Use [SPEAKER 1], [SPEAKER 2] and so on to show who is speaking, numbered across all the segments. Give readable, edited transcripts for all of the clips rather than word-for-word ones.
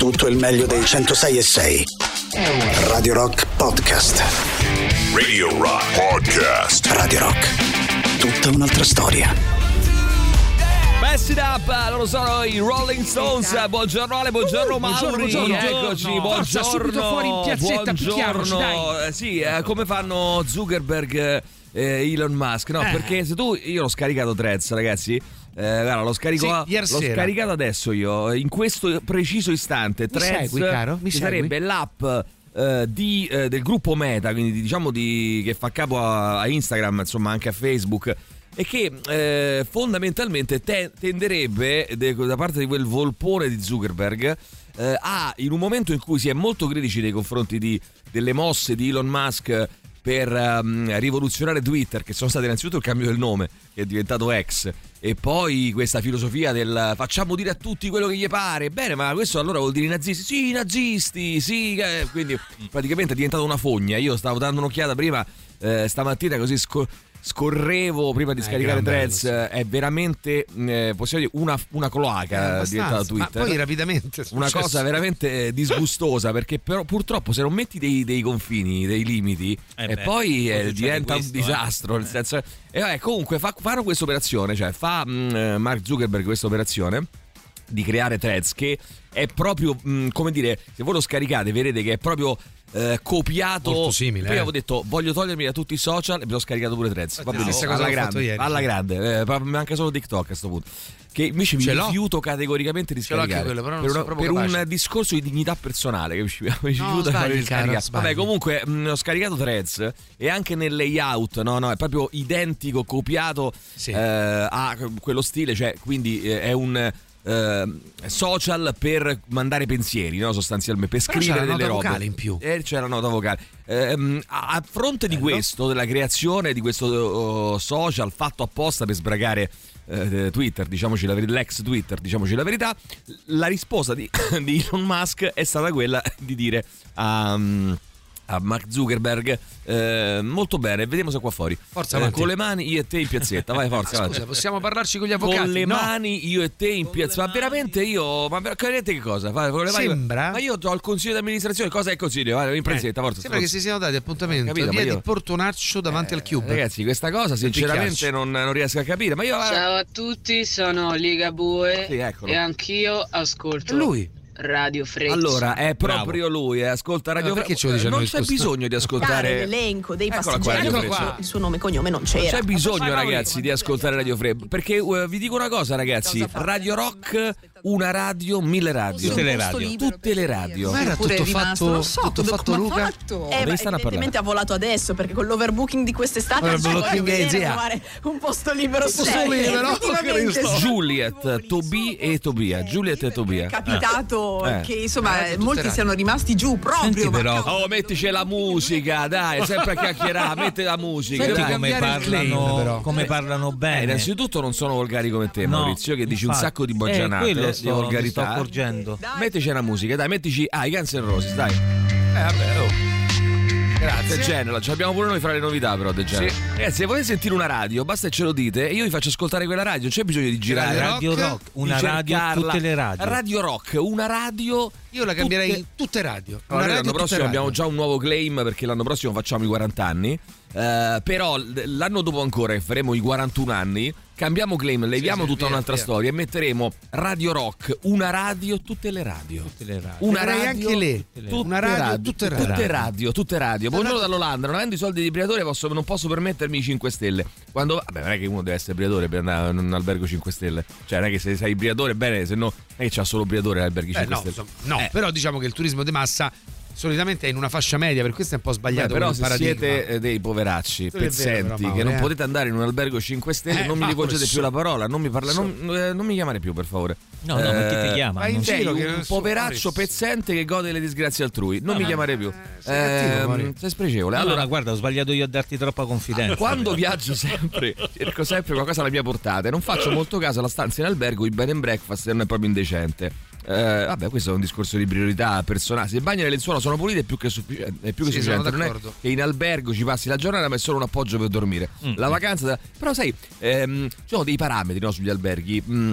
[SPEAKER 1] Tutto il meglio dei 106.6. Radio Rock Podcast.
[SPEAKER 2] Radio Rock Podcast.
[SPEAKER 1] Radio Rock. Tutta un'altra storia.
[SPEAKER 3] Mess It Up, loro sono i Rolling Stones. Buongiorno Ale, buongiorno Mauri. Eccoci, buongiorno.
[SPEAKER 4] Subito fuori in piazzetta, picchiamoci, dai.
[SPEAKER 3] Sì, come fanno Zuckerberg e Elon Musk? No, perché se tu, io l'ho scaricato Threads, ragazzi. Guarda, l'ho scaricato adesso io, in questo preciso istante. Threads
[SPEAKER 4] segui, caro? Mi
[SPEAKER 3] sarebbe l'app del gruppo Meta, quindi diciamo che fa capo a Instagram, insomma anche a Facebook, e che fondamentalmente tenderebbe da parte di quel volpone di Zuckerberg in un momento in cui si è molto critici nei confronti delle mosse di Elon Musk per rivoluzionare Twitter, che sono state innanzitutto il cambio del nome, che è diventato X, e poi questa filosofia del facciamo dire a tutti quello che gli pare. Bene, ma questo allora vuol dire nazisti? Sì, nazisti, sì, quindi praticamente è diventata una fogna. Io stavo dando un'occhiata prima stamattina, così scorrevo prima di scaricare Threads. È veramente possiamo dire una cloaca diventata Twitter,
[SPEAKER 4] ma poi rapidamente
[SPEAKER 3] una cosa veramente disgustosa, perché però purtroppo se non metti dei confini, dei limiti, poi diventa un disastro, nel senso, comunque fanno questa operazione, cioè fa Mark Zuckerberg questa operazione di creare Threads, che è proprio come dire, se voi lo scaricate vedrete che è proprio copiato,
[SPEAKER 4] molto simile.
[SPEAKER 3] Poi avevo detto voglio togliermi da tutti i social e mi ho scaricato pure Threads. Va benissimo, alla grande, manca solo TikTok a questo punto, che invece mi rifiuto categoricamente di scaricare per un discorso di dignità personale che mi rifiuto di scaricare. Vabbè, comunque ho scaricato Threads e anche nel layout è proprio identico, copiato a quello stile, cioè quindi è un social per mandare pensieri, no? Sostanzialmente per scrivere delle robe.
[SPEAKER 4] Vocale in più.
[SPEAKER 3] C'era una nota vocale. A fronte di questo, della creazione di questo social fatto apposta per sbragare Twitter, diciamoci l'ex Twitter, diciamoci la verità, la risposta di Elon Musk è stata quella di dire a Mark Zuckerberg molto bene, vediamo se qua fuori,
[SPEAKER 4] forza
[SPEAKER 3] con le mani io e te in piazzetta, vai, forza.
[SPEAKER 4] Scusa, possiamo parlarci con gli avvocati?
[SPEAKER 3] Con le mani io e te in piazzetta. Ma veramente capite che cosa? Con le mani,
[SPEAKER 4] sembra?
[SPEAKER 3] Ma io ho il consiglio di amministrazione, cosa è il consiglio? Vai in piazzetta, forza.
[SPEAKER 4] Sembra che si siano dati appuntamento via di Portonaccio davanti al Cube.
[SPEAKER 3] Ragazzi, questa cosa sinceramente non riesco a capire, ma io
[SPEAKER 5] ciao a tutti, sono Ligabue e anch'io ascolto
[SPEAKER 4] lui
[SPEAKER 5] Radio Freccia.
[SPEAKER 3] Allora, è proprio lui, ascolta Radio Freccia.
[SPEAKER 4] Perché ce lo dice?
[SPEAKER 3] Non c'è bisogno di ascoltare
[SPEAKER 6] l'elenco dei passeggeri, il suo nome e cognome non c'era.
[SPEAKER 3] C'è bisogno, ragazzi, di ascoltare Radio Freccia, perché vi dico una cosa, ragazzi, Radio Rock, una radio, 1000 radio. Tutte le radio.
[SPEAKER 4] Ma era tutto fatto Luca?
[SPEAKER 6] Evidentemente ha volato adesso, perché con l'overbooking di quest'estate trovare un posto libero.
[SPEAKER 3] Juliet, Tobì e Tobia.
[SPEAKER 6] Capitato che insomma molti siano rimasti giù proprio.
[SPEAKER 3] Mettici la musica, dai, sempre a chiacchierare, metti la musica.
[SPEAKER 7] Senti come parlano bene.
[SPEAKER 3] Innanzitutto non sono volgari come te, Maurizio, che dici un sacco di boggianate, di volgarità.
[SPEAKER 7] Sto accorgendo.
[SPEAKER 3] Mettici la musica, dai, mettici i Guns N' Roses, dai. Grazie. De Genere, ce l'abbiamo pure noi fra le novità, però De Genere. Ragazzi, se volete sentire una radio, basta che ce lo dite e io vi faccio ascoltare quella radio. Non c'è bisogno di girare.
[SPEAKER 7] Radio Rock, una radio, tutte le radio.
[SPEAKER 3] Radio Rock, una radio.
[SPEAKER 4] Io la cambierei tutte radio.
[SPEAKER 3] L'anno prossimo abbiamo già un nuovo claim, perché l'anno prossimo facciamo i 40 anni. Però l'anno dopo ancora, che faremo i 41 anni, cambiamo claim, leviamo tutta un'altra storia e metteremo Radio Rock, una radio, tutte le radio. Una radio,
[SPEAKER 4] anche lei. Una radio,
[SPEAKER 3] tutte radio. Buongiorno dall'Olanda, non avendo i soldi di Briatore non posso permettermi i 5 stelle. Vabbè, non è che uno deve essere Briatore per andare in un albergo 5 stelle. Cioè, non è che se sei Briatore, bene, se no non è che c'ha solo Briatore all'alberghi 5 stelle.
[SPEAKER 4] Però diciamo che il turismo di massa solitamente è in una fascia media, per questo è un po' sbagliato.
[SPEAKER 3] Però se siete dei poveracci pezzenti che non potete andare in un albergo 5 stelle, non mi rivolgete più la parola, non mi chiamare più, per favore.
[SPEAKER 7] No, ma chi ti chiama?
[SPEAKER 3] Sei un poveraccio pezzente che gode le disgrazie altrui, non mi chiamare più. Sei spregevole.
[SPEAKER 7] Allora guarda, ho sbagliato io a darti troppa confidenza.
[SPEAKER 3] Quando viaggio cerco sempre qualcosa alla mia portata, non faccio molto caso alla stanza in albergo, il bed and breakfast non è proprio indecente. Vabbè, questo è un discorso di priorità personale. Se il bagno e le lenzuola sono pulite è più che sufficiente. È più che sufficiente. Non è che in albergo ci passi la giornata, ma è solo un appoggio per dormire. La vacanza, però sai, ci sono dei parametri, no, sugli alberghi.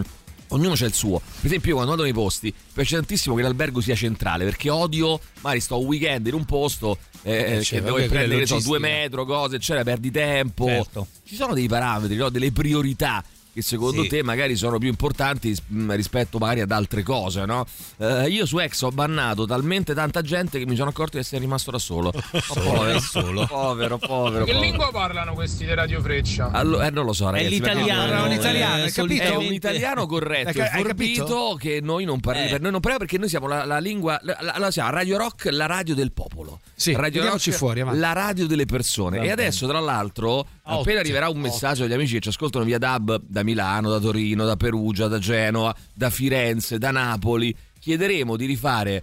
[SPEAKER 3] Ognuno c'ha il suo. Per esempio, io quando vado nei posti piace tantissimo che l'albergo sia centrale, perché odio, magari sto un weekend in un posto che devo prendere 2 metri, cose, eccetera, perdi tempo.
[SPEAKER 7] Certo.
[SPEAKER 3] Ci sono dei parametri, no? Delle priorità che secondo te magari sono più importanti rispetto magari ad altre cose, no? Io su X ho bannato talmente tanta gente che mi sono accorto di essere rimasto da solo. Povero.
[SPEAKER 8] Che lingua parlano questi di Radio Freccia?
[SPEAKER 3] Allora, non lo so, ragazzi.
[SPEAKER 7] È l'italiano,
[SPEAKER 4] hai capito?
[SPEAKER 3] È un italiano corretto,
[SPEAKER 4] hai
[SPEAKER 3] forbito, che noi non parliamo. Per noi non parliamo perché noi siamo la lingua. Siamo Radio Rock, la radio del popolo.
[SPEAKER 4] Sì,
[SPEAKER 3] Radio Rock,
[SPEAKER 4] fuori,
[SPEAKER 3] la radio delle persone. E adesso, tra l'altro, appena arriverà un messaggio agli amici che ci ascoltano via DAB da Milano, da Torino, da Perugia, da Genova, da Firenze, da Napoli, chiederemo di rifare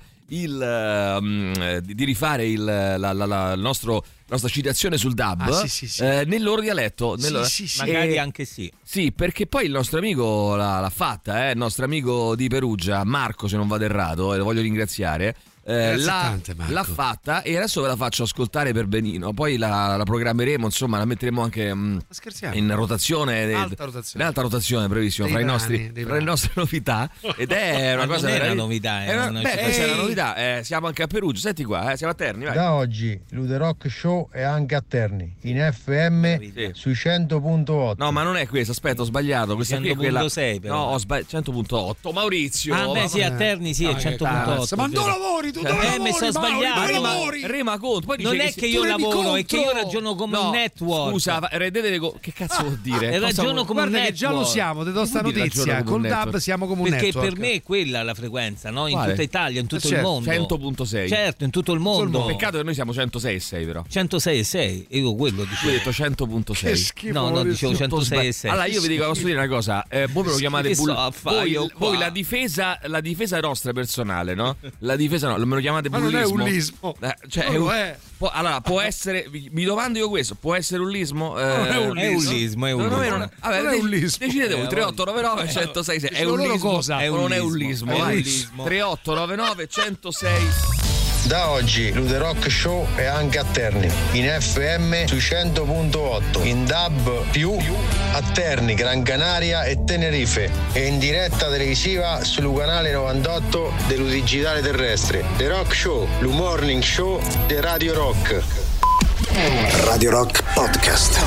[SPEAKER 3] la nostra citazione sul DAB nel loro dialetto.
[SPEAKER 7] Magari anche sì.
[SPEAKER 3] Sì, perché poi il nostro amico l'ha fatta, il nostro amico di Perugia, Marco, se non vado errato, e lo voglio ringraziare. L'ha fatta e adesso ve la faccio ascoltare per benino. Poi la programmeremo, insomma, la metteremo anche in rotazione, in alta rotazione, brevissimo, fra le nostre novità. Ed è una cosa
[SPEAKER 7] veramente. È una novità,
[SPEAKER 3] questa è una novità. Siamo anche a Perugia, senti qua, siamo a Terni. Vai.
[SPEAKER 9] Da oggi l'Ude Rock Show è anche a Terni, in FM sui 100.8.
[SPEAKER 3] No, ma non è questo, aspetta, ho sbagliato. Questa
[SPEAKER 7] 100.6 però.
[SPEAKER 3] No, ho sbagliato. 100.8. Maurizio.
[SPEAKER 7] Sì, a Terni sì, è 100.8.
[SPEAKER 4] Ma dove lavori?
[SPEAKER 7] Mi sono sbagliato.
[SPEAKER 3] Rema conto. Poi
[SPEAKER 7] non è che io lavoro, è che io ragiono come un network.
[SPEAKER 3] Scusa, che cazzo vuol dire?
[SPEAKER 7] Ragiono come un network.
[SPEAKER 4] Già lo siamo, ti do sta notizia. Col DAB siamo come un network.
[SPEAKER 7] Perché per me è quella la frequenza, no? In tutta Italia, in tutto il mondo.
[SPEAKER 3] 100.6.
[SPEAKER 7] Certo, in tutto il mondo.
[SPEAKER 3] Peccato che noi siamo 106,6 però.
[SPEAKER 7] 106,6. Io quello dicevo.
[SPEAKER 3] Io ho detto 100.6.
[SPEAKER 7] No, dicevo 106,6.
[SPEAKER 3] Allora io vi dico, posso dire una cosa. Voi me lo chiamate voi la difesa nostra personale, no? La difesa me lo chiamate bullismo.
[SPEAKER 4] Ma non è bullismo.
[SPEAKER 3] Allora, può essere, mi domando io questo, può essere bullismo?
[SPEAKER 4] Non è bullismo.
[SPEAKER 3] È bullismo. Decidete voi, 3899 106. È un bullismo o non è bullismo? 3899 106.
[SPEAKER 9] Da oggi l'Ude Rock Show è anche a Terni, in FM sui 100.8, in DAB più a Terni, Gran Canaria e Tenerife e in diretta televisiva sul canale 98 dell'Udigitale Terrestre. The Rock Show, il Morning Show di Radio Rock.
[SPEAKER 1] Radio Rock Podcast.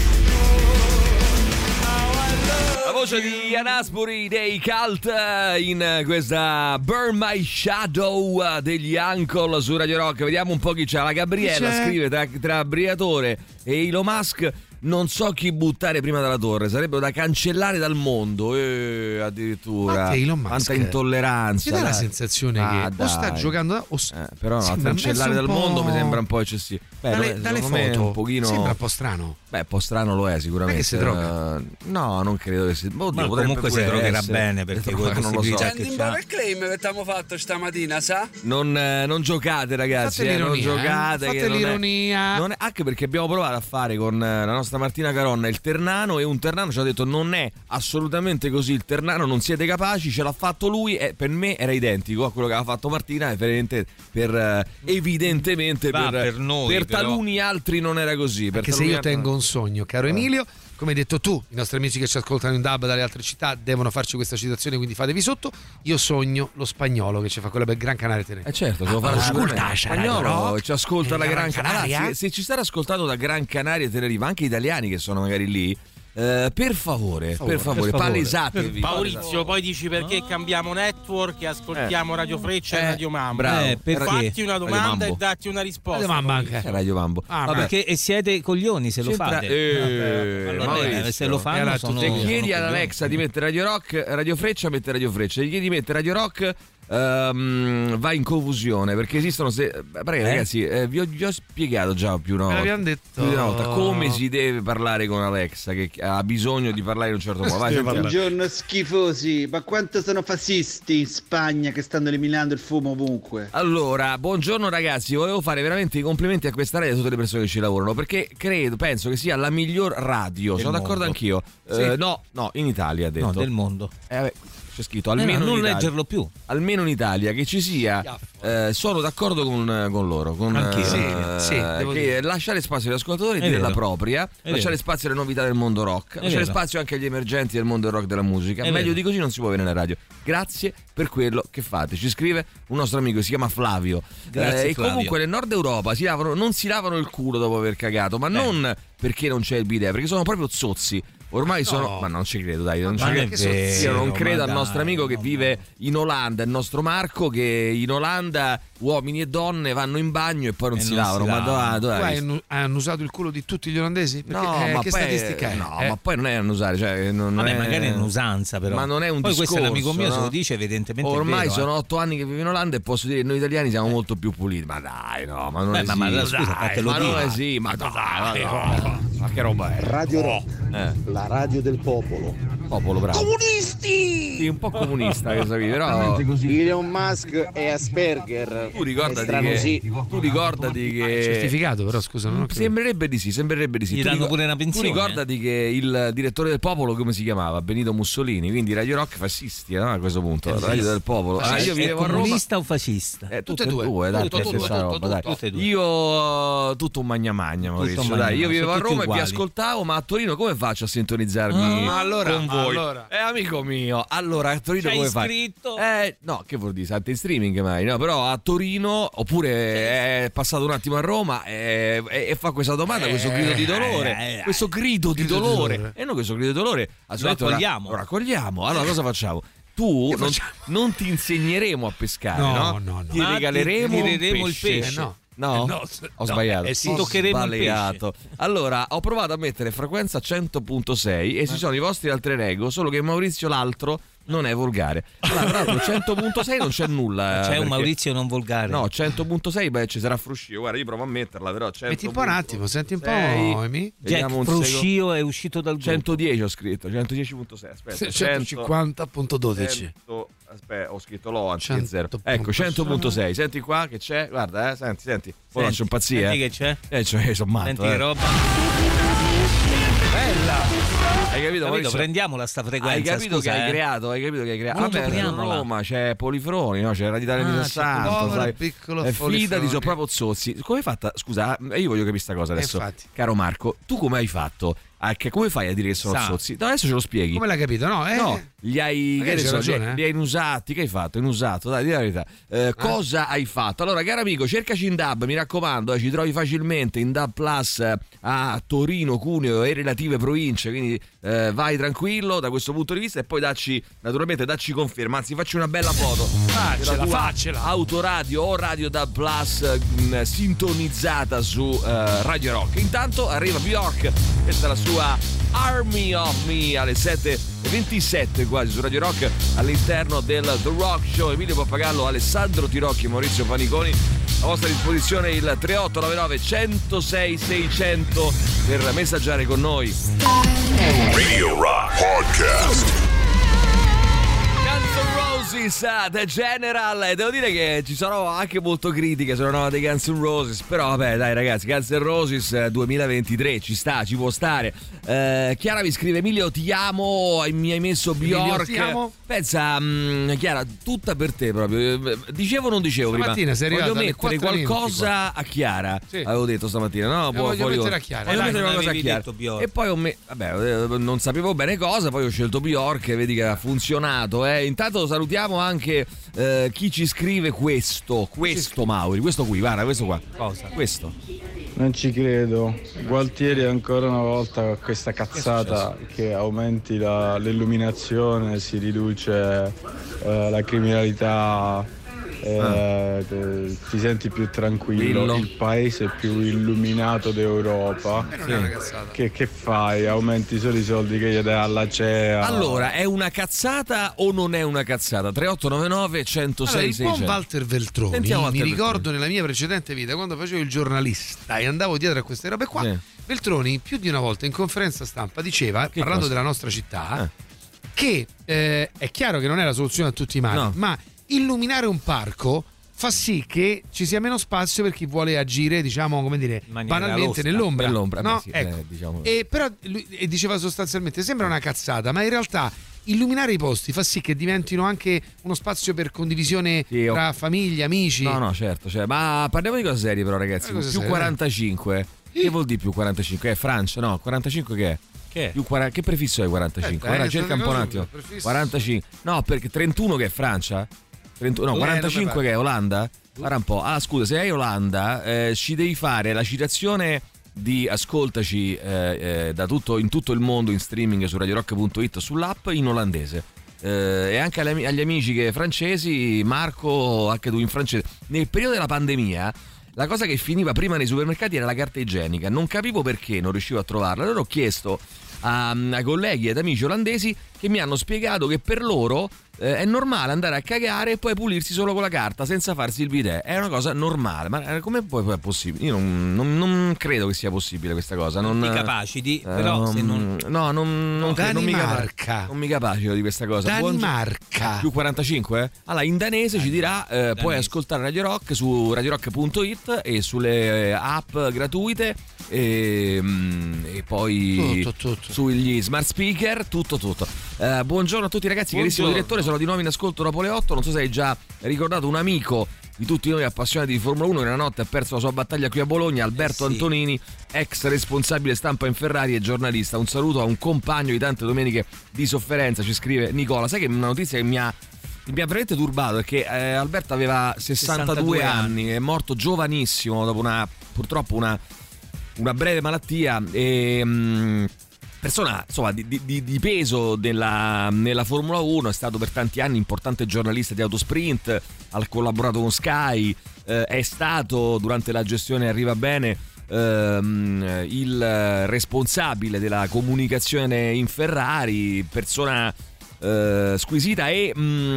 [SPEAKER 3] La voce di Ian Astbury dei Cult in questa Burn My Shadow degli Uncle su Radio Rock. Vediamo un po' chi c'ha. La Gabriella scrive tra Briatore e Elon Musk. Non so chi buttare prima dalla torre, sarebbero da cancellare dal mondo. Addirittura quanta intolleranza.
[SPEAKER 4] Ti dà la sensazione che o sta giocando
[SPEAKER 3] però a cancellare dal mondo mi sembra un po' eccessivo.
[SPEAKER 4] Dalle foto un pochino sembra un po' strano.
[SPEAKER 3] Un po' strano lo è sicuramente.
[SPEAKER 4] Perché si droga?
[SPEAKER 3] No, non credo che si.
[SPEAKER 7] Ma comunque si drogherà bene perché
[SPEAKER 3] non lo so.
[SPEAKER 10] Senti un po' il claim che abbiamo fatto stamattina, sa?
[SPEAKER 3] Non giocate, ragazzi. Non giocate.
[SPEAKER 4] Fate l'ironia.
[SPEAKER 3] Anche perché abbiamo provato a fare con la nostra Martina Caronna il Ternano e un Ternano ci ha detto non è assolutamente così, il Ternano non siete capaci, ce l'ha fatto lui e per me era identico a quello che aveva fatto Martina e evidentemente per noi, per taluni altri non era così.
[SPEAKER 4] Perché se io tengo un sogno, caro Emilio, come hai detto tu, i nostri amici che ci ascoltano in DAB dalle altre città devono farci questa citazione, quindi fatevi sotto. Io sogno lo spagnolo che ci fa quella per Gran Canaria Tenerife.
[SPEAKER 3] Certo, devo fare ascolta, spagnolo ci ascolta la Gran Canaria. Se ci stanno ascoltando da Gran Canaria e Tenerife, anche italiani che sono magari lì, per favore, palesatevi.
[SPEAKER 8] Maurizio, poi dici perché cambiamo network e ascoltiamo Radio Freccia e Radio Mambo. Fatti una domanda e datti una risposta.
[SPEAKER 3] Radio Mambo.
[SPEAKER 7] Perché siete coglioni se lo fate.
[SPEAKER 3] Allora,
[SPEAKER 7] se lo fanno
[SPEAKER 3] se chiedi ad Alexa di mettere Radio Rock, Radio Freccia, mette Radio Freccia. Gli chiedi di mettere Radio Rock, va in confusione perché esistono ragazzi, vi ho spiegato già più di una volta come si deve parlare con Alexa, che ha bisogno di parlare in un certo modo.
[SPEAKER 10] Buongiorno schifosi, ma quanto sono fascisti in Spagna che stanno eliminando il fumo ovunque.
[SPEAKER 3] Allora, buongiorno ragazzi, volevo fare veramente i complimenti a questa radio e a tutte le persone che ci lavorano, perché penso che sia la miglior radio, sono d'accordo anch'io. No, in Italia ha detto.
[SPEAKER 7] No, del mondo.
[SPEAKER 3] c'è scritto almeno
[SPEAKER 7] non
[SPEAKER 3] in Italia,
[SPEAKER 7] leggerlo più.
[SPEAKER 3] Almeno in Italia che ci sia, sono d'accordo con loro, che lasciare spazio agli ascoltatori e dire la propria, lasciare spazio alle novità del mondo rock, lasciare spazio anche agli emergenti del mondo rock della musica. Meglio di così non si può avere nella radio. Grazie per quello che fate. Ci scrive un nostro amico, si chiama Flavio.
[SPEAKER 7] Grazie,
[SPEAKER 3] e
[SPEAKER 7] Flavio.
[SPEAKER 3] Comunque nel nord Europa non si lavano il culo dopo aver cagato, ma non perché non c'è il bidet, perché sono proprio zozzi. Ormai sono, ma non ci credo, dai, non ci credo. Io non credo al nostro amico che vive in Olanda, il nostro Marco, che in Olanda uomini e donne vanno in bagno e poi non si lavano. Ma dove
[SPEAKER 4] hanno usato il culo di tutti gli olandesi? Perché,
[SPEAKER 3] no, ma
[SPEAKER 4] che
[SPEAKER 3] poi,
[SPEAKER 4] statistica è?
[SPEAKER 3] Ma poi non è annusare, cioè
[SPEAKER 7] magari è un'usanza, però.
[SPEAKER 3] Ma non è un
[SPEAKER 7] poi
[SPEAKER 3] discorso.
[SPEAKER 7] Questo è un amico mio, se lo dice, evidentemente.
[SPEAKER 3] Ormai
[SPEAKER 7] è vero,
[SPEAKER 3] sono 8 anni che vivo in Olanda e posso dire che noi italiani siamo molto più puliti. Ma dai, no, ma non è sì, ma dai, ma che roba è?
[SPEAKER 11] Radio Rock, la radio del popolo.
[SPEAKER 3] Popolo, bravo.
[SPEAKER 11] Comunisti!
[SPEAKER 3] Sì, un po' comunista che sapevi, però
[SPEAKER 11] Elon Musk e Asperger.
[SPEAKER 3] Tu ricordati che
[SPEAKER 4] certificato, però scusa, non ho
[SPEAKER 3] sembrerebbe di sì.
[SPEAKER 7] Gli danno pure una pensione.
[SPEAKER 3] Tu ricordati che il direttore del popolo come si chiamava? Benito Mussolini, quindi Radio Rock fascisti, no? A questo punto, la radio del popolo.
[SPEAKER 7] Io vivevo a Roma. Comunista o fascista?
[SPEAKER 3] Tutte e due, dai. Io tutto un magna Maurizio, dai. Io vivevo a Roma e vi ascoltavo, ma a Torino come faccio a sintonizzarmi con voi? Amico mio, allora a Torino come fai?
[SPEAKER 7] Iscritto?
[SPEAKER 3] No, che vuol dire? State in streaming mai? No, però a Torino, oppure è passato un attimo a Roma e fa questa domanda, questo grido di dolore. Questo grido di dolore. E noi questo grido di dolore
[SPEAKER 7] lo
[SPEAKER 3] raccogliamo. Allora cosa facciamo? Tu non ti insegneremo a pescare, no? Ti regaleremo il pesce. No, ho sbagliato.
[SPEAKER 7] Toccheremo il pesce.
[SPEAKER 3] Allora, ho provato a mettere frequenza 100.6 e ci sono i vostri alter ego, solo che Maurizio l'altro non è volgare. Tra l'altro 100.6 non c'è nulla.
[SPEAKER 7] C'è un Maurizio non volgare.
[SPEAKER 3] No, 100.6 ci sarà Fruscio. Guarda, io provo a metterla, però 100.
[SPEAKER 4] Metti un po' un attimo, senti un po', Emi.
[SPEAKER 7] Fruscio è uscito dal
[SPEAKER 3] 110 ho scritto, 110.6. Aspetta,
[SPEAKER 4] 150.12.
[SPEAKER 3] Aspetta, ho scritto l'O anziché 0. Ecco, 100.6. Senti qua che c'è. Guarda, senti. Poi faccio impazzire.
[SPEAKER 7] Senti che c'è?
[SPEAKER 3] Sono matto.
[SPEAKER 7] Senti che roba.
[SPEAKER 3] Bella. Hai capito?
[SPEAKER 7] Prendiamola sta frequenza.
[SPEAKER 3] Hai capito che hai creato? Vabbè, a Roma c'è Polifroni, no? C'è Radio Italia di Santo, sai. Fidati, sono proprio zozzi. Come hai fatto? Scusa, io voglio capire questa cosa adesso. Caro Marco, tu come hai fatto? Come fai a dire che sono zozzi? No, adesso ce lo spieghi.
[SPEAKER 4] Come l'hai capito? No,
[SPEAKER 3] li hai inusati. Che hai fatto? Inusato, dai, di la verità. Cosa hai fatto? Allora, caro amico, cercaci in DAB, mi raccomando, ci trovi facilmente in DAB Plus a Torino, Cuneo e relative province, quindi vai tranquillo da questo punto di vista e poi dacci conferma, anzi facci una bella foto.
[SPEAKER 4] Faccela.
[SPEAKER 3] Autoradio o Radio DAB Plus sintonizzata su Radio Rock. Intanto arriva Bjork, questa è la sua Army of Me alle 7:27 quasi su Radio Rock all'interno del The Rock Show. Emilio Pappagallo, Alessandro Tirocchi e Maurizio Paniconi. A vostra disposizione il 3899 106 600 per messaggiare con noi.
[SPEAKER 2] Radio Rock Podcast.
[SPEAKER 3] The General, e devo dire che ci sono anche molto critiche sulla nuova dei Guns N' Roses, però vabbè dai ragazzi, Guns N' Roses 2023 ci può stare. Chiara mi scrive: Emilio ti amo, mi hai messo Bjork. Pensa Chiara, tutta per te proprio. Dicevo o non dicevo
[SPEAKER 4] stamattina
[SPEAKER 3] prima? Voglio mettere qualcosa a Chiara, avevo detto stamattina, no?
[SPEAKER 4] Voglio mettere a Chiara.
[SPEAKER 3] Voglio mettere qualcosa a Chiara. E poi non sapevo bene cosa, poi ho scelto Bjork e vedi che ha funzionato. Intanto salutiamo anche chi ci scrive questo Mauri, questo qui, guarda, questo qua. Cosa? Questo.
[SPEAKER 12] Non ci credo. Gualtieri ancora una volta con questa cazzata che aumenti l'illuminazione, si riduce la criminalità, ti senti più tranquillo, il paese più illuminato d'Europa. Che fai? Aumenti solo i soldi che gli dai alla CEA.
[SPEAKER 3] Allora, è una cazzata o non è una cazzata? 3899 106 600.
[SPEAKER 4] Il buon Walter Veltroni, mi ricordo nella mia precedente vita quando facevo il giornalista e andavo dietro a queste robe qua, Veltroni più di una volta in conferenza stampa diceva, parlando della nostra città, che è chiaro che non è la soluzione a tutti i mali, ma illuminare un parco fa sì che ci sia meno spazio per chi vuole agire, diciamo, come dire, banalmente nell'ombra. No? Ecco.
[SPEAKER 3] Diciamo.
[SPEAKER 4] Però lui diceva sostanzialmente: sembra una cazzata, ma in realtà illuminare i posti fa sì che diventino anche uno spazio per condivisione tra famiglie, amici.
[SPEAKER 3] No, certo, ma parliamo di cose serie però, ragazzi. Più serie? 45. Che vuol dire più 45? È Francia? No, 45 che è? Che prefisso è 45? Ora cerca un po' un attimo. 45. No, perché 31 che è Francia? 45 che è Olanda? Guarda un po'. Ah, scusa, se hai Olanda ci devi fare la citazione di ascoltaci in tutto il mondo in streaming su radiorock.it, sull'app in olandese. E anche agli amici francesi, Marco, anche tu in francese. Nel periodo della pandemia la cosa che finiva prima nei supermercati era la carta igienica. Non capivo perché, non riuscivo a trovarla. Allora ho chiesto ai colleghi ed amici olandesi che mi hanno spiegato che per loro è normale andare a cagare e poi pulirsi solo con la carta senza farsi il bidet. È una cosa normale. Ma come poi è possibile? Io non credo che sia possibile questa cosa. Non
[SPEAKER 7] ti capaciti, però se non...
[SPEAKER 3] No, non mi capacito di questa cosa.
[SPEAKER 4] Danimarca.
[SPEAKER 3] Più 45? Allora in danese ci dirà puoi ascoltare Radio Rock su radiorock.it e sulle app gratuite e poi
[SPEAKER 4] tutto.
[SPEAKER 3] Sugli smart speaker tutto. Buongiorno a tutti ragazzi, carissimo direttore, sono di nuovo in ascolto dopo le 8. Non so se hai già ricordato un amico di tutti noi appassionati di Formula 1 che una notte ha perso la sua battaglia qui a Bologna, Alberto Antonini, ex responsabile stampa in Ferrari e giornalista. Un saluto a un compagno di tante domeniche di sofferenza, ci scrive Nicola. Sai che una notizia che mi ha veramente turbato, perché Alberto aveva 62 anni, è morto giovanissimo dopo purtroppo una breve malattia e persona insomma di peso nella Formula 1, è stato per tanti anni importante giornalista di Autosprint, ha collaborato con Sky, è stato durante la gestione Arriva Bene il responsabile della comunicazione in Ferrari, persona squisita e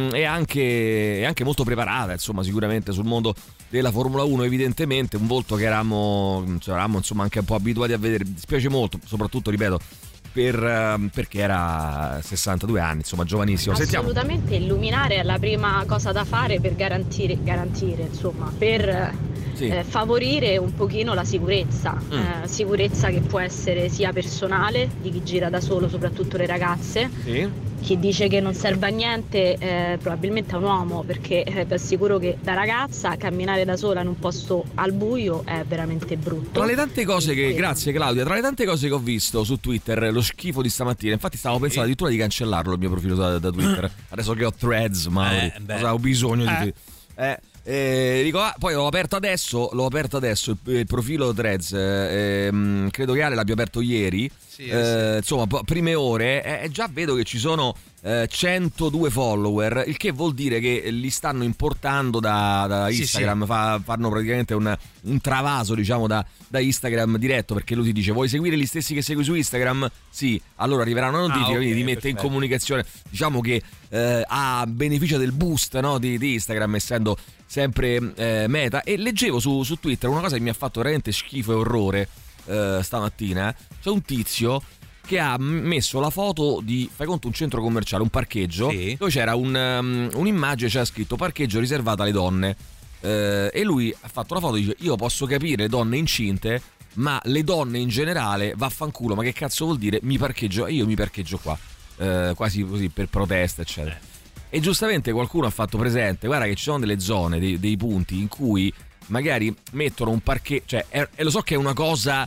[SPEAKER 3] anche molto preparata, insomma, sicuramente sul mondo della Formula 1, evidentemente un volto che eravamo insomma anche un po' abituati a vedere. Dispiace molto, soprattutto, ripeto, perché era 62 anni, insomma, giovanissimo.
[SPEAKER 13] Assolutamente. Illuminare è la prima cosa da fare per garantire insomma, per favorire un pochino la sicurezza, sicurezza che può essere sia personale, di chi gira da solo, soprattutto le ragazze. Chi dice che non serve a niente probabilmente è un uomo, perché vi assicuro che da ragazza camminare da sola in un posto al buio è veramente brutto.
[SPEAKER 3] Tra le tante cose grazie Claudia, tra le tante cose che ho visto su Twitter, lo schifo di stamattina, infatti stavo pensando addirittura di cancellarlo il mio profilo da Twitter, adesso che ho Threads, ma ho bisogno di poi l'ho aperto adesso il profilo Threads, credo che Ale l'abbia aperto ieri. Insomma, prime ore, già vedo che ci sono 102 follower, il che vuol dire che li stanno importando da Instagram. Fanno praticamente un travaso, diciamo, da Instagram diretto, perché lui ti dice: vuoi seguire gli stessi che segui su Instagram? Sì, allora arriverà una notifica, quindi ti mette in comunicazione, diciamo che a beneficio del boost, no, di Instagram, essendo sempre Meta. E leggevo su Twitter una cosa che mi ha fatto veramente schifo e orrore stamattina. C'è un tizio che ha messo la foto di, fai conto, un centro commerciale, un parcheggio, dove c'era un'immagine, c'era scritto parcheggio riservato alle donne, e lui ha fatto la foto e dice: io posso capire le donne incinte, ma le donne in generale vaffanculo, ma che cazzo vuol dire io mi parcheggio qua, quasi così per protesta eccetera. E giustamente qualcuno ha fatto presente: guarda che ci sono delle zone, dei punti in cui magari mettono un parcheggio, cioè e lo so che è una cosa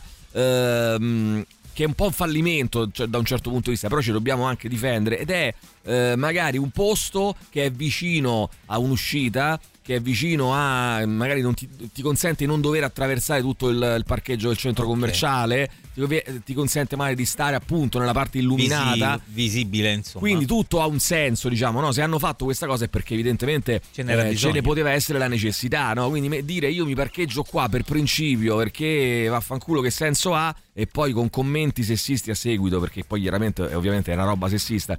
[SPEAKER 3] che è un po' un fallimento, cioè, da un certo punto di vista, però ci dobbiamo anche difendere, ed è magari un posto che è vicino a un'uscita, che è vicino a, magari non ti consente di non dover attraversare tutto il parcheggio del centro commerciale, ti consente magari di stare appunto nella parte illuminata,
[SPEAKER 7] visibile, insomma.
[SPEAKER 3] Quindi tutto ha un senso, diciamo, no? Se hanno fatto questa cosa è perché evidentemente ce ne poteva essere la necessità, no? Quindi dire io mi parcheggio qua per principio perché vaffanculo che senso ha, e poi con commenti sessisti a seguito, perché poi chiaramente ovviamente è una roba sessista,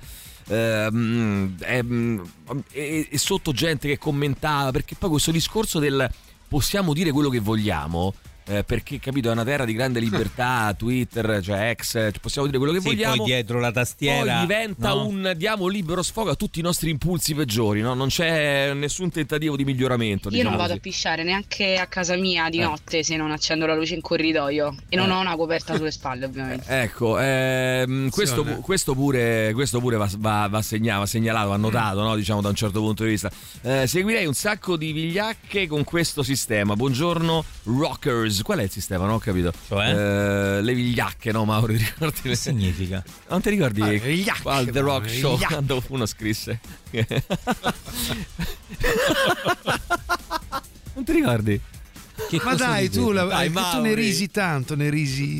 [SPEAKER 3] e sotto gente che commentava, perché poi questo discorso del possiamo dire quello che vogliamo perché capito è una terra di grande libertà, Twitter, cioè ex, possiamo dire quello che vogliamo.
[SPEAKER 7] Poi dietro la tastiera
[SPEAKER 3] poi diventa un diamo libero sfogo a tutti i nostri impulsi peggiori, no? Non c'è nessun tentativo di miglioramento.
[SPEAKER 5] Io non vado a pisciare neanche a casa mia di notte se non accendo la luce in corridoio e non ho una coperta sulle spalle, ovviamente.
[SPEAKER 3] Ecco, questo pure va segnalato, va notato, no? Diciamo da un certo punto di vista. Seguirei un sacco di vigliacche con questo sistema. Buongiorno rockers. Qual è il sistema? Non ho capito.
[SPEAKER 7] Cioè?
[SPEAKER 3] Le vigliacche, no Mauro? Ti ricordi?
[SPEAKER 7] Che significa?
[SPEAKER 3] Non ti ricordi?
[SPEAKER 4] Vigliacche,
[SPEAKER 3] The Rock Show, quando uno scrisse. Non ti ricordi?
[SPEAKER 4] Ma dai, tu ne risi tanto, ne risi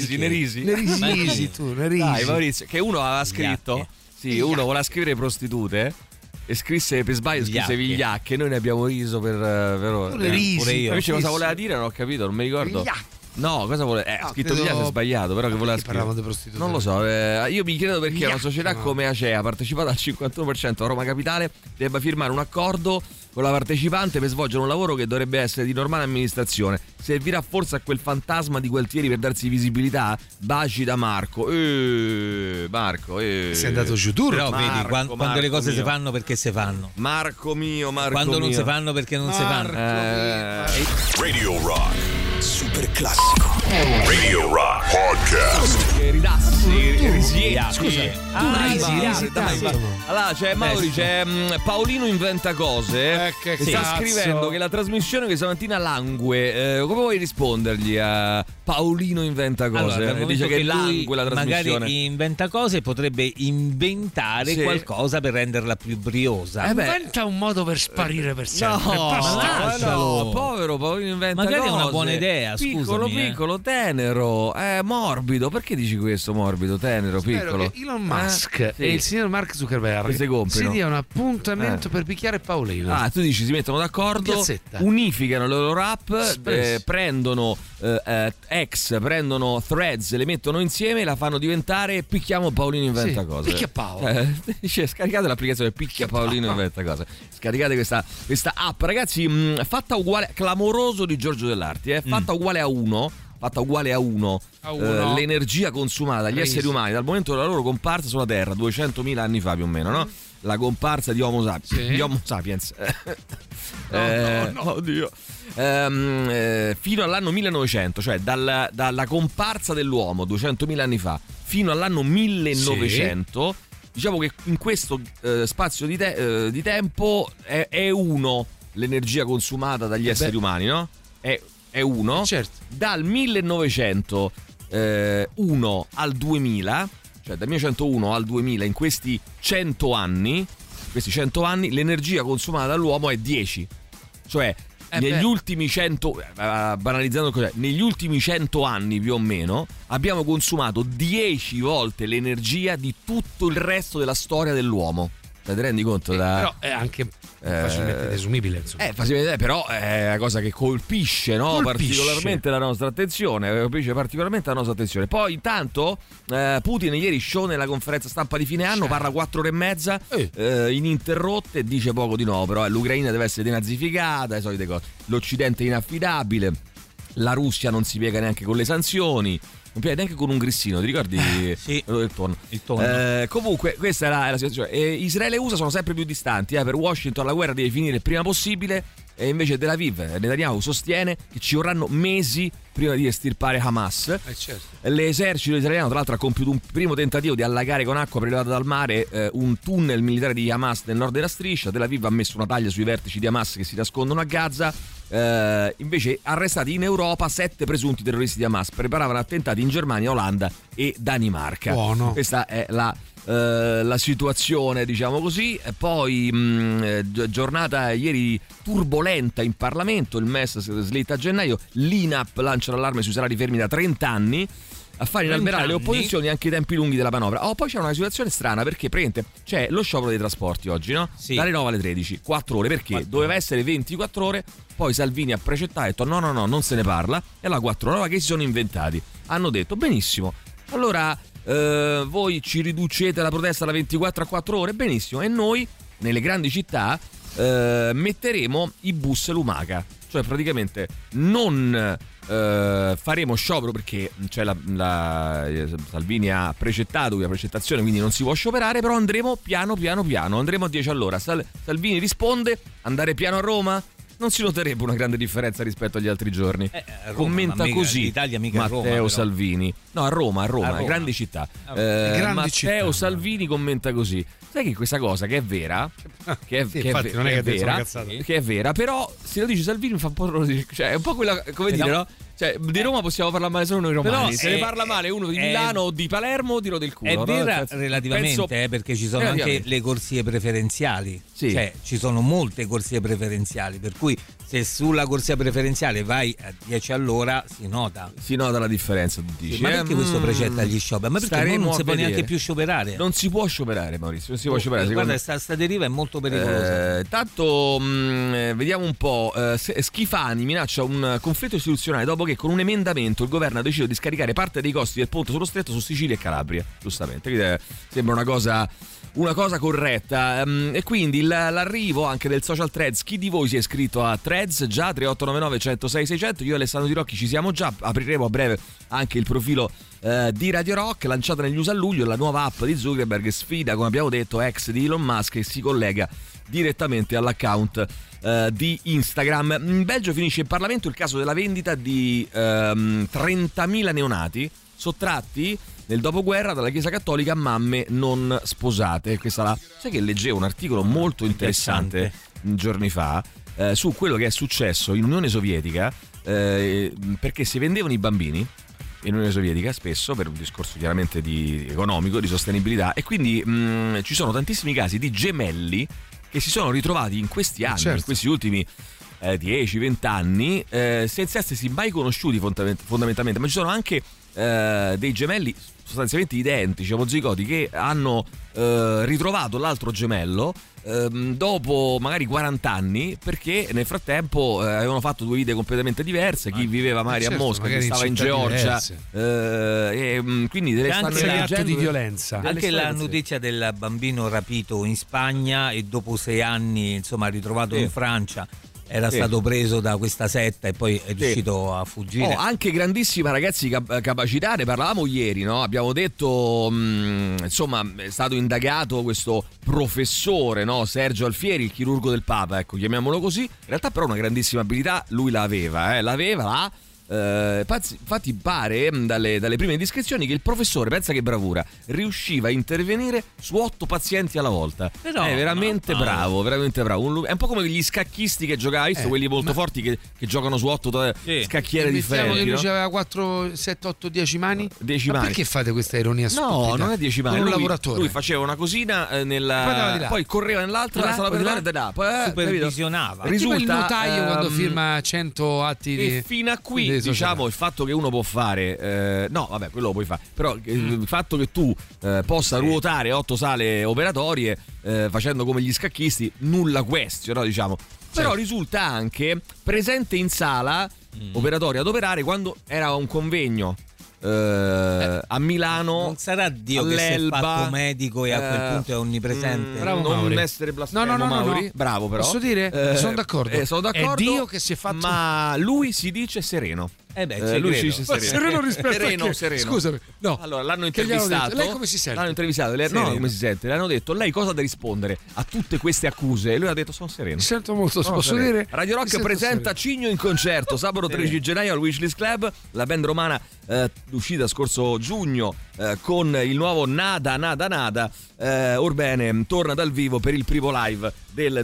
[SPEAKER 4] tu.
[SPEAKER 3] Dai, Maurizio, che uno aveva scritto, uno voleva scrivere prostitute e scrisse per sbaglio vigliacche, noi ne abbiamo riso per ora. Invece cosa voleva dire non ho capito, non mi ricordo.
[SPEAKER 4] Vigliacche.
[SPEAKER 3] No, cosa vuole? Ha scritto vigliacche, è sbagliato, però che voleva scrivere.
[SPEAKER 4] Parlavamo di prostitute.
[SPEAKER 3] Non lo so, io mi chiedo perché una società come Acea, partecipata al 51% a Roma Capitale, debba firmare un accordo con la partecipante per svolgere un lavoro che dovrebbe essere di normale amministrazione. Servirà forse a quel fantasma di Gualtieri per darsi visibilità? Baci da Marco. Marco,
[SPEAKER 4] sei andato giù duro.
[SPEAKER 7] Però vedi, quando le cose si fanno perché si fanno.
[SPEAKER 3] Marco mio.
[SPEAKER 7] Quando non si fanno perché non si fanno.
[SPEAKER 2] Radio Rock. Super classico. Radio Rock Podcast.
[SPEAKER 3] Risiedi.
[SPEAKER 4] Scusa,
[SPEAKER 3] risi tanto. Allora c'è Mauri, c'è Paolino inventa cose.
[SPEAKER 4] Che
[SPEAKER 3] sta scrivendo che la trasmissione che stamattina langue. Come vuoi rispondergli a Paolino inventa cose?
[SPEAKER 7] Allora,
[SPEAKER 3] dice che langue la trasmissione.
[SPEAKER 7] Magari inventa cose, potrebbe inventare qualcosa per renderla più briosa.
[SPEAKER 4] Inventa un modo per sparire per sempre.
[SPEAKER 3] No, povero Paolino inventa
[SPEAKER 7] magari
[SPEAKER 3] cose.
[SPEAKER 7] È una buona idea,
[SPEAKER 3] piccolo, tenero, morbido. Perché dici questo? Morbido, tenero, piccolo.
[SPEAKER 4] Che Elon Musk e il signor Mark Zuckerberg si dia un appuntamento per picchiare Paolino.
[SPEAKER 3] Tu dici si mettono d'accordo, unificano le loro app, prendono prendono Threads, le mettono insieme e la fanno diventare Picchiamo Paolino inventa cose.
[SPEAKER 4] Picchia Paolo.
[SPEAKER 3] Scaricate l'applicazione Picchia Paolino inventa cose. Scaricate questa app, ragazzi, fatta uguale, clamoroso di Giorgio Dell'Arti, fatta uguale a 1. Fatta uguale a 1 l'energia consumata dagli esseri umani dal momento della loro comparsa sulla Terra 200.000 anni fa più o meno, no? La comparsa di Homo sapiens. Oddio. Fino all'anno 1900, cioè dalla comparsa dell'uomo 200.000 anni fa fino all'anno 1900, diciamo che in questo spazio di tempo è 1 l'energia consumata dagli esseri umani, no? È 1,
[SPEAKER 4] certo.
[SPEAKER 3] Dal 1901 al 2000, cioè dal 1901 al 2000, in questi 100 anni l'energia consumata dall'uomo è 10. Cioè negli ultimi 100, banalizzando cos'è, negli ultimi 100 anni più o meno abbiamo consumato 10 volte l'energia di tutto il resto della storia dell'uomo. Ti rendi conto?
[SPEAKER 4] Però è anche facilmente desumibile, insomma.
[SPEAKER 3] Facilmente, però è una cosa che colpisce, no? Particolarmente la nostra attenzione. Poi intanto Putin ieri show nella conferenza stampa di fine anno, parla 4 ore e mezza ininterrotte, dice poco di no, però l'Ucraina deve essere denazificata, le solite cose. L'Occidente è inaffidabile, la Russia non si piega neanche con le sanzioni, non piace neanche con un grissino, ti ricordi?
[SPEAKER 7] Sì,
[SPEAKER 3] il tonno. Comunque questa è la situazione. Israele e USA sono sempre più distanti. Per Washington la guerra deve finire il prima possibile, e invece Tel Aviv, Netanyahu sostiene che ci vorranno mesi prima di estirpare Hamas.
[SPEAKER 4] Certo.
[SPEAKER 3] L'esercito israeliano tra l'altro ha compiuto un primo tentativo di allagare con acqua prelevata dal mare un tunnel militare di Hamas nel nord della striscia. Tel Aviv ha messo una taglia sui vertici di Hamas che si nascondono a Gaza. Invece arrestati in Europa 7 presunti terroristi di Hamas, preparavano attentati in Germania, Olanda e Danimarca.
[SPEAKER 4] Buono.
[SPEAKER 3] Questa è la situazione, diciamo così. Poi giornata ieri turbolenta in Parlamento, il MES slitta a gennaio, l'INAP lancia l'allarme sui salari fermi da 30 anni a fare inalberare le opposizioni anche i tempi lunghi della manovra. Poi c'è una situazione strana perché c'è lo sciopero dei trasporti oggi, no?
[SPEAKER 7] Sì.
[SPEAKER 3] Dalle 9 alle 13, 4 ore, perché doveva essere 24 ore, poi Salvini ha precettato e ha detto no, non se ne parla, e allora 4 ore. Allora che si sono inventati? Hanno detto benissimo, allora voi ci riducete la protesta da 24 a 4 ore, benissimo, e noi nelle grandi città metteremo i bus lumaca, cioè praticamente non faremo sciopero perché Salvini ha precettato la precettazione, quindi non si può scioperare, però andremo piano, andremo a 10 all'ora. Salvini risponde: andare piano a Roma? Non si noterebbe una grande differenza rispetto agli altri giorni.
[SPEAKER 7] Roma,
[SPEAKER 3] commenta così
[SPEAKER 7] l'Italia mica
[SPEAKER 3] Matteo
[SPEAKER 7] Roma,
[SPEAKER 3] Salvini. No, a Roma, grandi città. Matteo Salvini commenta così. Sai che questa cosa che è vera, che è vera, però se lo dice Salvini mi fa un po', cioè è un po' quella, come dire, no? Cioè, di Roma possiamo parlare male solo noi romani. Però se ne parla male uno di Milano o di Palermo, tiro del culo.
[SPEAKER 7] È vera relativamente, perché ci sono anche le corsie preferenziali.
[SPEAKER 3] Sì.
[SPEAKER 7] Cioè, ci sono molte corsie preferenziali, per cui se sulla corsia preferenziale vai a 10 all'ora si nota
[SPEAKER 3] la differenza, dici.
[SPEAKER 7] Ma perché questo precetta gli scioperi? Ma perché non si può neanche più scioperare?
[SPEAKER 3] Non si può scioperare, Maurizio, non si può scioperare.
[SPEAKER 7] Guarda, sta deriva è molto pericolosa.
[SPEAKER 3] Tanto vediamo un po'. Schifani minaccia un conflitto istituzionale dopo che con un emendamento il governo ha deciso di scaricare parte dei costi del ponte sullo stretto su Sicilia e Calabria, giustamente. Quindi, sembra una cosa corretta, e quindi l'arrivo anche del social Threads. Chi di voi si è iscritto a Threads? Già 3899 106 600. Io e Alessandro Di Rocchi ci siamo già, apriremo a breve anche il profilo di Radio Rock, lanciata negli USA a luglio. La nuova app di Zuckerberg sfida, come abbiamo detto, ex di Elon Musk, e si collega direttamente all'account di Instagram. In Belgio finisce in Parlamento il caso della vendita di 30.000 neonati sottratti nel dopoguerra dalla Chiesa Cattolica a mamme non sposate. Sai che leggevo un articolo molto interessante giorni fa su quello che è successo in Unione Sovietica, perché si vendevano i bambini in Unione Sovietica spesso per un discorso chiaramente economico, di sostenibilità, e quindi ci sono tantissimi casi di gemelli che si sono ritrovati in questi anni, in questi ultimi 10-20 anni, senza essersi mai conosciuti fondamentalmente, ma ci sono anche dei gemelli sostanzialmente identici, omozigoti, che hanno ritrovato l'altro gemello dopo magari 40 anni, perché nel frattempo avevano fatto due vite completamente diverse. Chi viveva magari a Mosca, chi stava in Georgia, e quindi
[SPEAKER 4] anche l'atto di violenza.
[SPEAKER 7] Anche la notizia del bambino rapito in Spagna e dopo 6 anni insomma ritrovato in Francia. Era stato preso da questa setta e poi è riuscito a fuggire.
[SPEAKER 3] Anche grandissima, ragazzi, capacità. Ne parlavamo ieri, no? Abbiamo detto, insomma, è stato indagato questo professore, no? Sergio Alfieri, il chirurgo del Papa, ecco, chiamiamolo così. In realtà però una grandissima abilità lui l'aveva. Infatti pare dalle prime descrizioni che il professore, pensa che bravura, riusciva a intervenire su 8 pazienti alla volta. Però, è veramente bravo, veramente bravo. È un po' come gli scacchisti che giocava, visto quelli molto forti che giocano su 8 scacchiere differenti.
[SPEAKER 4] Che lui
[SPEAKER 3] no?
[SPEAKER 4] aveva 4, 7, 8, 10 mani.
[SPEAKER 3] 10 mani.
[SPEAKER 4] Perché fate questa ironia stupida?
[SPEAKER 3] No, non è 10 mani.
[SPEAKER 4] Un lavoratore.
[SPEAKER 3] Lui faceva una cosina poi correva nell'altra, la sala per
[SPEAKER 7] supervisionava.
[SPEAKER 4] Risulta il notaio quando firma 100 atti
[SPEAKER 3] e fino a qui, diciamo, il fatto che uno può fare no vabbè, quello lo puoi fare, però il fatto che tu possa ruotare 8 sale operatorie facendo come gli scacchisti, nulla question, no, diciamo. Però risulta anche presente in sala operatoria ad operare quando era un convegno a Milano.
[SPEAKER 7] Non sarà Dio che si è fatto medico e a quel punto è onnipresente.
[SPEAKER 3] Bravo, non Mauri. Essere blasfemo,
[SPEAKER 4] no,
[SPEAKER 3] Mauri. Bravo, però
[SPEAKER 4] posso dire? Sono d'accordo.
[SPEAKER 3] Sono d'accordo.
[SPEAKER 4] È Dio che si è fatto.
[SPEAKER 3] Ma lui si dice sereno.
[SPEAKER 4] Lui si dice sereno rispetto
[SPEAKER 3] sereno.
[SPEAKER 4] Scusami, no.
[SPEAKER 3] Allora l'hanno intervistato.
[SPEAKER 4] Lei come si sente?
[SPEAKER 3] L'hanno intervistato. No, come si sente? Le hanno detto: lei cosa da rispondere a tutte queste accuse? E lui ha detto: sono sereno.
[SPEAKER 4] Mi sento molto. Posso dire?
[SPEAKER 3] Radio Rock presenta Cigno in concerto sabato 13 gennaio al Wishlist Club. La band romana uscita scorso giugno con il nuovo Nada. Orbene torna dal vivo per il primo live del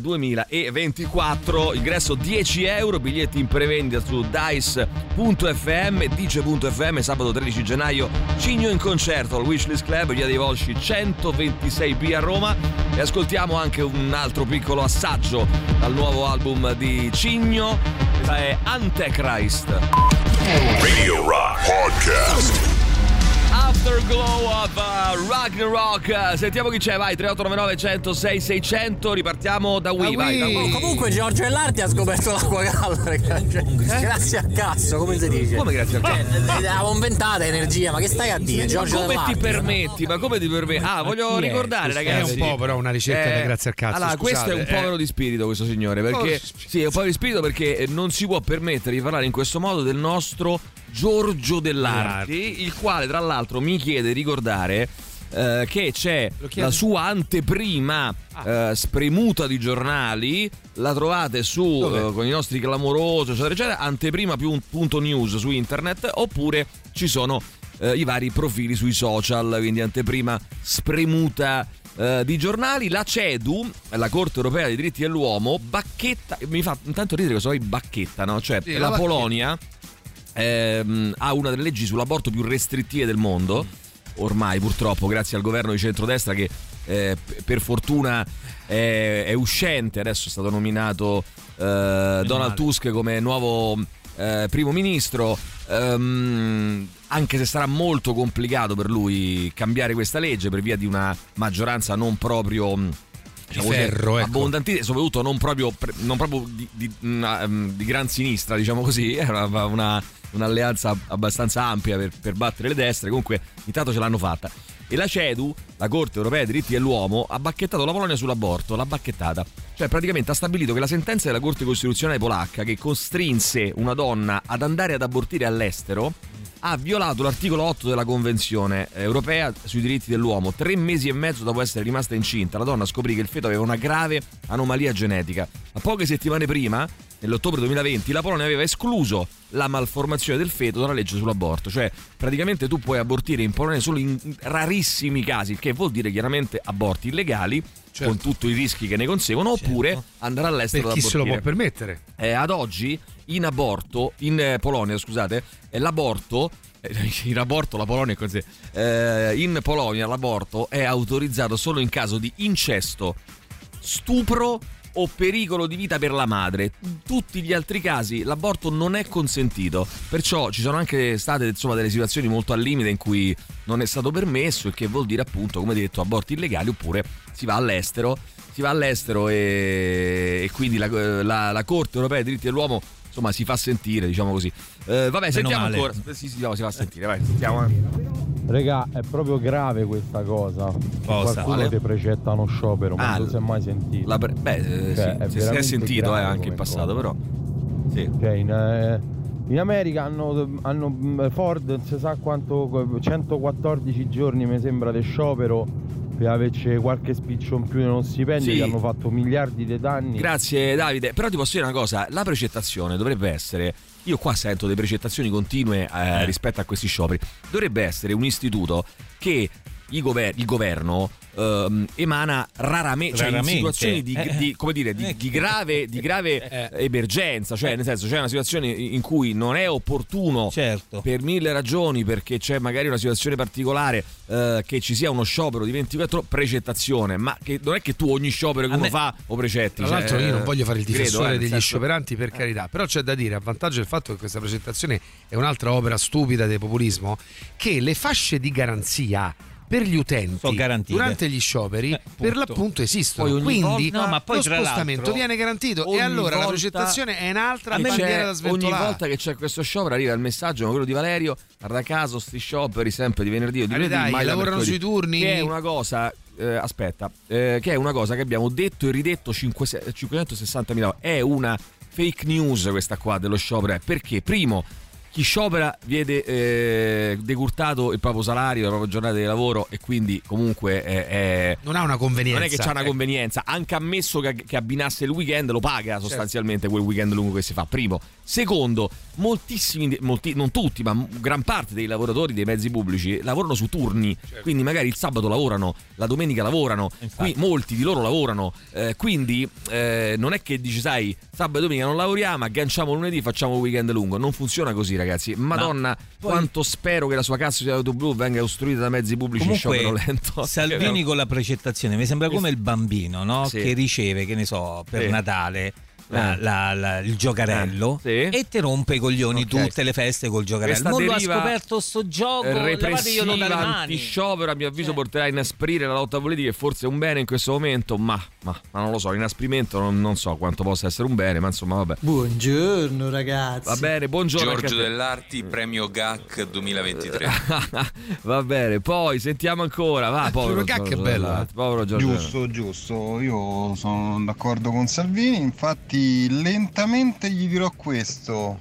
[SPEAKER 3] 2024. Ingresso €10, biglietti in prevendita su dice.fm, dice.fm. Sabato 13 gennaio Cigno in concerto al Wishlist Club, via dei Volsci 126B a Roma. E ascoltiamo anche un altro piccolo assaggio dal nuovo album di Cigno, questa è Antichrist.
[SPEAKER 2] Radio Rock Podcast.
[SPEAKER 3] Afterglow of Ragnarok. Sentiamo chi c'è, vai. 3899 106 600. Ripartiamo da Wii, vai.
[SPEAKER 14] Comunque Giorgio Ellardi ha scoperto l'acqua calda, grazie a cazzo, come si dice?
[SPEAKER 3] Come grazie a cazzo?
[SPEAKER 14] L'avevo inventata energia, ma che stai a dire, Giorgio
[SPEAKER 3] Ellardi?
[SPEAKER 14] Ellardi?
[SPEAKER 3] Ma come ti permetti? Voglio ricordare, ragazzi.
[SPEAKER 4] È un po' però una ricetta da grazie al cazzo.
[SPEAKER 3] Allora, questo è un povero di spirito, questo signore, perché sì, è un povero di spirito perché non si può permettere di parlare in questo modo del nostro Giorgio Dell'Arti, il quale tra l'altro mi chiede di ricordare che c'è la sua anteprima spremuta di giornali, la trovate su con i nostri clamorosi eccetera eccetera, anteprima .news su internet, oppure ci sono i vari profili sui social, quindi anteprima spremuta di giornali. La CEDU, la Corte Europea dei Diritti dell'Uomo, bacchetta, mi fa intanto ridere cosa poi bacchetta, no? Cioè sì, la Polonia ha una delle leggi sull'aborto più restrittive del mondo, ormai purtroppo grazie al governo di centrodestra che per fortuna è uscente. Adesso è stato nominato Donald Tusk come nuovo primo ministro, anche se sarà molto complicato per lui cambiare questa legge per via di una maggioranza non proprio di ferro, abbondante, soprattutto non proprio di gran sinistra, diciamo così. Era un'alleanza abbastanza ampia per battere le destre. Comunque intanto ce l'hanno fatta. E la CEDU, la Corte Europea dei Diritti dell'Uomo, ha bacchettato la Polonia sull'aborto, l'ha bacchettata. Cioè praticamente ha stabilito che la sentenza della Corte Costituzionale polacca che costrinse una donna ad andare ad abortire all'estero ha violato l'articolo 8 della Convenzione Europea sui diritti dell'uomo. 3 mesi e mezzo dopo essere rimasta incinta, la donna scoprì che il feto aveva una grave anomalia genetica. A poche settimane prima, nell'ottobre 2020, la Polonia aveva escluso la malformazione del feto dalla legge sull'aborto. Cioè praticamente tu puoi abortire in Polonia solo in rarissimi casi, il che vuol dire chiaramente aborti illegali, con tutti i rischi che ne conseguono, oppure andare all'estero
[SPEAKER 4] per chi se lo può permettere.
[SPEAKER 3] Ad oggi in Polonia, scusate, l'aborto la Polonia è così. In Polonia l'aborto è autorizzato solo in caso di incesto, stupro o pericolo di vita per la madre. Tutti gli altri casi l'aborto non è consentito. Perciò ci sono anche state delle situazioni molto al limite in cui non è stato permesso, il che vuol dire appunto, come detto, aborti illegali, oppure si va all'estero e quindi la Corte Europea dei Diritti dell'Uomo insomma si fa sentire, diciamo così. Vabbè, sentiamo ancora. Sì, si fa sentire, vai, sentiamo.
[SPEAKER 12] Regà, è proprio grave questa cosa. Qualcuno ti precetta uno sciopero, ma non si è mai sentito.
[SPEAKER 3] Si è sentito anche in passato, però. Sì.
[SPEAKER 12] In America hanno Ford, non si sa quanto, 114 giorni mi sembra di sciopero per averci qualche spiccio in più nello stipendio, che hanno fatto miliardi di danni.
[SPEAKER 3] Grazie Davide, però ti posso dire una cosa, la precettazione dovrebbe essere, io qua sento delle precettazioni continue rispetto a questi scioperi, dovrebbe essere un istituto che il governo emana raramente, cioè in situazioni di grave emergenza, cioè nel senso c'è una situazione in cui non è opportuno per 1000 ragioni, perché c'è magari una situazione particolare che ci sia uno sciopero di 24 ore, precettazione, ma che non è che tu ogni sciopero che uno fa o precetti.
[SPEAKER 4] Tra l'altro io non voglio fare il difensore degli scioperanti, per carità, però c'è da dire, a vantaggio del fatto che questa precettazione è un'altra opera stupida del populismo, che le fasce di garanzia per gli utenti durante gli scioperi per l'appunto esistono, quindi lo spostamento viene garantito, e allora la progettazione è un'altra bandiera da sventolare.
[SPEAKER 3] Ogni volta che c'è questo sciopero arriva il messaggio, quello di Valerio, guarda caso sti scioperi sempre di venerdì o di lunedì,
[SPEAKER 4] mai lavorano sui turni,
[SPEAKER 3] che è una cosa che è una cosa che abbiamo detto e ridetto 560.000. È una fake news questa qua dello sciopero, perché primo, chi sciopera vede decurtato il proprio salario, la propria giornata di lavoro, e quindi comunque
[SPEAKER 4] non ha una convenienza.
[SPEAKER 3] Non è che c'ha una convenienza, anche ammesso che abbinasse il weekend, lo paga sostanzialmente quel weekend lungo che si fa. Primo. Secondo, molti, non tutti, ma gran parte dei lavoratori dei mezzi pubblici lavorano su turni, quindi magari il sabato lavorano, la domenica lavorano, qui molti di loro lavorano, quindi non è che dici, sai, sabato e domenica non lavoriamo, agganciamo lunedì, facciamo il weekend lungo. Non funziona così, ragazzi. Madonna, quanto spero che la sua cassa di auto blu venga costruita da mezzi pubblici in sciopero lento.
[SPEAKER 7] Salvini con la precettazione mi sembra come il bambino, no? Che riceve, che ne so, per Natale il giocarello e ti rompe i coglioni tutte le feste col giocarello. Mondo ha scoperto sto gioco
[SPEAKER 3] repressiva antisciopero, a mio avviso porterà a inasprire la lotta politica, e forse è un bene in questo momento, ma non lo so, l'inasprimento non so quanto possa essere un bene, ma insomma vabbè.
[SPEAKER 15] Buongiorno ragazzi.
[SPEAKER 3] Va bene, buongiorno.
[SPEAKER 16] Giorgio Dell'Arti, premio GAC 2023.
[SPEAKER 3] Va bene, poi sentiamo ancora, povero
[SPEAKER 4] GAC è bello.
[SPEAKER 3] Povero Giorgio.
[SPEAKER 17] Giusto, io sono d'accordo con Salvini, infatti lentamente gli dirò questo: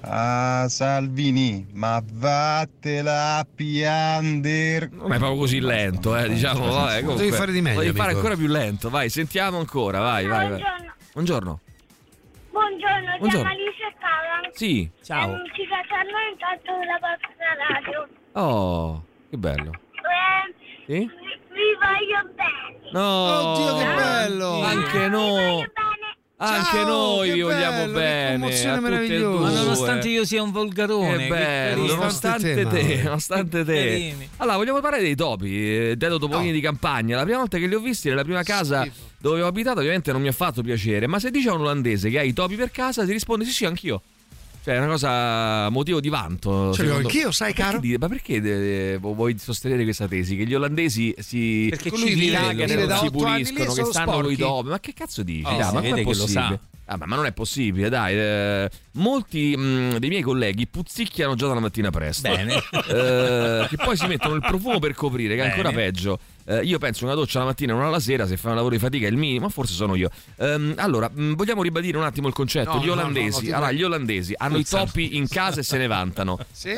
[SPEAKER 17] Salvini, ma vattela a piander.
[SPEAKER 3] Non è proprio così lento, diciamo. Vabbè, comunque,
[SPEAKER 4] devi fare di meglio.
[SPEAKER 3] Devi fare ancora più lento, vai, sentiamo ancora, vai. Buongiorno.
[SPEAKER 18] Buongiorno, Alice e Paola.
[SPEAKER 3] Sì,
[SPEAKER 18] ciao. Ci facciamo intanto la vostra radio.
[SPEAKER 3] Oh, che bello. Sì?
[SPEAKER 18] Vi voglio bene.
[SPEAKER 3] No,
[SPEAKER 4] oddio, che bello.
[SPEAKER 3] Anche noi. Anche noi vi vogliamo bene, a tutte e due.
[SPEAKER 7] Ma nonostante io sia un volgarone,
[SPEAKER 3] che bello, nonostante te. Allora, vogliamo parlare dei topi, Dedo Topolini di campagna. La prima volta che li ho visti nella prima casa dove ho abitato, ovviamente non mi ha fatto piacere, ma se dice a un olandese che ha i topi per casa, si risponde sì, anch'io. Cioè è una cosa motivo di vanto.
[SPEAKER 4] Ce l'ho anch'io, sai, caro?
[SPEAKER 3] Ma perché vuoi sostenere questa tesi? Che gli olandesi si cagano, non si puliscono, che stanno con i topi? Ma che cazzo dici? Ma non è possibile. Ma non è possibile, dai. Molti dei miei colleghi puzzicchiano già dalla mattina presto.
[SPEAKER 7] Bene.
[SPEAKER 3] Che poi si mettono il profumo per coprire, che è ancora peggio. Io penso una doccia la mattina e una alla sera, se fai un lavoro di fatica è il minimo, ma forse sono io. Allora, vogliamo ribadire un attimo il concetto. Gli olandesi hanno i topi in casa e se ne vantano. Sì?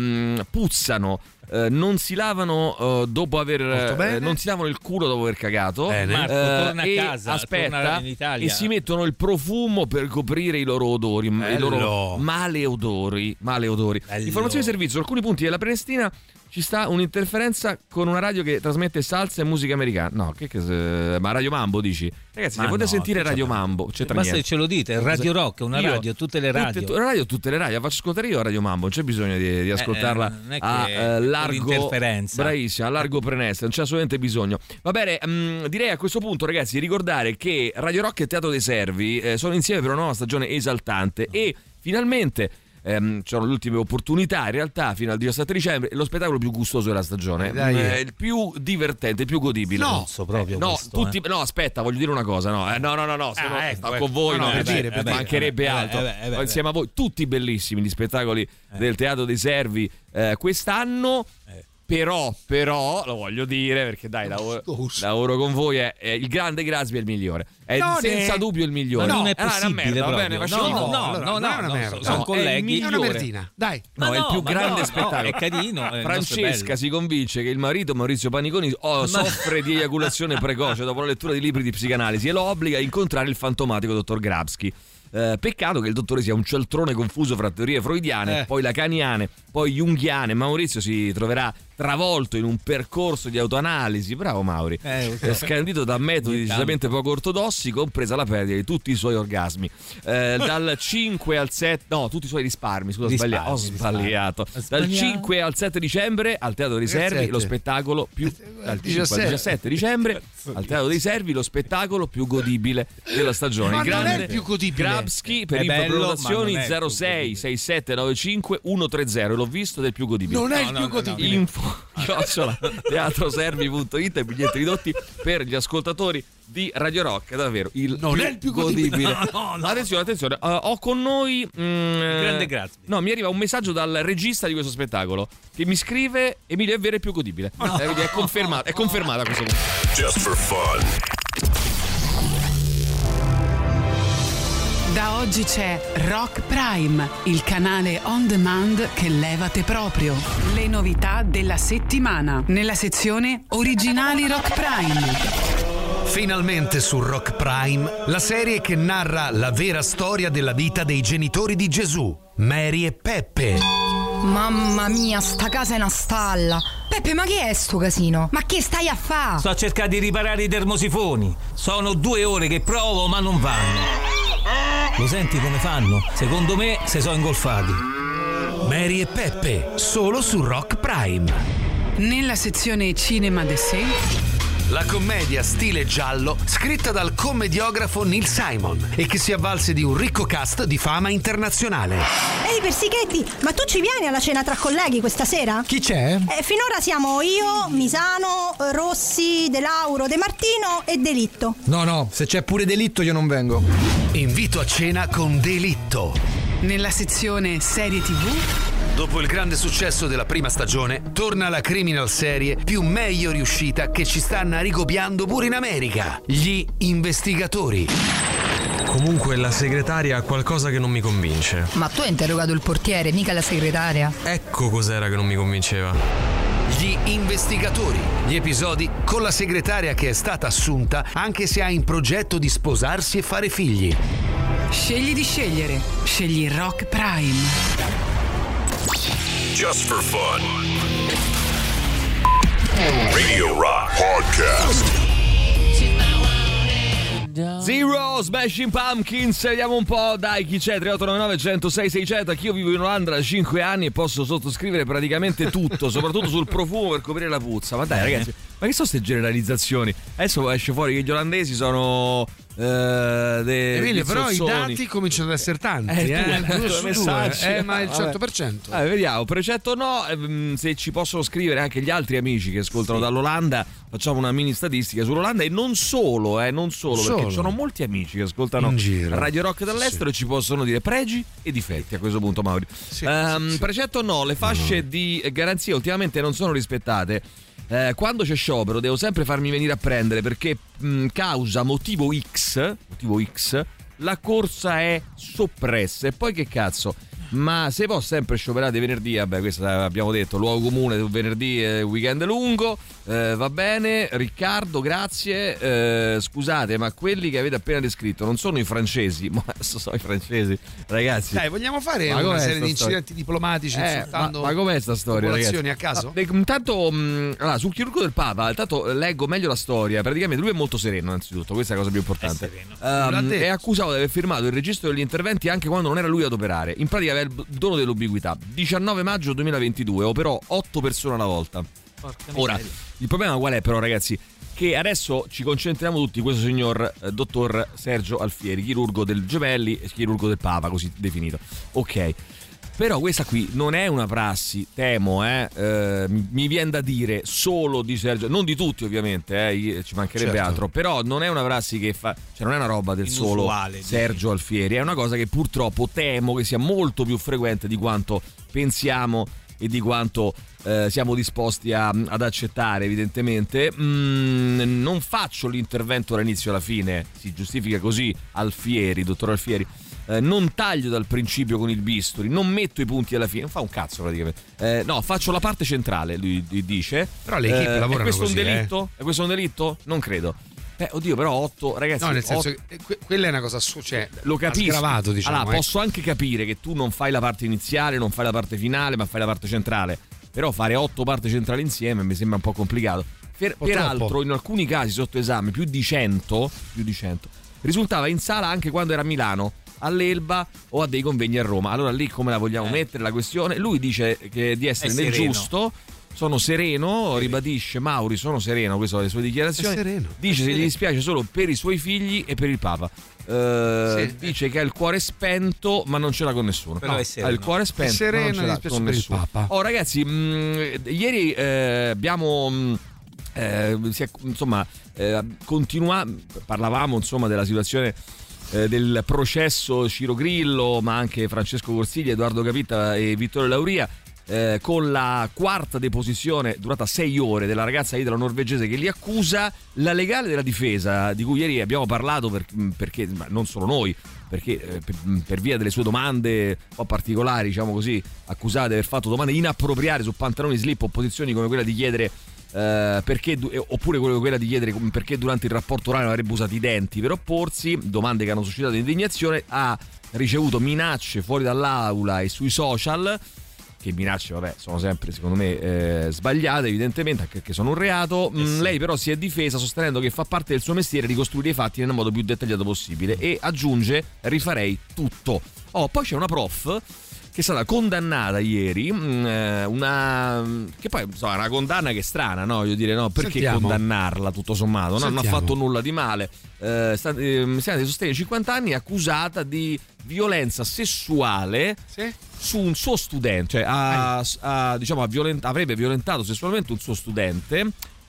[SPEAKER 3] Puzzano. Non si lavano dopo aver non si lavano il culo dopo aver cagato.
[SPEAKER 7] Marco, torna a casa,
[SPEAKER 3] aspetta, e si mettono il profumo per coprire i loro odori, i loro male odori. Informazioni di servizio: su alcuni punti della Prenestina ci sta un'interferenza con una radio che trasmette salsa e musica americana. No, ma Radio Mambo dici? Ragazzi, se potete sentire Radio Mambo, c'è
[SPEAKER 7] basta che ce lo dite, Radio Rock, una radio, tutte le radio.
[SPEAKER 3] Tutte le radio, faccio ascoltare io Radio Mambo, non c'è bisogno di ascoltarla a largo
[SPEAKER 7] interferenza.
[SPEAKER 3] Bravissima, a largo Prenestina, non c'è assolutamente bisogno. Va bene, direi a questo punto, ragazzi, ricordare che Radio Rock e Teatro dei Servi sono insieme per una nuova stagione esaltante e finalmente c'erano le ultime opportunità, in realtà fino al 17 dicembre lo spettacolo più gustoso della stagione, il più divertente, il più godibile.
[SPEAKER 7] No, proprio questo,
[SPEAKER 3] no, aspetta, voglio dire una cosa, no, sto con voi, mancherebbe altro. Insieme a voi tutti bellissimi gli spettacoli del Teatro dei Servi quest'anno. Però lo voglio dire perché dai, lavoro con voi, è il grande Grasby è il migliore, è senza dubbio il migliore.
[SPEAKER 7] Non è possibile,
[SPEAKER 3] va bene,
[SPEAKER 7] sono colleghi.
[SPEAKER 4] È una merdina, dai.
[SPEAKER 3] No, è il più grande spettacolo.
[SPEAKER 7] È carino.
[SPEAKER 3] Francesca si convince che il marito Maurizio Paniconi soffre di eiaculazione precoce dopo la lettura di libri di psicanalisi e lo obbliga a incontrare il fantomatico dottor Grabsky. Peccato che il dottore sia un cialtrone confuso fra teorie freudiane, poi lacaniane, poi junghiane. Maurizio si troverà travolto in un percorso di autoanalisi, bravo Mauri, scandito da metodi decisamente poco ortodossi, compresa la perdita di tutti i suoi orgasmi. Dal 5 al 7, no, tutti i suoi risparmi, scusa, ho sbagliato. Dal 5 al 7 dicembre al Teatro dei Servi lo spettacolo più dal 5 al 17 dicembre al Teatro dei Servi lo spettacolo più godibile della stagione.
[SPEAKER 4] Ma
[SPEAKER 3] il grande
[SPEAKER 4] non è più godibile.
[SPEAKER 3] Grabsky per prenotazioni 06 67 95 130. L'ho visto del più godibile.
[SPEAKER 4] Non è il più godibile.
[SPEAKER 3] Info teatroservi.it, biglietti ridotti per gli ascoltatori di Radio Rock, davvero
[SPEAKER 4] non è il più godibile.
[SPEAKER 3] No. Attenzione, ho con noi
[SPEAKER 7] grande grazie.
[SPEAKER 3] No, mi arriva un messaggio dal regista di questo spettacolo che mi scrive: Emilio, è vero, è più godibile. È confermata a questo punto.
[SPEAKER 2] Just for fun.
[SPEAKER 19] Da oggi c'è Rock Prime, il canale on demand che levate proprio. Le novità della settimana nella sezione Originali Rock Prime.
[SPEAKER 20] Finalmente su Rock Prime la serie che narra la vera storia della vita dei genitori di Gesù, Mary e Peppe.
[SPEAKER 21] Mamma mia, sta casa è una stalla. Peppe, ma che è sto casino? Ma che stai a fare?
[SPEAKER 7] Sto a cercare di riparare i termosifoni. Sono 2 ore che provo, ma non vanno. Lo senti come fanno? Secondo me se sono ingolfati.
[SPEAKER 20] Mary e Peppe, solo su Rock Prime.
[SPEAKER 19] Nella sezione Cinema d'Essè.
[SPEAKER 20] la commedia stile giallo scritta dal commediografo Neil Simon e che si avvalse di un ricco cast di fama internazionale.
[SPEAKER 6] Ehi Persichetti, ma tu ci vieni alla cena tra colleghi questa sera?
[SPEAKER 22] Chi c'è?
[SPEAKER 6] Finora siamo io, Misano, Rossi, De Lauro, De Martino e Delitto.
[SPEAKER 22] No, se c'è pure Delitto io non vengo.
[SPEAKER 20] Invito a cena con Delitto.
[SPEAKER 19] Nella sezione serie TV.
[SPEAKER 20] Dopo il grande successo della prima stagione, torna la criminal serie più meglio riuscita che ci stanno ricopiando pure in America. Gli Investigatori.
[SPEAKER 23] Comunque la segretaria ha qualcosa che non mi convince.
[SPEAKER 21] Ma tu hai interrogato il portiere, mica la segretaria.
[SPEAKER 23] Ecco cos'era che non mi convinceva.
[SPEAKER 20] Gli Investigatori. Gli episodi con la segretaria che è stata assunta anche se ha in progetto di sposarsi e fare figli.
[SPEAKER 19] Scegli di scegliere. Scegli Rock Prime.
[SPEAKER 2] Just for fun. Radio Rock Podcast.
[SPEAKER 3] Zero, Smashing Pumpkins, vediamo un po', dai, chi c'è? 3899 106 600. Anch'io vivo in Olanda da 5 anni e posso sottoscrivere praticamente tutto, soprattutto sul profumo per coprire la puzza. Ma dai ragazzi, ma che sono queste generalizzazioni? Adesso esce fuori che gli olandesi sono
[SPEAKER 4] Emilio, però i dati cominciano ad essere tanti, ma il 100%.
[SPEAKER 3] Vediamo, precetto o no, se ci possono scrivere anche gli altri amici che ascoltano dall'Olanda, facciamo una mini statistica sull'Olanda e non solo, perché ci sono molti amici che ascoltano Radio Rock dall'estero e ci possono dire pregi e difetti a questo punto, Mauri. Precetto o no, le fasce di garanzia ultimamente non sono rispettate. Quando c'è sciopero devo sempre farmi venire a prendere perché causa motivo X la corsa è soppressa. E poi che cazzo? Ma se può sempre scioperare venerdì, vabbè, questo abbiamo detto, luogo comune, venerdì weekend lungo, va bene. Riccardo, grazie, scusate, ma quelli che avete appena descritto non sono i francesi, ma sono i francesi, ragazzi.
[SPEAKER 4] Dai, vogliamo fare una serie di incidenti diplomatici insultando
[SPEAKER 3] ma com'è sta storia,
[SPEAKER 4] popolazioni
[SPEAKER 3] ragazzi?
[SPEAKER 4] A caso?
[SPEAKER 3] Intanto, allora, sul chirurgo del Papa, intanto leggo meglio la storia. Praticamente lui è molto sereno, innanzitutto, questa è la cosa più importante. È accusato di aver firmato il registro degli interventi anche quando non era lui ad operare. In pratica il dono dell'ubiquità. 19 maggio 2022 operò 8 persone alla volta. Ora, il problema qual è però, ragazzi? Che adesso ci concentriamo tutti questo signor dottor Sergio Alfieri, chirurgo del Gemelli e chirurgo del Papa, così definito. Ok. Però questa qui non è una prassi, temo, mi viene da dire solo di Sergio, non di tutti ovviamente, ci mancherebbe altro, però non è una prassi che fa, cioè non è una roba del solo Sergio Alfieri, è una cosa che purtroppo temo che sia molto più frequente di quanto pensiamo e di quanto siamo disposti ad accettare, evidentemente. Non faccio l'intervento dall'inizio alla fine, si giustifica così Alfieri, dottor Alfieri. Non taglio dal principio con il bisturi, non metto i punti alla fine, non fa un cazzo praticamente. No, faccio la parte centrale, lui dice.
[SPEAKER 4] Però le equip lavorano
[SPEAKER 3] così. È questo
[SPEAKER 4] così,
[SPEAKER 3] un delitto? È questo un delitto? Non credo. Oddio, però 8, ragazzi.
[SPEAKER 4] No, nel senso che quella è una cosa cioè,
[SPEAKER 3] lo capisco.
[SPEAKER 4] Sgravato, diciamo.
[SPEAKER 3] Allora, posso anche capire che tu non fai la parte iniziale, non fai la parte finale, ma fai la parte centrale. Però fare 8 parti centrali insieme mi sembra un po' complicato. Peraltro, in alcuni casi sotto esame, più di 100, risultava in sala anche quando era a Milano, all'Elba o a dei convegni a Roma. Allora lì come la vogliamo mettere la questione? Lui dice che di essere nel giusto, sono sereno, ribadisce Mauri, sono sereno, queste sono le sue dichiarazioni. Dice che gli dispiace solo per i suoi figli e per il Papa. Dice che ha il cuore spento ma non ce l'ha con nessuno.
[SPEAKER 7] Però è sereno.
[SPEAKER 3] Ha il cuore spento
[SPEAKER 4] sereno,
[SPEAKER 3] ma non ce l'ha con nessuno. Oh ragazzi, ieri abbiamo parlavamo insomma della situazione del processo Ciro Grillo, ma anche Francesco Corsiglia, Edoardo Capitta e Vittorio Lauria, con la quarta deposizione durata 6 ore della ragazza italo-norvegese che li accusa. La legale della difesa, di cui ieri abbiamo parlato perché ma non solo noi, perché per via delle sue domande un po' particolari, diciamo così, accusate di aver fatto domande inappropriate su pantaloni slip o posizioni come quella di chiedere oppure quella di chiedere perché durante il rapporto orale non avrebbe usato i denti per opporsi, domande che hanno suscitato indignazione. Ha ricevuto minacce fuori dall'aula e sui social, che minacce sono sempre secondo me sbagliate evidentemente, anche perché sono un reato. Lei però si è difesa sostenendo che fa parte del suo mestiere ricostruire i fatti nel modo più dettagliato possibile e aggiunge: rifarei tutto. Poi c'è una prof che è stata condannata ieri, che poi insomma, è una condanna che è strana, no? Io dire no, perché condannarla tutto sommato? No? Non ha fatto nulla di male. Insegnante di sostegno 50 anni, accusata di violenza sessuale su un suo studente, cioè avrebbe violentato sessualmente un suo studente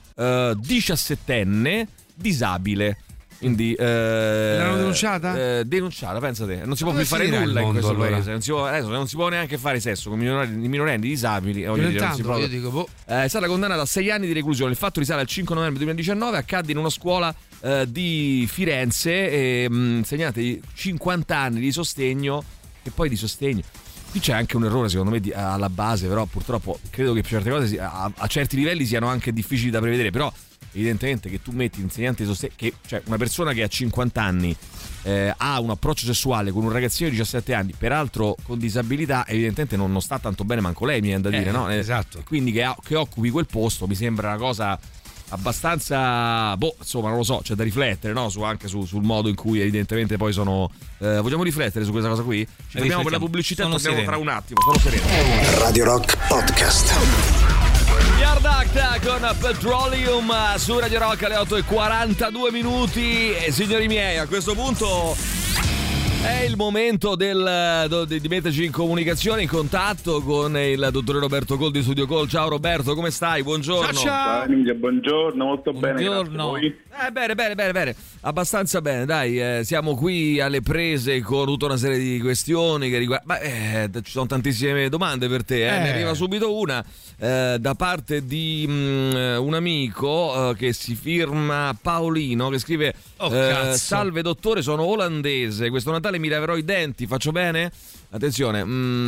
[SPEAKER 3] 17enne disabile. Quindi
[SPEAKER 4] l'hanno denunciata?
[SPEAKER 3] Denunciata, pensate, non si può più fare nulla in questo paese. Non si può neanche fare sesso con i minorenni disabili.
[SPEAKER 4] Io dico,
[SPEAKER 3] è stata condannata a 6 anni di reclusione. Il fatto risale al 5 novembre 2019, accadde in una scuola di Firenze, e insegnante 50 anni di sostegno, e poi di sostegno. Qui c'è anche un errore secondo me alla base, però purtroppo credo che certe cose a certi livelli siano anche difficili da prevedere, però evidentemente che tu metti l'insegnante di sostegno, cioè una persona che ha 50 anni ha un approccio sessuale con un ragazzino di 17 anni, peraltro con disabilità, evidentemente non sta tanto bene manco lei, mi viene da dire, no?
[SPEAKER 4] Esatto.
[SPEAKER 3] Quindi che occupi quel posto mi sembra una cosa abbastanza, insomma, non lo so, c'è da riflettere, no? Anche sul modo in cui evidentemente poi sono. Vogliamo riflettere su questa cosa qui? Ci torniamo per la pubblicità e torniamo tra un attimo, sono sereno.
[SPEAKER 2] Radio Rock Podcast.
[SPEAKER 3] Yard Act con Petroleum su Radio Rock alle 8:42 e signori miei, a questo punto è il momento di metterci in comunicazione, in contatto con il dottore Roberto Col di Studio Call. Ciao Roberto, come stai? Buongiorno.
[SPEAKER 1] Ciao Emilia, buongiorno, molto bene. Buongiorno.
[SPEAKER 3] Bene, abbastanza bene, dai, siamo qui alle prese con tutta una serie di questioni che riguardano. Ci sono tantissime domande per te, ne arriva subito una da parte di un amico che si firma Paolino, che scrive salve dottore, sono olandese, questo Natale mi laverò i denti, faccio bene? Attenzione,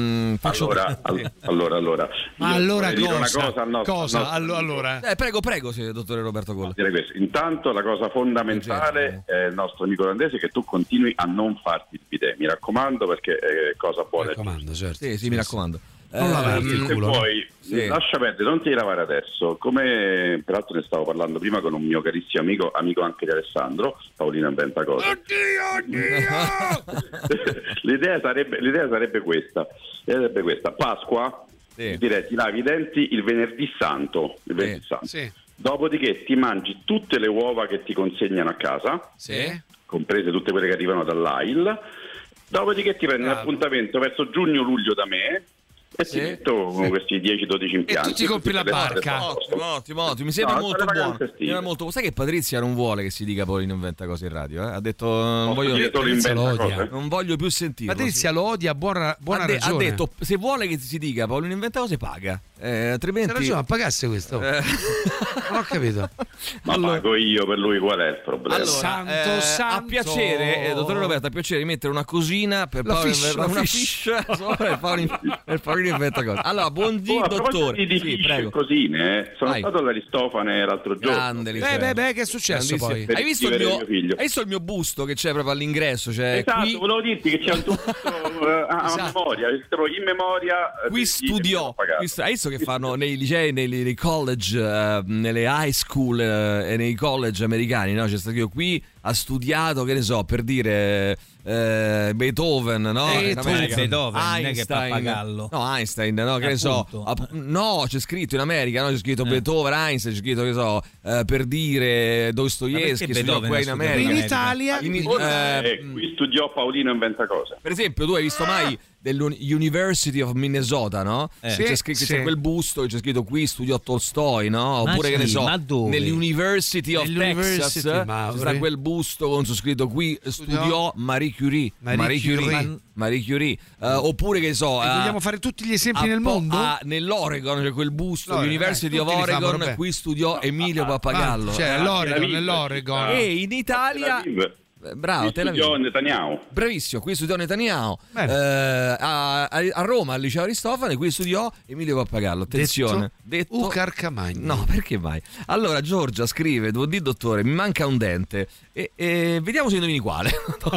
[SPEAKER 1] allora.
[SPEAKER 4] Ma allora
[SPEAKER 1] dire
[SPEAKER 4] cosa?
[SPEAKER 1] Una cosa al nostro,
[SPEAKER 4] cosa? Allora.
[SPEAKER 3] Prego, sì, dottore Roberto Colla.
[SPEAKER 1] Intanto la cosa fondamentale è il nostro amico olandese, che tu continui a non farti il bidet, mi raccomando, perché è cosa buona.
[SPEAKER 4] Mi raccomando, certo.
[SPEAKER 3] Sì, mi raccomando.
[SPEAKER 4] Non lavarti il culo.
[SPEAKER 1] Poi lascia perdere, non ti lavare adesso. Come peraltro ne stavo parlando prima con un mio carissimo amico anche di Alessandro, Paolino inventa cose.
[SPEAKER 4] Oddio!
[SPEAKER 1] L'idea sarebbe questa. Pasqua, direi ti lavi i denti il venerdì santo.
[SPEAKER 4] Sì.
[SPEAKER 1] Dopodiché ti mangi tutte le uova che ti consegnano a casa, comprese tutte quelle che arrivano dall'AIL. Dopodiché ti prendi un appuntamento verso giugno-luglio da me e ti metto questi 10-12 impianti.
[SPEAKER 4] E tu ti compri la barca.
[SPEAKER 3] Ottimo, mi sembra molto buono. Sai che Patrizia non vuole che si dica Paolino inventa cose in radio, Ha detto non voglio più sentirlo.
[SPEAKER 4] Patrizia lo odia, buona ragione.
[SPEAKER 3] Ha detto se vuole che si dica Paolino inventa cose paga, altrimenti.
[SPEAKER 4] C'è ragione, pagasse questo. Non ho capito.
[SPEAKER 1] Ma pago io per lui, qual è il problema?
[SPEAKER 3] Allora,
[SPEAKER 4] santo.
[SPEAKER 3] A piacere, dottore Roberto, a piacere mettere una cosina per Paolino, una fish per Paolino inventa cose. Allora, buondì dottore.
[SPEAKER 1] Prego. Cosine, sono stato all'Aristofane l'altro giorno.
[SPEAKER 3] Grande,
[SPEAKER 4] che è successo poi?
[SPEAKER 3] Hai visto il mio busto che c'è proprio all'ingresso? Cioè,
[SPEAKER 1] esatto, volevo dirti che c'è un busto a memoria, in memoria.
[SPEAKER 3] Qui studiò. Hai visto che fanno nei licei, nei college, nelle high school e nei college americani, no? C'è stato io qui, ha studiato, che ne so, per dire Beethoven, no?
[SPEAKER 7] Beethoven,
[SPEAKER 3] Einstein, Einstein, no? Che ne so, no, c'è scritto in America, no? C'è scritto Beethoven, Einstein, c'è scritto, che so, per dire Dostoevsky, studiò qua in America.
[SPEAKER 4] In Italia,
[SPEAKER 1] qui studiò Paolino inventa cose.
[SPEAKER 3] Per esempio, tu hai visto mai dell'University of Minnesota, no? C'è quel busto, c'è scritto qui studiò Tolstoi, no? Oppure che ne so, nell'University of Texas c'è quel busto con su scritto qui studiò Marie Curie. Oppure che so,
[SPEAKER 4] vogliamo fare tutti gli esempi nel mondo?
[SPEAKER 3] Nell'Oregon c'è quel busto, University of Oregon, qui studiò Emilio Pappagallo.
[SPEAKER 4] Nell'Oregon.
[SPEAKER 3] E in Italia bravo,
[SPEAKER 1] qui studiò Netanyahu.
[SPEAKER 3] Bravissimo, qui studiò Netanyahu. A Roma al liceo Aristofane, qui studiò Emilio Pappagallo. Attenzione, detto
[SPEAKER 4] Carcamagno.
[SPEAKER 3] No, perché mai? Allora Giorgia scrive: dottore, mi manca un dente e vediamo se indovini quale.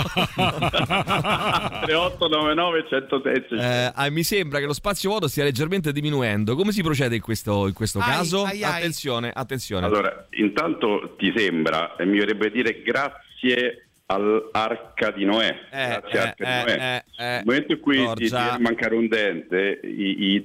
[SPEAKER 1] 3899 106.
[SPEAKER 3] Mi sembra che lo spazio vuoto stia leggermente diminuendo. Come si procede in questo caso? Attenzione.
[SPEAKER 1] Allora, intanto ti sembra, e mi vorrebbe dire grazie all'Arca di Noè. Grazie Arca di Noè. Nel momento in cui ti deve mancare un dente, i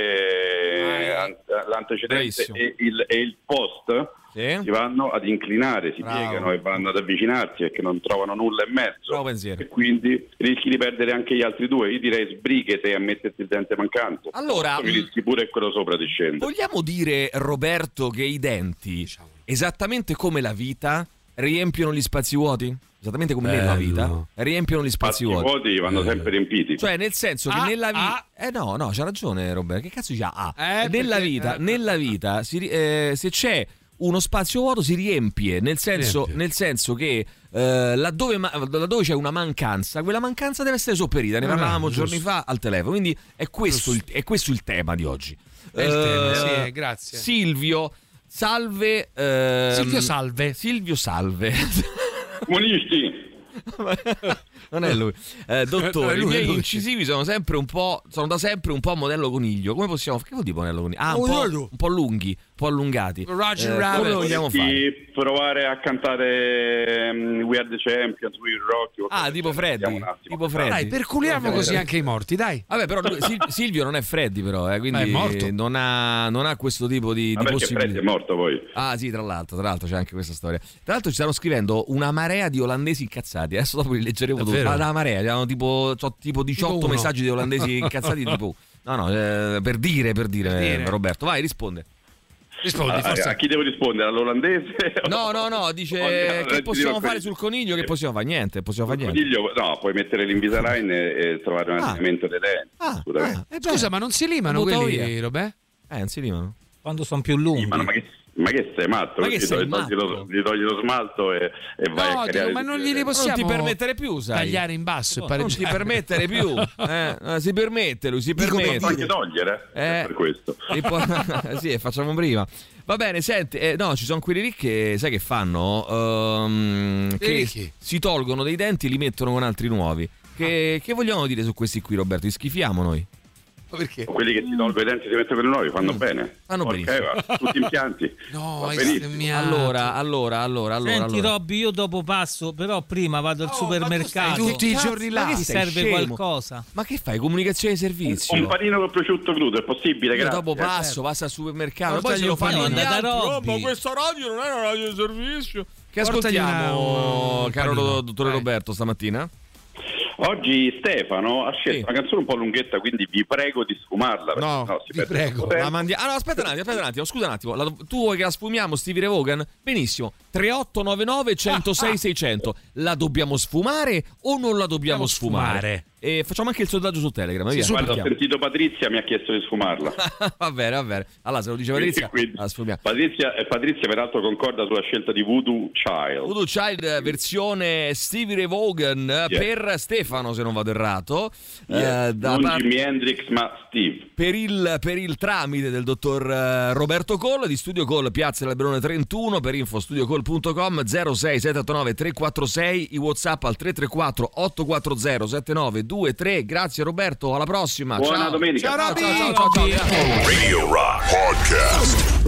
[SPEAKER 1] due, l'antecedente e il post, si vanno ad inclinare, si piegano e vanno ad avvicinarsi perché non trovano nulla in mezzo, e quindi rischi di perdere anche gli altri due. Io direi sbrighete a metterti il dente mancante,
[SPEAKER 3] allora
[SPEAKER 1] rischi pure quello sopra di scendere.
[SPEAKER 3] Vogliamo dire, Roberto, che i denti, esattamente come la vita, riempiono gli spazi vuoti? Esattamente come nella vita, riempiono gli spazi
[SPEAKER 1] vuoti vanno sempre riempiti.
[SPEAKER 3] Cioè, nel senso che nella vita no, c'ha ragione Roberto, che cazzo dice nella vita se c'è uno spazio vuoto si riempie, nel senso che laddove c'è una mancanza, quella mancanza deve essere sopperita. Ne parlavamo giorni fa al telefono, quindi è questo il tema di oggi.
[SPEAKER 4] È il tema, sì, grazie.
[SPEAKER 3] Silvio, salve. Silvio salve.
[SPEAKER 1] Comunisti.
[SPEAKER 3] Non è lui. Dottore, i miei incisivi sono da sempre un po' modello coniglio. Come possiamo? Che vuol dire modello coniglio? Un po' lunghi, un po' allungati. Come vogliamo fare?
[SPEAKER 1] Provare a cantare We Are the Champions, We Rock.
[SPEAKER 3] Tipo Freddy.
[SPEAKER 4] Dai, perculiamo così anche i morti, dai.
[SPEAKER 3] Vabbè, però Silvio non è Freddy, però, quindi è morto. Non ha questo tipo di possibilità.
[SPEAKER 1] Freddy è morto poi.
[SPEAKER 3] Sì, tra l'altro c'è anche questa storia. Tra l'altro ci stanno scrivendo una marea di olandesi incazzati. Adesso dopo li leggeremo tutti. Da marea, abbiamo tipo 18 messaggi di olandesi incazzati. Tipo, per dire, Roberto, vai, risponde.
[SPEAKER 4] Rispondi, forse.
[SPEAKER 1] A chi devo rispondere? All'olandese?
[SPEAKER 3] No, dice che possiamo fare sul coniglio? Che possiamo fare? Niente,
[SPEAKER 1] Coniglio, no, puoi mettere l'Invisalign e trovare un allineamento dei denti.
[SPEAKER 4] Scusa, ma non si limano quelli, Robè?
[SPEAKER 3] Non si limano.
[SPEAKER 7] Quando sono più lunghi.
[SPEAKER 1] Ma che sei matto? Gli togli lo smalto e vai a creare.
[SPEAKER 4] Ma non glieli possiamo
[SPEAKER 3] ti permettere più, sai.
[SPEAKER 4] Tagliare in basso e
[SPEAKER 3] non ti permettere più. Si permette, lui si permette.
[SPEAKER 1] Posso anche togliere per questo.
[SPEAKER 3] E poi, sì, facciamo prima. Va bene, senti, ci sono quelli lì che sai che fanno? Che si tolgono dei denti e li mettono con altri nuovi. Che vogliamo dire su questi qui, Roberto? Li schifiamo noi?
[SPEAKER 4] Perché?
[SPEAKER 1] Quelli che ti tolgono i denti e si mettono per nuovi fanno bene.
[SPEAKER 3] Fanno benissimo.
[SPEAKER 1] Tutti impianti.
[SPEAKER 3] Allora.
[SPEAKER 7] Senti, Robby, io dopo passo, però prima vado al supermercato.
[SPEAKER 4] Tutti i giorni là.
[SPEAKER 7] Ti serve qualcosa?
[SPEAKER 3] Ma che fai? Comunicazione di servizio?
[SPEAKER 1] Un panino con prosciutto crudo, è possibile?
[SPEAKER 3] Io dopo passo, passa al supermercato.
[SPEAKER 7] Poi se lo fanno da Robby.
[SPEAKER 3] Ma questa radio non è una radio di servizio. Che ascoltiamo, caro dottore Roberto, stamattina?
[SPEAKER 1] Oggi Stefano ha scelto una canzone un po' lunghetta, quindi vi prego di sfumarla.
[SPEAKER 3] Vi prego. Aspetta un attimo, scusa un attimo. Tu vuoi che la sfumiamo, Stevie Ray Vaughan? Benissimo. 3899 106 600. La dobbiamo sfumare o non la dobbiamo sfumare? E facciamo anche il sondaggio su Telegram.
[SPEAKER 1] Guarda, ho sentito Patrizia, mi ha chiesto di sfumarla.
[SPEAKER 3] Va bene. Allora, se lo dice Patrizia, la sfumiamo.
[SPEAKER 1] Patrizia peraltro concorda sulla scelta di Voodoo Child.
[SPEAKER 3] Versione Stevie Ray Vaughan per Stefano, se non vado errato.
[SPEAKER 1] Non Jimi Hendrix, ma Steve.
[SPEAKER 3] Per il tramite del dottor Roberto Coll di Studio Coll, Piazza dell'Alberone 31, per info studiocoll.com, 06789 346, i WhatsApp al 334 840 7923. Grazie Roberto, alla prossima.
[SPEAKER 1] Buona domenica.
[SPEAKER 3] Ciao.
[SPEAKER 2] Radio Rock Podcast.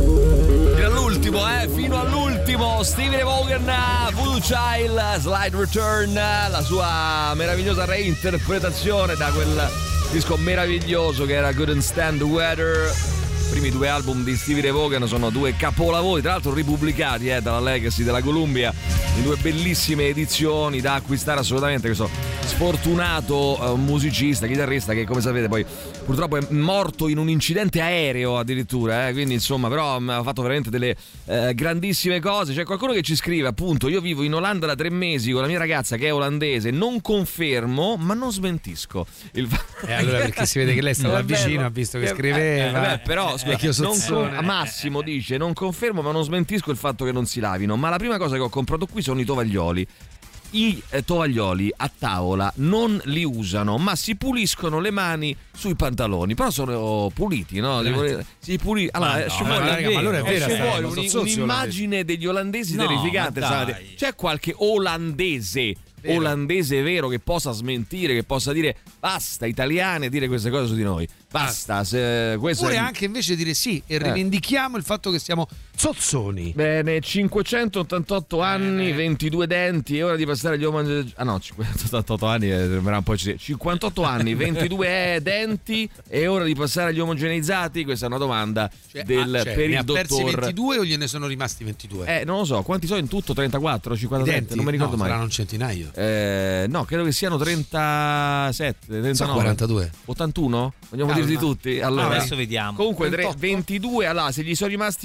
[SPEAKER 3] Fino all'ultimo Stevie Ray Vaughan, Voodoo Child, Slide Return, la sua meravigliosa reinterpretazione da quel disco meraviglioso che era Couldn't Stand the Weather. I primi due album di Stevie Ray Vaughan sono due capolavori, tra l'altro ripubblicati dalla Legacy della Columbia in due bellissime edizioni da acquistare assolutamente. Questo sfortunato musicista, chitarrista che, come sapete, poi purtroppo è morto in un incidente aereo addirittura, quindi insomma, però ha fatto veramente delle grandissime cose. C'è qualcuno che ci scrive, appunto: io vivo in Olanda da 3 mesi con la mia ragazza che è olandese, non confermo ma non smentisco.
[SPEAKER 4] Allora, perché si vede che lei stava vicino, ha visto che scriveva.
[SPEAKER 3] Però Massimo dice: non confermo ma non smentisco il fatto che non si lavino, ma la prima cosa che ho comprato qui sono i tovaglioli. I tovaglioli a tavola non li usano, ma si puliscono le mani sui pantaloni, però sono puliti, no? Si puliscono. Allora,
[SPEAKER 4] ma allora è vero,
[SPEAKER 3] un'immagine degli olandesi terrificante. C'è qualche olandese vero che possa smentire, che possa dire basta italiani, dire queste cose su di noi, basta. Questo
[SPEAKER 4] oppure anche invece dire sì e rivendichiamo il fatto che siamo Zozzoni.
[SPEAKER 3] Bene, 588 anni, 22 denti, è ora di passare agli omaggi. Ah no, 588 anni, sembra un po' 58 anni, 22 denti, è ora di passare agli omogeneizzati? Questa è una domanda per il
[SPEAKER 4] ne
[SPEAKER 3] dottor.
[SPEAKER 4] persi 22 o gliene sono rimasti 22?
[SPEAKER 3] Non lo so, quanti sono in tutto? 34, 57, non mi ricordo mai.
[SPEAKER 4] Saranno un centinaio.
[SPEAKER 3] No, credo che siano 37, 39.
[SPEAKER 4] 42.
[SPEAKER 3] 81? Vogliamo dirli tutti? Allora,
[SPEAKER 7] adesso vediamo.
[SPEAKER 3] Comunque 22, allora se gli sono rimasti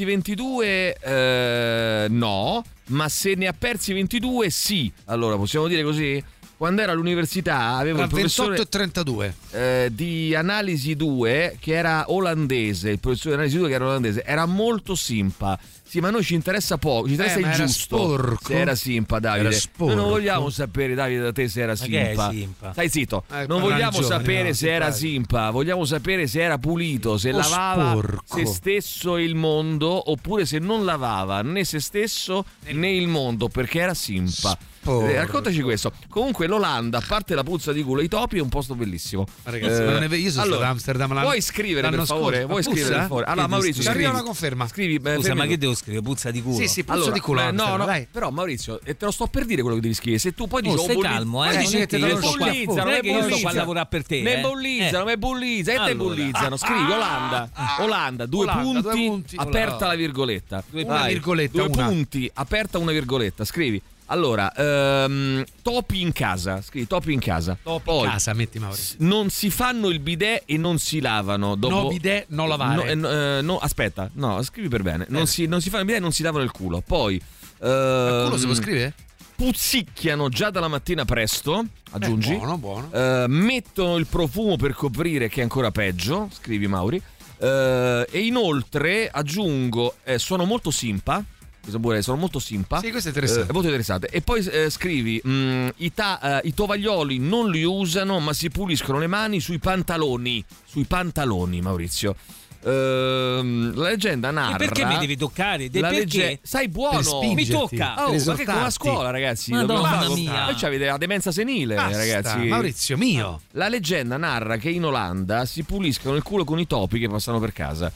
[SPEAKER 3] 22 no, ma se ne ha persi 22 sì. Allora possiamo dire così? Quando era all'università avevo il professore
[SPEAKER 4] 28 e 32
[SPEAKER 3] di analisi 2 che era olandese, il professore di analisi 2 che era olandese, era molto simpa. Sì, ma a noi ci interessa poco, ci interessa il giusto. Se era simpa, Davide. Noi non vogliamo sapere, Davide, da te se era simpa. Stai zitto. Non vogliamo sapere se era simpa, vogliamo sapere se era pulito, se lavava se stesso e il mondo, oppure se non lavava né se stesso né il mondo, perché era simpa. Raccontaci questo. Comunque l'Olanda, a parte la puzza di culo e i topi, è un posto bellissimo.
[SPEAKER 4] Ma ragazzi, ma non è io sono stato ad Amsterdam.
[SPEAKER 3] Vuoi scrivere per favore? Vuoi scrivere per favore? Allora Maurizio,
[SPEAKER 4] ci arriva una conferma.
[SPEAKER 3] Scrivi.
[SPEAKER 7] Scusa, ma che devo scrivere? Puzza di culo?
[SPEAKER 4] Sì, puzza di culo.
[SPEAKER 3] No, però Maurizio, te lo sto per dire quello che devi scrivere. Se tu poi dici
[SPEAKER 7] stai calmo,
[SPEAKER 3] dici che te lo
[SPEAKER 7] bullizzano,
[SPEAKER 3] non
[SPEAKER 7] io sto qua a lavorare per te.
[SPEAKER 3] Me bullizzano, e te bullizzano. Scrivi Olanda, due punti, aperta la virgoletta. Due punti, aperta una virgoletta. Scrivi. Allora, topi in casa. Scrivi topi in casa.
[SPEAKER 4] Topi in casa, metti Maurizio.
[SPEAKER 3] Non si fanno il bidet e non si lavano.
[SPEAKER 4] No bidet, no lavare.
[SPEAKER 3] No, aspetta, no, scrivi per bene. Non si fanno il bidet e non si lavano il culo. Poi
[SPEAKER 4] il culo si può scrivere?
[SPEAKER 3] Puzzicchiano già dalla mattina presto, aggiungi.
[SPEAKER 4] Buono.
[SPEAKER 3] Mettono il profumo per coprire, che è ancora peggio. Scrivi Mauri. E inoltre aggiungo sono molto simpa. Sono molto simpa.
[SPEAKER 4] Sì, questo è interessante.
[SPEAKER 3] Molto interessante. E poi scrivi i tovaglioli non li usano, ma si puliscono le mani sui pantaloni. Sui pantaloni, Maurizio. La leggenda narra.
[SPEAKER 7] E perché mi devi toccare? Perché?
[SPEAKER 3] Sai, buono,
[SPEAKER 7] mi tocca.
[SPEAKER 3] Ma che come a scuola, ragazzi.
[SPEAKER 7] Madonna mia.
[SPEAKER 3] Voi avete la demenza senile, ragazzi.
[SPEAKER 4] Maurizio mio.
[SPEAKER 3] La leggenda narra che in Olanda si puliscono il culo con i topi che passano per casa.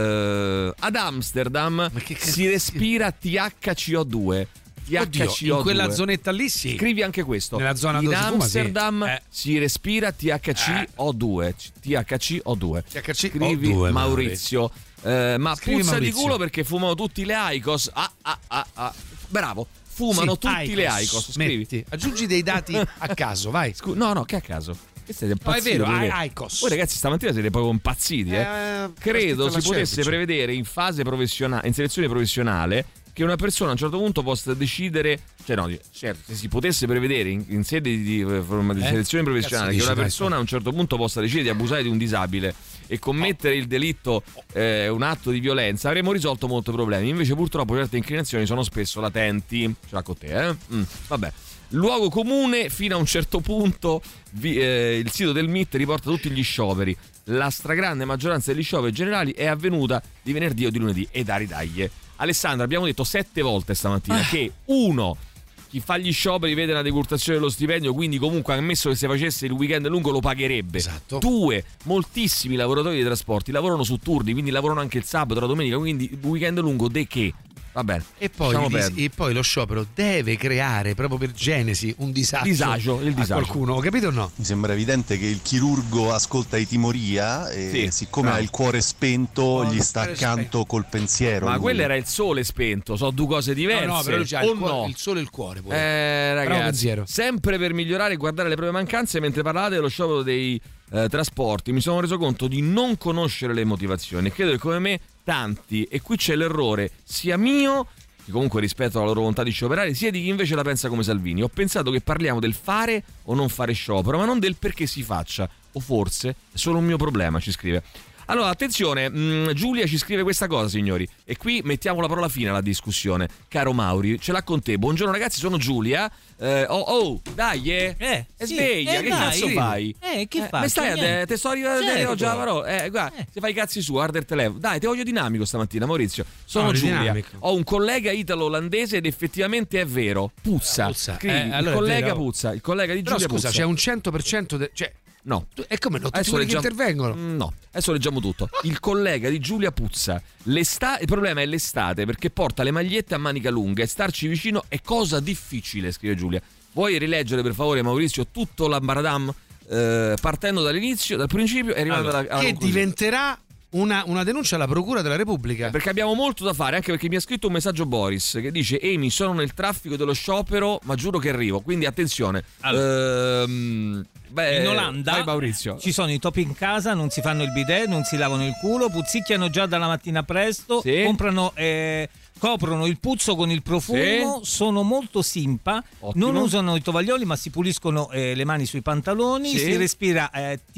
[SPEAKER 3] Ad Amsterdam si respira THCO2.
[SPEAKER 4] In quella zonetta lì sì.
[SPEAKER 3] Scrivi anche questo.
[SPEAKER 4] Nella zona
[SPEAKER 3] in Amsterdam si respira THCO2. THCO2. Scrivi Maurizio. Ma
[SPEAKER 4] scrivi
[SPEAKER 3] puzza
[SPEAKER 4] Maurizio.
[SPEAKER 3] di culo perché fumano tutti le Icos. Bravo. Fumano tutti le Icos. Scrivi.
[SPEAKER 4] Metti. Aggiungi dei dati a caso, vai.
[SPEAKER 3] No, che a caso. Siete impazziti,
[SPEAKER 4] è vero, Icos.
[SPEAKER 3] Voi ragazzi stamattina siete proprio impazziti. Credo si potesse prevedere in fase professionale, in selezione professionale, che una persona a un certo punto possa decidere, certo, se si potesse prevedere in sede di selezione professionale che una persona a un certo punto possa decidere di abusare di un disabile e commettere il delitto, un atto di violenza, avremmo risolto molti problemi. Invece purtroppo certe inclinazioni sono spesso latenti. Ce l'ha con te, vabbè. Luogo comune fino a un certo punto, il sito del MIT riporta tutti gli scioperi. La stragrande maggioranza degli scioperi generali è avvenuta di venerdì o di lunedì. E dai. Alessandra, abbiamo detto 7 volte stamattina che chi fa gli scioperi vede una decurtazione dello stipendio, quindi comunque ammesso che se facesse il weekend lungo lo pagherebbe.
[SPEAKER 4] Esatto.
[SPEAKER 3] 2, moltissimi lavoratori dei trasporti lavorano su turni, quindi lavorano anche il sabato, la domenica, quindi weekend lungo de che? Va bene.
[SPEAKER 4] E poi lo sciopero deve creare proprio per genesi un disagio a qualcuno, ho capito o no?
[SPEAKER 8] Mi sembra evidente che il chirurgo ascolta i Timoria e siccome ha il cuore spento gli sta accanto col pensiero.
[SPEAKER 3] Ma quello era il sole spento, sono due cose diverse.
[SPEAKER 4] No, però c'ha il sole e il cuore poi.
[SPEAKER 3] Ragazzi, sempre per migliorare e guardare le proprie mancanze, mentre parlate dello sciopero dei trasporti mi sono reso conto di non conoscere le motivazioni. Credo che come me tanti, e qui c'è l'errore sia mio, che comunque rispetto alla loro volontà di scioperare, sia di chi invece la pensa come Salvini. Ho pensato che parliamo del fare o non fare sciopero, ma non del perché si faccia, o forse è solo un mio problema, ci scrive. Allora, attenzione, Giulia ci scrive questa cosa, signori, e qui mettiamo la parola fine alla discussione. Caro Mauri, ce l'ha con te. Buongiorno ragazzi, sono Giulia. Dai, sveglia, che cazzo fai?
[SPEAKER 7] Che fai?
[SPEAKER 3] Ma stai, te sto arrivando già la parola. Guarda, se fai i cazzi su, guarda il telefono. Dai, te voglio dinamico stamattina, Maurizio. Sono Giulia. Dinamico. Ho un collega italo-olandese ed effettivamente è vero. Puzza. Scrivi, il collega puzza. Il collega di Giulia
[SPEAKER 4] puzza. C'è un 100%
[SPEAKER 3] No.
[SPEAKER 4] E come no? Tutti quelli che intervengono?
[SPEAKER 3] No, adesso leggiamo tutto. Il collega di Giulia Puzza. Il problema è l'estate, perché porta le magliette a manica lunga e starci vicino è cosa difficile, scrive Giulia. Vuoi rileggere per favore, Maurizio, tutto l'ambaradam partendo dall'inizio, dal principio e arrivando alla
[SPEAKER 4] che diventerà una denuncia alla Procura della Repubblica.
[SPEAKER 3] Perché abbiamo molto da fare, anche perché mi ha scritto un messaggio Boris che dice: Amy, sono nel traffico dello sciopero, ma giuro che arrivo. Quindi attenzione.
[SPEAKER 7] Allora. In Olanda ci sono i topi in casa, non si fanno il bidet, non si lavano il culo, puzzicchiano già dalla mattina presto, coprono il puzzo con il profumo, sono molto simpa. Ottimo. Non usano i tovaglioli ma si puliscono le mani sui pantaloni, si respira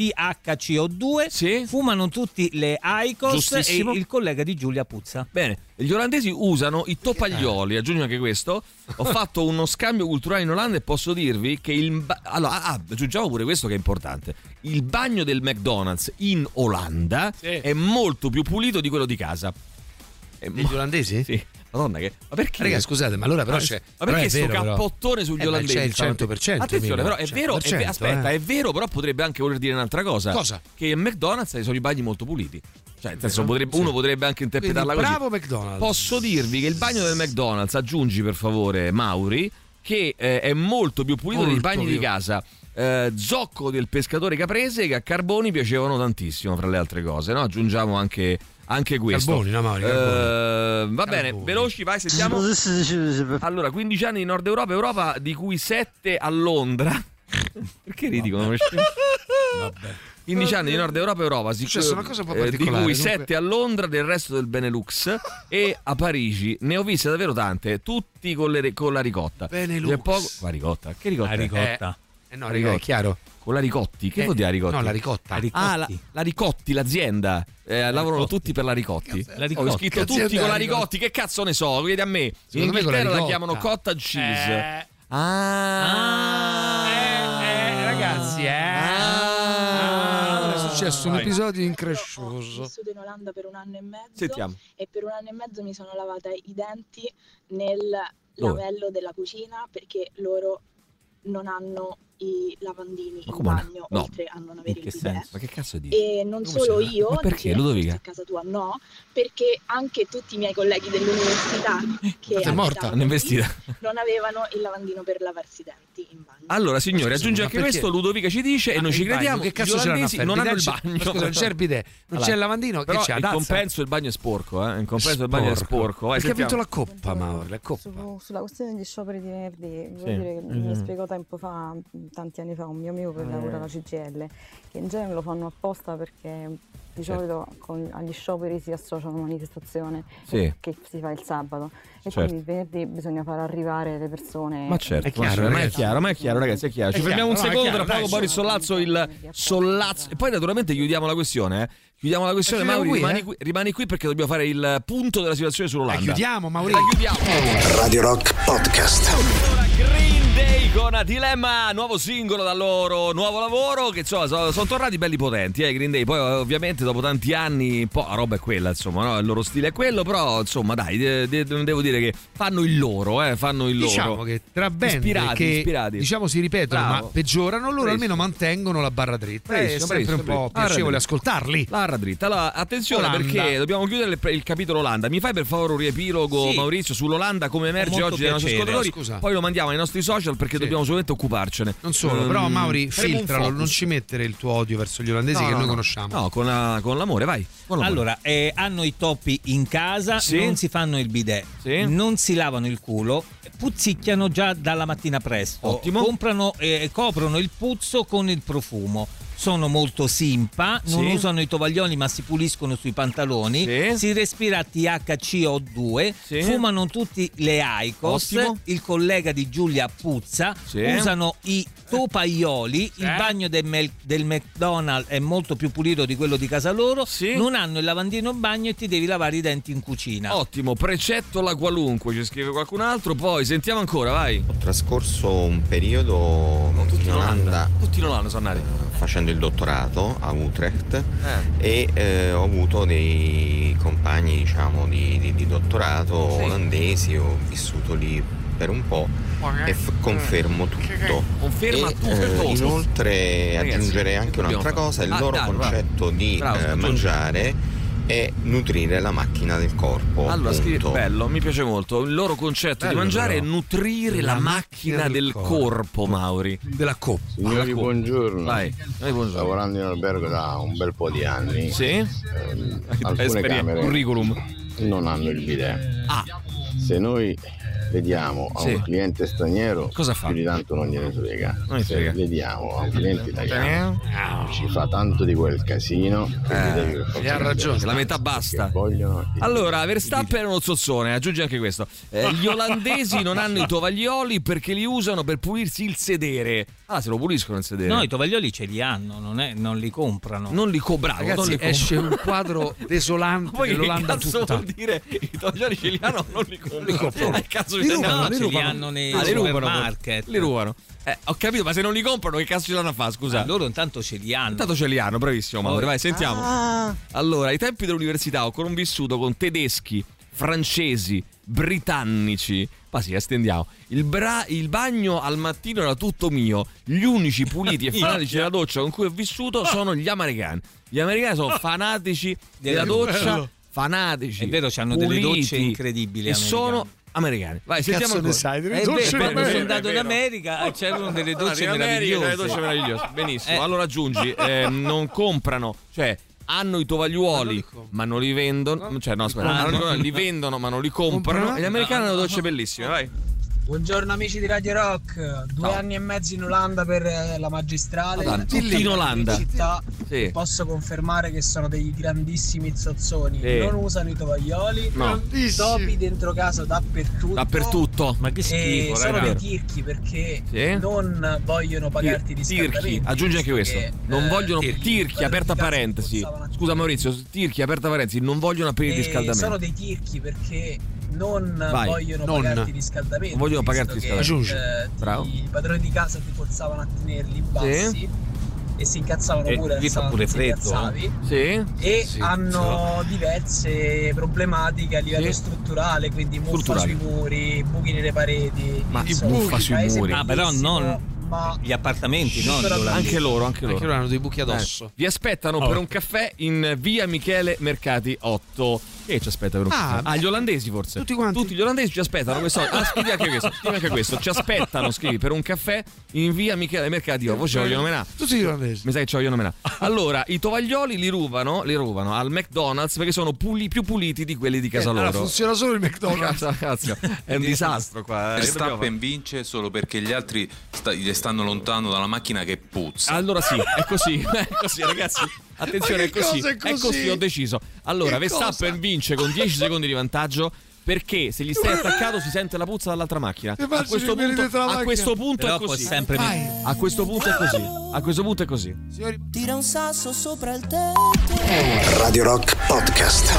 [SPEAKER 7] THCO2, fumano tutti le Icos e il collega di Giulia puzza.
[SPEAKER 3] Bene, gli olandesi usano i topaglioli, aggiungo anche questo. Ho fatto uno scambio culturale in Olanda e posso dirvi che aggiungiamo pure questo che è importante. Il bagno del McDonald's in Olanda è molto più pulito di quello di casa.
[SPEAKER 4] Degli olandesi?
[SPEAKER 3] Sì. Madonna che. Ma perché?
[SPEAKER 4] Raga, scusate, ma allora però c'è.
[SPEAKER 3] Ma perché sto cappottone sugli olandesi?
[SPEAKER 4] C'è il 100%.
[SPEAKER 3] Attenzione, però è vero. Aspetta, è vero, però potrebbe anche voler dire un'altra cosa.
[SPEAKER 4] Cosa?
[SPEAKER 3] Che il McDonald's sono i bagni molto puliti. Cioè, nel senso, uno potrebbe anche interpretarla così.
[SPEAKER 4] Bravo McDonald's.
[SPEAKER 3] Posso dirvi che il bagno del McDonald's, aggiungi per favore, Mauri, che è molto più pulito dei bagni di casa. Zocco del pescatore caprese, che a Carboni piacevano tantissimo, fra le altre cose, no? Aggiungiamo anche questo.
[SPEAKER 4] Carboni, no, Mauri, Carboni.
[SPEAKER 3] Va bene, veloci, vai, sentiamo. Allora, 15 anni in Nord Europa, di cui 7 a Londra. Perché ridi come
[SPEAKER 4] Vabbè.
[SPEAKER 3] 15 anni di Nord Europa,
[SPEAKER 4] una cosa un po' particolare,
[SPEAKER 3] di cui 7 a Londra, del resto del Benelux, e a Parigi ne ho viste davvero tante, tutti con la ricotta.
[SPEAKER 4] Benelux.
[SPEAKER 3] La ricotta? Che ricotta?
[SPEAKER 7] La ricotta.
[SPEAKER 4] No, ricotta. È chiaro.
[SPEAKER 3] Con la Ricotti? Che vuol dire la Ricotti?
[SPEAKER 4] No, la ricotta.
[SPEAKER 3] La Ricotti, l'azienda. Lavorano tutti per la Ricotti.
[SPEAKER 7] Ho
[SPEAKER 3] scritto tutti con la Ricotti. Che cazzo ne so? Chiedi a me. In Inghilterra la chiamano cottage cheese.
[SPEAKER 4] Ragazzi, è successo un episodio increscioso.
[SPEAKER 13] Ho vissuto in Olanda per 1 anno e mezzo.
[SPEAKER 3] Sentiamo.
[SPEAKER 13] E per 1 anno e mezzo mi sono lavata i denti nel lavello della cucina, perché loro non hanno i lavandini in bagno, oltre a non avere il bidet.
[SPEAKER 3] Ma che cazzo dici?
[SPEAKER 13] E non solo io,
[SPEAKER 3] ma perché, Ludovica?
[SPEAKER 13] A casa tua no, perché anche tutti i miei colleghi dell'università che non avevano il lavandino per lavarsi i denti in bagno.
[SPEAKER 3] Allora, signore, aggiunge anche questo, Ludovica ci dice, e noi ci crediamo.
[SPEAKER 4] Che cazzo c'è?
[SPEAKER 3] Non hanno il bagno.
[SPEAKER 4] Scusa, non c'è il bidet, non c'è il lavandino.
[SPEAKER 3] Però
[SPEAKER 4] che c'è?
[SPEAKER 3] In compenso il bagno è sporco, In compenso il bagno è sporco.
[SPEAKER 4] Perché ha vinto la coppa, Mauro, la coppa.
[SPEAKER 9] Sulla questione degli scioperi di venerdì, voglio dire che mi spiegò tempo fa, tanti anni fa, un mio amico che lavora alla CGIL, che in genere lo fanno apposta perché di solito agli scioperi si associano manifestazione che si fa il sabato e quindi il venerdì bisogna far arrivare le persone.
[SPEAKER 3] Ma certo, è chiaro, ragazzi, è chiaro. Ci fermiamo un secondo, tra poco Boris Sollazzo, il Sollazzo, e poi naturalmente chiudiamo la questione, Chiudiamo la questione, Mauri, rimani qui perché dobbiamo fare il punto della situazione sull'Olanda.
[SPEAKER 4] La chiudiamo, Mauri.
[SPEAKER 2] Radio Rock Podcast.
[SPEAKER 3] Green Day con Dilemma, nuovo singolo dal loro nuovo lavoro, che insomma sono tornati belli potenti, Green Day. Poi ovviamente dopo tanti anni un po' la roba è quella, insomma, no? Il loro stile è quello, però insomma dai, devo dire che fanno il loro, fanno il loro.
[SPEAKER 4] Diciamo che tra band ispirati. Diciamo si ripetono, ma peggiorano, loro almeno mantengono la barra dritta. È sempre un po' piacevole ascoltarli.
[SPEAKER 3] Dritta. Allora, attenzione, Olanda, perché dobbiamo chiudere il capitolo Olanda. Mi fai per favore un riepilogo, Maurizio, sull'Olanda, come emerge oggi dai nostri ascoltatori? Poi lo mandiamo ai nostri social perché dobbiamo solamente occuparcene.
[SPEAKER 4] Non solo, però Mauri, filtralo, non ci mettere il tuo odio verso gli olandesi che noi conosciamo.
[SPEAKER 3] No, con l'amore, vai.
[SPEAKER 7] Allora, hanno i topi in casa, non si fanno il bidet, non si lavano il culo, puzzicchiano già dalla mattina presto.
[SPEAKER 3] Ottimo.
[SPEAKER 7] Comprano e coprono il puzzo con il profumo. Sono molto simpa, non usano i tovaglioli ma si puliscono sui pantaloni, si respira THCO2, fumano tutti le Icos, il collega di Giulia puzza, usano i topaglioli, il bagno del McDonald's è molto più pulito di quello di casa loro, non hanno il lavandino in bagno e ti devi lavare i denti in cucina.
[SPEAKER 3] Ottimo, precetto la qualunque, ci scrive qualcun altro, poi sentiamo ancora, vai.
[SPEAKER 10] Ho trascorso un periodo in Olanda.
[SPEAKER 3] Tutti in Olanda sono nati.
[SPEAKER 10] Facendo il dottorato a Utrecht e ho avuto dei compagni, diciamo, di dottorato olandesi, ho vissuto lì per un po' e confermo tutto.
[SPEAKER 3] Conferma tutto.
[SPEAKER 10] Inoltre aggiungerei anche un'altra cosa, il loro concetto di mangiare è nutrire la macchina del corpo.
[SPEAKER 3] Allora, bello, mi piace molto. Il loro concetto di mangiare è nutrire la macchina del corpo, Mauri.
[SPEAKER 4] Della coppa.
[SPEAKER 5] Signori, buongiorno.
[SPEAKER 3] Vai. Buongiorno.
[SPEAKER 5] Lavorando in albergo da un bel po' di anni.
[SPEAKER 3] Sì.
[SPEAKER 5] Alcune camere
[SPEAKER 3] curriculum
[SPEAKER 5] non hanno il bidet. Se noi vediamo a un cliente straniero,
[SPEAKER 3] cosa fa?
[SPEAKER 5] Più di tanto non gliene frega. Se vediamo a un cliente italiano, ci fa tanto di quel casino che
[SPEAKER 3] ha ragione, la metà basta. Allora, Verstappen è uno zozzone, aggiungi anche questo. Gli olandesi non hanno i tovaglioli perché li usano per pulirsi il sedere. Se lo puliscono il sedere.
[SPEAKER 7] No, i tovaglioli ce li hanno, non li comprano.
[SPEAKER 3] Non li comprano.
[SPEAKER 4] Ragazzi, esce un quadro desolante dell'Olanda tutta.
[SPEAKER 3] Che vuol dire i tovaglioli ce li hanno, non li comprano.
[SPEAKER 7] Cazzo ce li hanno nei supermarket.
[SPEAKER 3] Li rubano. Ho capito, ma se non li comprano che cazzo ce l'hanno a fare, scusa?
[SPEAKER 7] Loro intanto ce li hanno.
[SPEAKER 3] Intanto ce li hanno, bravissimo Mauro, vai, sentiamo. Allora, ai tempi dell'università ho convissuto con tedeschi, francesi, britannici. Ma sì, estendiamo. Il bagno al mattino era tutto mio. Gli unici puliti e fanatici della doccia con cui ho vissuto sono gli americani. Gli americani sono fanatici della doccia, fanatici.
[SPEAKER 7] È vero, hanno delle docce incredibili.
[SPEAKER 3] E sono americani. Vai, sentiamo.
[SPEAKER 4] Cazzo ne sai?
[SPEAKER 7] Quando sono andato in America c'erano delle docce meravigliose.
[SPEAKER 3] Benissimo. Allora aggiungi, non comprano, cioè hanno i tovagliuoli ma non li vendono, cioè no aspetta, li vendono ma non li comprano. E gli americani hanno docce bellissime, vai.
[SPEAKER 11] Buongiorno amici di Radio Rock, 2 anni e mezzo in Olanda per la magistrale.
[SPEAKER 3] In Olanda
[SPEAKER 11] città, posso confermare che sono dei grandissimi zozzoni. Non usano i tovaglioli, topi dentro casa dappertutto.
[SPEAKER 3] Ma che schifo,
[SPEAKER 11] sono dei tirchi perché non vogliono pagarti riscaldamento.
[SPEAKER 3] Aggiungi anche questo, non vogliono tirchi, aperta parentesi. Scusa Maurizio, tirchi, aperta parentesi, non vogliono aprire il riscaldamento.
[SPEAKER 11] Sono dei tirchi perché non vogliono pagarti riscaldamento.
[SPEAKER 3] Non vogliono pagarti riscaldamento.
[SPEAKER 11] I padroni di casa ti forzavano a tenerli bassi e si incazzavano pure.
[SPEAKER 7] Lì fa pure freddo.
[SPEAKER 11] Hanno diverse problematiche a livello strutturale, quindi muffa sui muri, buchi nelle pareti.
[SPEAKER 3] Ma muffa sui muri.
[SPEAKER 7] Però non gli appartamenti, no?
[SPEAKER 3] Anche loro
[SPEAKER 4] hanno dei buchi addosso.
[SPEAKER 3] Vi aspettano per un caffè in via Michele Mercati 8. Che ci aspetta per un caffè? Gli olandesi forse. Tutti gli olandesi ci aspettano scrivi anche questo. Ci aspettano, scrivi, per un caffè in via Michele Mercati 8. Poi ci vogliono menare.
[SPEAKER 4] Tutti gli olandesi.
[SPEAKER 3] Mi sa che ci vogliono menare. Allora, i tovaglioli li rubano al McDonald's perché sono più puliti di quelli di casa loro.
[SPEAKER 4] Allora funziona solo il McDonald's.
[SPEAKER 3] Cazzo, è un disastro qua.
[SPEAKER 16] Verstappen vince solo perché gli altri gli stanno lontano dalla macchina che puzza.
[SPEAKER 3] Allora sì, è così ragazzi. Attenzione, è così, ho deciso. Allora, Verstappen vince con 10 secondi di vantaggio perché se gli stai attaccato si sente la puzza dall'altra macchina. A questo punto è così. A questo punto è così.
[SPEAKER 2] Tira un sasso sopra il tetto. Radio Rock Podcast.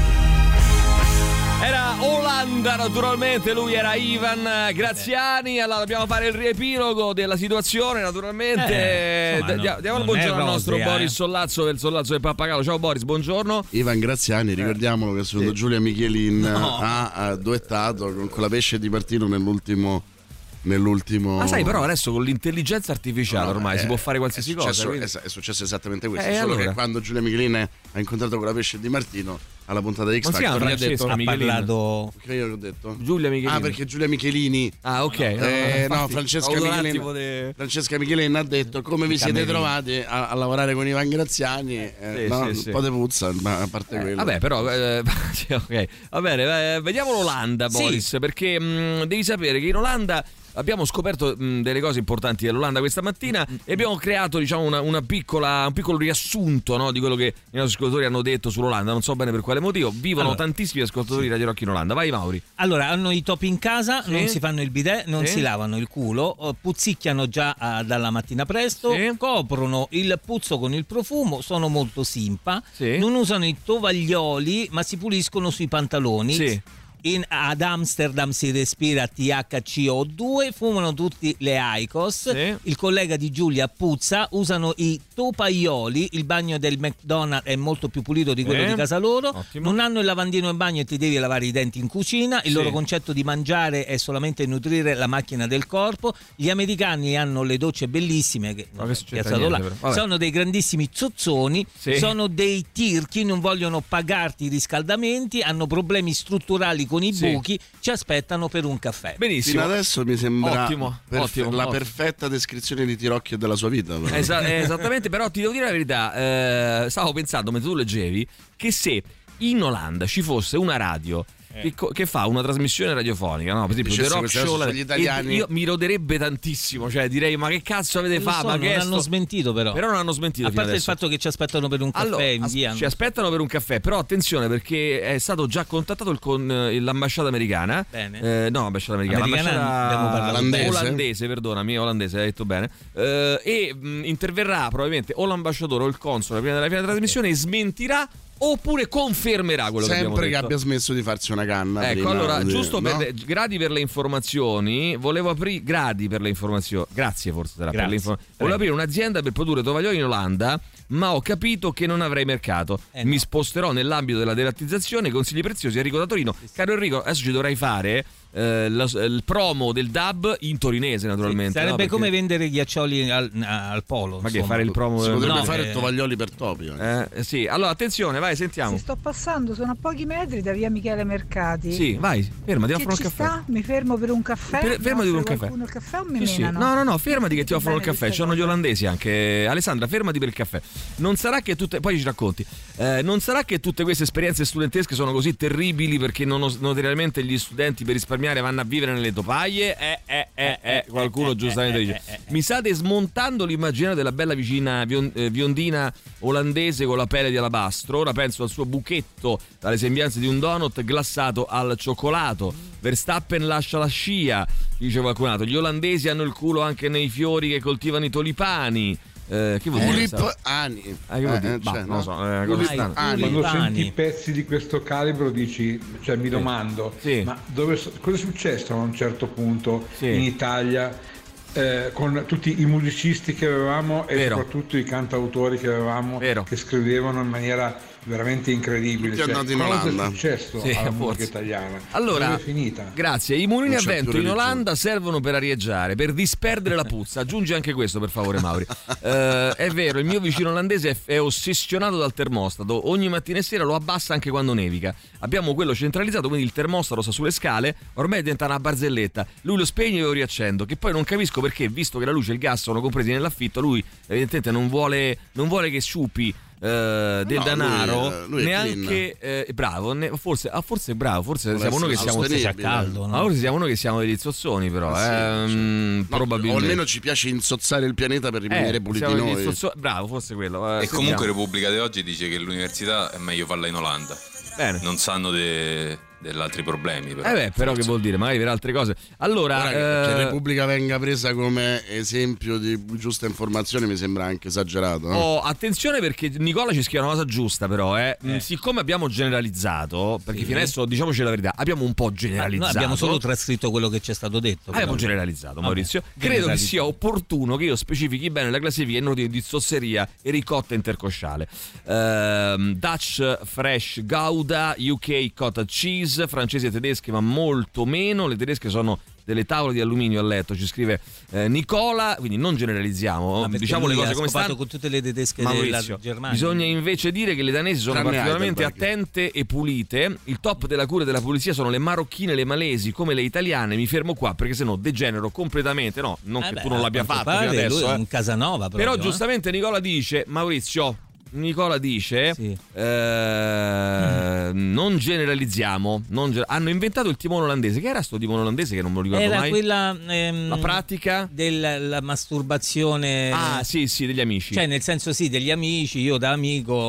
[SPEAKER 3] Era Olanda, naturalmente, lui era Ivan Graziani. Allora dobbiamo fare il riepilogo della situazione, naturalmente. Diamo il buongiorno al nostro Boris Sollazzo del Pappagallo. Ciao Boris, buongiorno.
[SPEAKER 14] Ivan Graziani, ricordiamolo che secondo Giulia Michelin ha duettato con la Pesce Di Martino nell'ultimo.
[SPEAKER 3] Sai, però adesso con l'intelligenza artificiale ormai si può fare qualsiasi cosa.
[SPEAKER 14] È successo esattamente questo. Solo che quando Giulia Michelin ha incontrato con la Pesce Di Martino alla puntata di X Factor
[SPEAKER 7] ha parlato.
[SPEAKER 14] Che io ho detto?
[SPEAKER 3] Giulia Michelin.
[SPEAKER 14] Perché Giulia Michelini.
[SPEAKER 3] Ok.
[SPEAKER 14] Francesca Michelin ha detto come vi siete trovati a lavorare con Ivan Graziani. Un po' de puzza, ma a parte quello.
[SPEAKER 3] Vabbè, però ok. Va bene, vediamo l'Olanda, Boris, perché devi sapere che in Olanda abbiamo scoperto delle cose importanti dell'Olanda questa mattina e abbiamo creato, diciamo, un piccolo riassunto, no, di quello che i nostri ascoltatori hanno detto sull'Olanda. Non so bene per quale motivo. Vivono tantissimi ascoltatori di Radio Rock in Olanda. Vai Mauri.
[SPEAKER 7] Allora, hanno i topi in casa, non si fanno il bidet, non si lavano il culo, puzzicchiano già dalla mattina presto, coprono il puzzo con il profumo, sono molto simpa, non usano i tovaglioli ma si puliscono sui pantaloni. ad Amsterdam si respira THCO2, fumano tutti le IQOS, il collega di Giulia puzza, usano i topaioli, il bagno del McDonald's è molto più pulito di quello di casa loro, non hanno il lavandino in bagno e ti devi lavare i denti in cucina, il loro concetto di mangiare è solamente nutrire la macchina del corpo, gli americani hanno le docce bellissime che sono dei grandissimi zozzoni, sono dei tirchi, non vogliono pagarti i riscaldamenti, hanno problemi strutturali con i buchi, ci aspettano per un caffè.
[SPEAKER 14] Benissimo. Fino adesso mi sembra la perfetta descrizione di Tirocchio e della sua vita.
[SPEAKER 3] Esattamente, però ti devo dire la verità, stavo pensando mentre tu leggevi che se in Olanda ci fosse una radio che fa una trasmissione radiofonica, no? Per esempio The Rock Show,
[SPEAKER 14] gli italiani...
[SPEAKER 3] io mi roderebbe tantissimo, cioè direi ma che cazzo avete fatto?
[SPEAKER 7] Non hanno smentito però non hanno smentito, a parte il fatto che ci aspettano per un caffè,
[SPEAKER 3] ci aspettano per un caffè, però attenzione perché è stato già contattato con l'ambasciata americana, l'ambasciata olandese, perdonami, olandese, hai detto bene, e interverrà probabilmente o l'ambasciatore o il console prima della fine della trasmissione e smentirà oppure confermerà quello
[SPEAKER 14] sempre
[SPEAKER 3] che abbiamo detto.
[SPEAKER 14] Che abbia smesso di farsi una canna.
[SPEAKER 3] Ecco, allora, giusto per gradi per le informazioni, volevo aprire gradi per le informazioni. Grazie forse sarà per le informazioni. Volevo aprire un'azienda per produrre tovaglioli in Olanda, ma ho capito che non avrei mercato. Mi sposterò nell'ambito della derattizzazione, consigli preziosi. Enrico da Torino. Caro Enrico, adesso ci dovrai fare il promo del DAB in torinese, naturalmente.
[SPEAKER 7] Sarebbe come vendere ghiaccioli al polo.
[SPEAKER 3] Ma che fare il promo?
[SPEAKER 14] Si potrebbe fare tovaglioli per topi.
[SPEAKER 3] Sì, allora attenzione, vai, sentiamo.
[SPEAKER 12] Se sto passando, sono a pochi metri da via Michele Mercati.
[SPEAKER 3] Sì, vai, fermati, offro un caffè.
[SPEAKER 12] Mi fermo per un caffè?
[SPEAKER 3] Fermati per un caffè.
[SPEAKER 12] Il caffè o mi menano?
[SPEAKER 3] No, fermati che ti offrono il caffè. Ci sono gli olandesi anche. Alessandra, fermati per il caffè. Non sarà che poi ci racconti. Non sarà che tutte queste esperienze studentesche sono così terribili perché notoriamente gli studenti per risparmiare vanno a vivere nelle topaie? Qualcuno giustamente dice. Mi state smontando l'immaginario della bella vicina biondina olandese con la pelle di alabastro. Ora penso al suo buchetto dalle sembianze di un donut glassato al cioccolato. Verstappen lascia la scia, dice qualcun altro. Gli olandesi hanno il culo anche nei fiori che coltivano i tulipani. Che vuol dire?
[SPEAKER 14] Tulipani.
[SPEAKER 3] Non so,
[SPEAKER 15] quando senti pezzi di questo calibro dici, cioè mi domando, ma cosa è successo a un certo punto in Italia con tutti i musicisti che avevamo e soprattutto i cantautori che avevamo che scrivevano in maniera veramente incredibile. Cosa è successo alla musica italiana?
[SPEAKER 3] Allora,
[SPEAKER 15] è finita?
[SPEAKER 3] Grazie. I mulini a vento in Olanda servono per arieggiare, per disperdere la puzza. Aggiungi anche questo, per favore, Mauri. È vero, il mio vicino olandese è ossessionato dal termostato. Ogni mattina e sera lo abbassa anche quando nevica. Abbiamo quello centralizzato, quindi il termostato sta sulle scale. Ormai diventa una barzelletta. Lui lo spegne e io lo riaccendo. Che poi non capisco perché, visto che la luce e il gas sono compresi nell'affitto, lui evidentemente non vuole che sciupi del denaro,
[SPEAKER 14] lui
[SPEAKER 3] neanche bravo, forse siamo noi che siamo
[SPEAKER 14] caldo,
[SPEAKER 3] no? Forse siamo noi che siamo degli zozzoni, però probabilmente,
[SPEAKER 14] o almeno ci piace insozzare il pianeta per rimanere puliti noi.
[SPEAKER 3] Bravo, forse quello.
[SPEAKER 16] E comunque Repubblica di oggi dice che l'università è meglio farla in Olanda.
[SPEAKER 3] Bene.
[SPEAKER 16] Non sanno degli altri problemi, però.
[SPEAKER 3] Però che vuol dire? Magari per altre cose. Allora,
[SPEAKER 14] che Repubblica venga presa come esempio di giusta informazione mi sembra anche esagerato.
[SPEAKER 3] Attenzione, perché Nicola ci scrive una cosa giusta, però siccome abbiamo generalizzato, perché fino adesso, diciamoci la verità, abbiamo un po' generalizzato.
[SPEAKER 7] Noi abbiamo solo trascritto quello che ci è stato detto.
[SPEAKER 3] Abbiamo generalizzato, Maurizio. Credo che sia opportuno che io specifichi bene la classifica in ordine di zozzeria e ricotta intercosciale. Dutch Fresh Gouda, UK Cottage Cheese, francesi e tedesche, ma molto meno. Le tedesche sono delle tavole di alluminio a letto, ci scrive Nicola, quindi non generalizziamo, diciamo le cose come stanno.
[SPEAKER 7] Con tutte le tedesche della Germania.
[SPEAKER 3] Bisogna invece dire che le danesi sono particolarmente attente e pulite. Il top della cura e della pulizia sono le marocchine e le malesi, come le italiane. Mi fermo qua perché sennò degenero completamente. No, non che tu non l'abbia fatto fino adesso,
[SPEAKER 7] lui è un Casanova proprio,
[SPEAKER 3] però giustamente Nicola dice, Maurizio, non generalizziamo. Hanno inventato il timone olandese. Che era sto timone olandese che non me lo ricordo mai?
[SPEAKER 7] Quella
[SPEAKER 3] la pratica
[SPEAKER 7] della masturbazione.
[SPEAKER 3] Sì, degli amici.
[SPEAKER 7] Cioè, nel senso, degli amici. Io da amico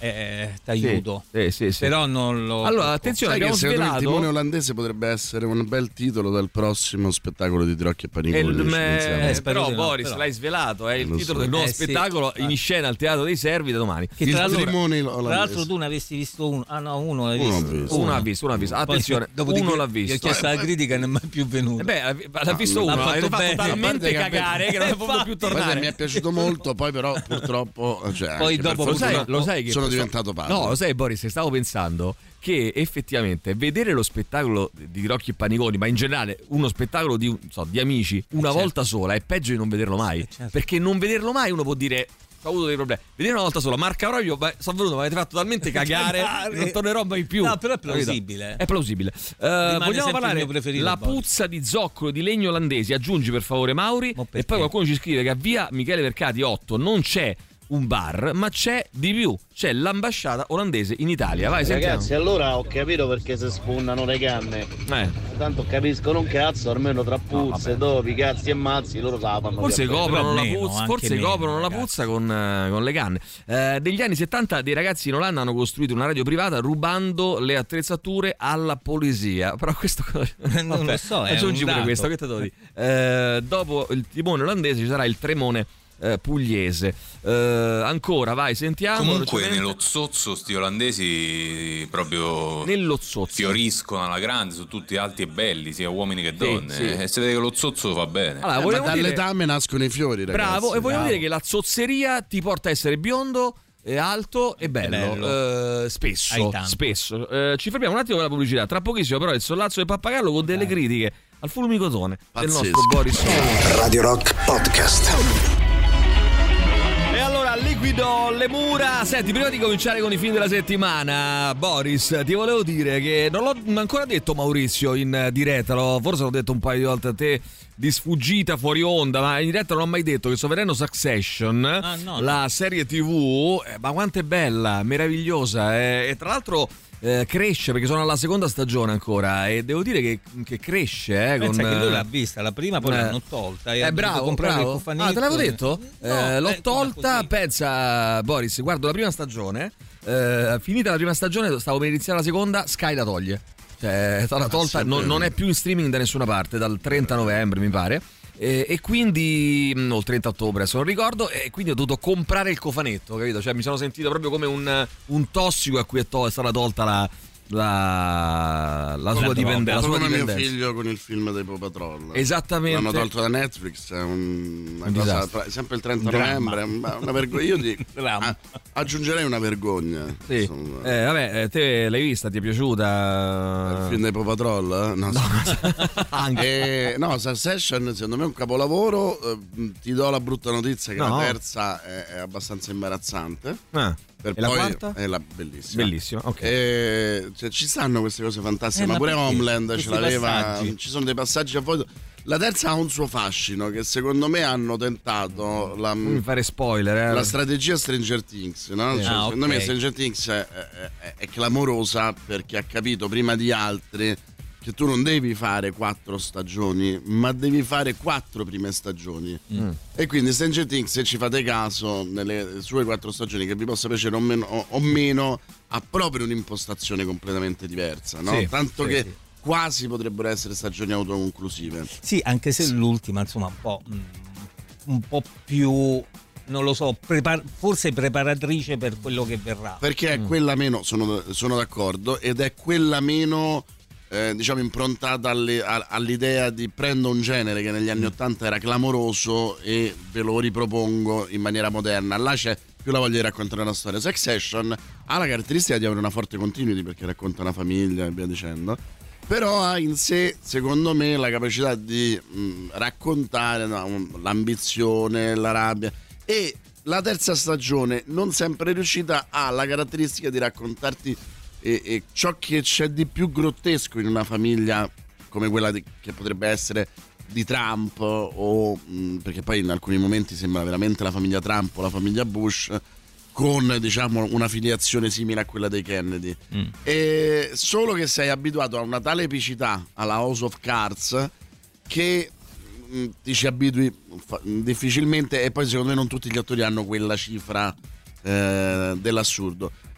[SPEAKER 7] t'aiuto.
[SPEAKER 3] Sì.
[SPEAKER 7] Però non lo.
[SPEAKER 3] Allora, attenzione, abbiamo svelato.
[SPEAKER 14] Il timone olandese potrebbe essere un bel titolo del prossimo spettacolo di Tirocchi e Panigoni.
[SPEAKER 3] Però Boris l'hai svelato, è il titolo del nuovo spettacolo in scena al Teatro dei Servi da domani.
[SPEAKER 7] Che tra l'altro tu ne avresti visto uno. Ah no, uno l'ha visto. Attenzione, uno l'ha visto. Gli ho chiesto la critica e non è mai più venuto.
[SPEAKER 3] L'ha visto uno, l'ha fatto talmente cagare che non ha voluto più tornare.
[SPEAKER 14] Mi è piaciuto molto, poi però purtroppo
[SPEAKER 7] poi dopo
[SPEAKER 3] lo sai che
[SPEAKER 14] sono diventato padre.
[SPEAKER 3] No, lo sai Boris, stavo pensando che effettivamente vedere lo spettacolo di Tirocchi e Panigoni, ma in generale uno spettacolo di amici una volta sola è peggio di non vederlo mai, perché non vederlo mai uno può dire ho avuto dei problemi. Vedere una volta sola Marco Aurelio, sono venuto, mi avete fatto talmente cagare, non tornerò mai più.
[SPEAKER 7] No, però è plausibile.
[SPEAKER 3] È plausibile. Vogliamo parlare la puzza di zoccolo di legno olandesi. Aggiungi per favore Mauri. E poi qualcuno ci scrive che a via Michele Mercati 8 non c'è un bar, ma c'è di più, c'è l'ambasciata olandese in Italia. Vai,
[SPEAKER 6] ragazzi, allora ho capito perché si sfondano le canne. Tanto capiscono un cazzo, almeno tra puzze, topi, cazzi e mazzi, loro sapano.
[SPEAKER 3] Forse coprono la puzza con le canne. Negli anni 70 dei ragazzi in Olanda hanno costruito una radio privata rubando le attrezzature alla polizia. Però questo
[SPEAKER 7] non lo so,
[SPEAKER 3] aggiungi pure questo, che te devo dire. Dopo il timone olandese ci sarà il tremone pugliese. Ancora vai, sentiamo.
[SPEAKER 16] Comunque nello zozzo sti olandesi proprio
[SPEAKER 3] nello zozzo
[SPEAKER 16] fioriscono alla grande, sono tutti alti e belli, sia uomini che donne. E si vede che lo zozzo fa bene.
[SPEAKER 14] Allora, ma dall'etame nascono i fiori, ragazzi.
[SPEAKER 3] Bravo, e vogliamo dire che la zozzeria ti porta a essere biondo, alto e bello. Spesso. Ci fermiamo un attimo con la pubblicità. Tra pochissimo però il sollazzo del pappagallo con delle critiche al fulmicotone del nostro Boris.
[SPEAKER 2] Radio Rock Podcast.
[SPEAKER 3] E allora liquido le mura. Senti, prima di cominciare con i film della settimana, Boris, ti volevo dire che non l'ho ancora detto Maurizio in diretta, forse l'ho detto un paio di volte a te di sfuggita fuori onda, ma in diretta non ho mai detto che sto vedendo Succession, la serie TV, ma quanto è bella, meravigliosa, e tra l'altro cresce, perché sono alla seconda stagione ancora e devo dire che cresce.
[SPEAKER 7] Pensa che lui l'ha vista la prima, poi l'hanno tolta.
[SPEAKER 3] Bravo. Te l'avevo detto? L'ho tolta, pensa Boris, guardo la prima stagione, finita la prima stagione, stavo per iniziare la seconda, Sky la toglie. Cioè, è stata tolta, non è più in streaming da nessuna parte dal 30 novembre mi pare. E quindi o il 30 ottobre se non ricordo, e quindi ho dovuto comprare il cofanetto, capito? Cioè mi sono sentito proprio come un tossico a cui è stata tolta la sua dipendenza.
[SPEAKER 14] Come mio figlio con il film dei Paw Patrol.
[SPEAKER 3] Esattamente.
[SPEAKER 14] L'hanno tolto da Netflix, è una cosa sempre il 30 novembre, una vergogna. Io aggiungerei una vergogna.
[SPEAKER 3] Sì. Vabbè, te l'hai vista, ti è piaciuta?
[SPEAKER 14] Il film dei Paw Patrol? No. Anche. Succession secondo me è un capolavoro. Ti do la brutta notizia che la terza è abbastanza imbarazzante.
[SPEAKER 3] E la quarta?
[SPEAKER 14] È bellissima.
[SPEAKER 3] Bellissima, ok.
[SPEAKER 14] Ci stanno queste cose fantastiche, ma pure Homeland ce l'aveva. Ci sono dei passaggi a voto. La terza ha un suo fascino, che secondo me hanno tentato
[SPEAKER 3] non fare spoiler,
[SPEAKER 14] la strategia Stranger Things, no? Secondo me Stranger Things è clamorosa, perché ha capito prima di altri che tu non devi fare 4 stagioni, ma devi fare 4 prime stagioni. E quindi Stranger Things, se ci fate caso, nelle sue 4 stagioni, che vi possa piacere o meno, ha proprio un'impostazione completamente diversa, no? Tanto che quasi potrebbero essere stagioni autoconclusive.
[SPEAKER 7] Sì, anche se l'ultima, insomma, un po' più, non lo so, forse preparatrice per quello che verrà.
[SPEAKER 14] Perché è quella meno, sono d'accordo, ed è quella meno diciamo improntata all'idea di prendo un genere che negli anni 80 era clamoroso e ve lo ripropongo in maniera moderna. Là c'è più la voglia di raccontare una storia. Succession ha la caratteristica di avere una forte continuity, perché racconta una famiglia e via dicendo, però ha in sé, secondo me, la capacità di raccontare l'ambizione, la rabbia. E la terza stagione, non sempre riuscita, ha la caratteristica di raccontarti e ciò che c'è di più grottesco in una famiglia come quella che potrebbe essere di Trump, perché poi in alcuni momenti sembra veramente la famiglia Trump o la famiglia Bush, con diciamo una filiazione simile a quella dei Kennedy. E solo che sei abituato a una tale epicità alla House of Cards che ti ci abitui difficilmente, e poi secondo me non tutti gli attori hanno quella cifra dell'assurdo.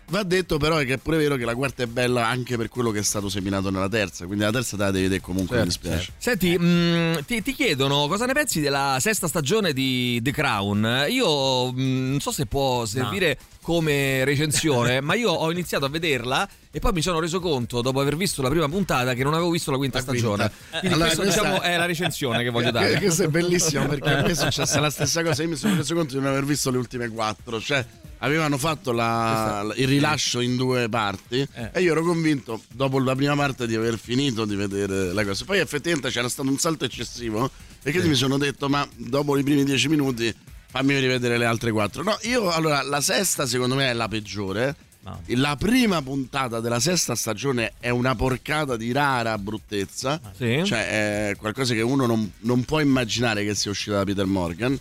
[SPEAKER 14] Va detto però che è pure vero che la quarta è bella anche per quello che è stato seminato nella terza, quindi la terza te la devi vedere comunque, mi dispiace.
[SPEAKER 3] Senti, ti chiedono cosa ne pensi della sesta stagione di The Crown. Io non so se può servire come recensione, ma io ho iniziato a vederla e poi mi sono reso conto, dopo aver visto la prima puntata, che non avevo visto la quinta stagione. Quindi allora, questa è la recensione che voglio dare.
[SPEAKER 14] Questo è bellissimo, perché a me è successa la stessa cosa. Io mi sono reso conto di non aver visto le ultime 4, cioè avevano fatto il rilascio in 2 parti e io ero convinto dopo la prima parte di aver finito di vedere la cosa. Poi effettivamente c'era stato un salto eccessivo e quindi mi sono detto, ma dopo i primi 10 minuti fammi rivedere le altre 4. No, allora la sesta secondo me è la peggiore. No. La prima puntata della sesta stagione è una porcata di rara bruttezza, cioè è qualcosa che uno non può immaginare che sia uscita da Peter Morgan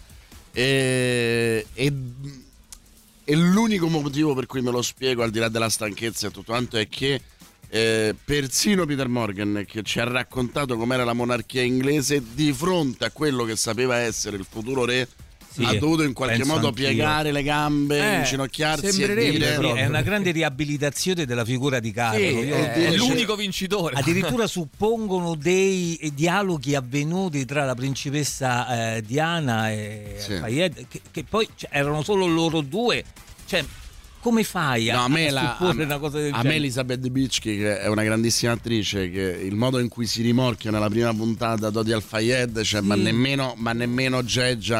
[SPEAKER 14] e l'unico motivo per cui me lo spiego, al di là della stanchezza e tutto quanto, è che persino Peter Morgan, che ci ha raccontato com'era la monarchia inglese, di fronte a quello che sapeva essere il futuro re, ha dovuto in qualche modo piegare le gambe, inginocchiarsi e dire
[SPEAKER 7] è una grande riabilitazione della figura di Carlo.
[SPEAKER 3] È l'unico vincitore.
[SPEAKER 7] Addirittura suppongono dei dialoghi avvenuti tra la principessa Diana e Fayed, che poi erano solo loro due, cioè come fai a supporre una cosa del genere?
[SPEAKER 14] A me Elizabeth Bicchi, che è una grandissima attrice, che il modo in cui si rimorchia nella prima puntata Dodi Al-Fayed, cioè, ma nemmeno Geggia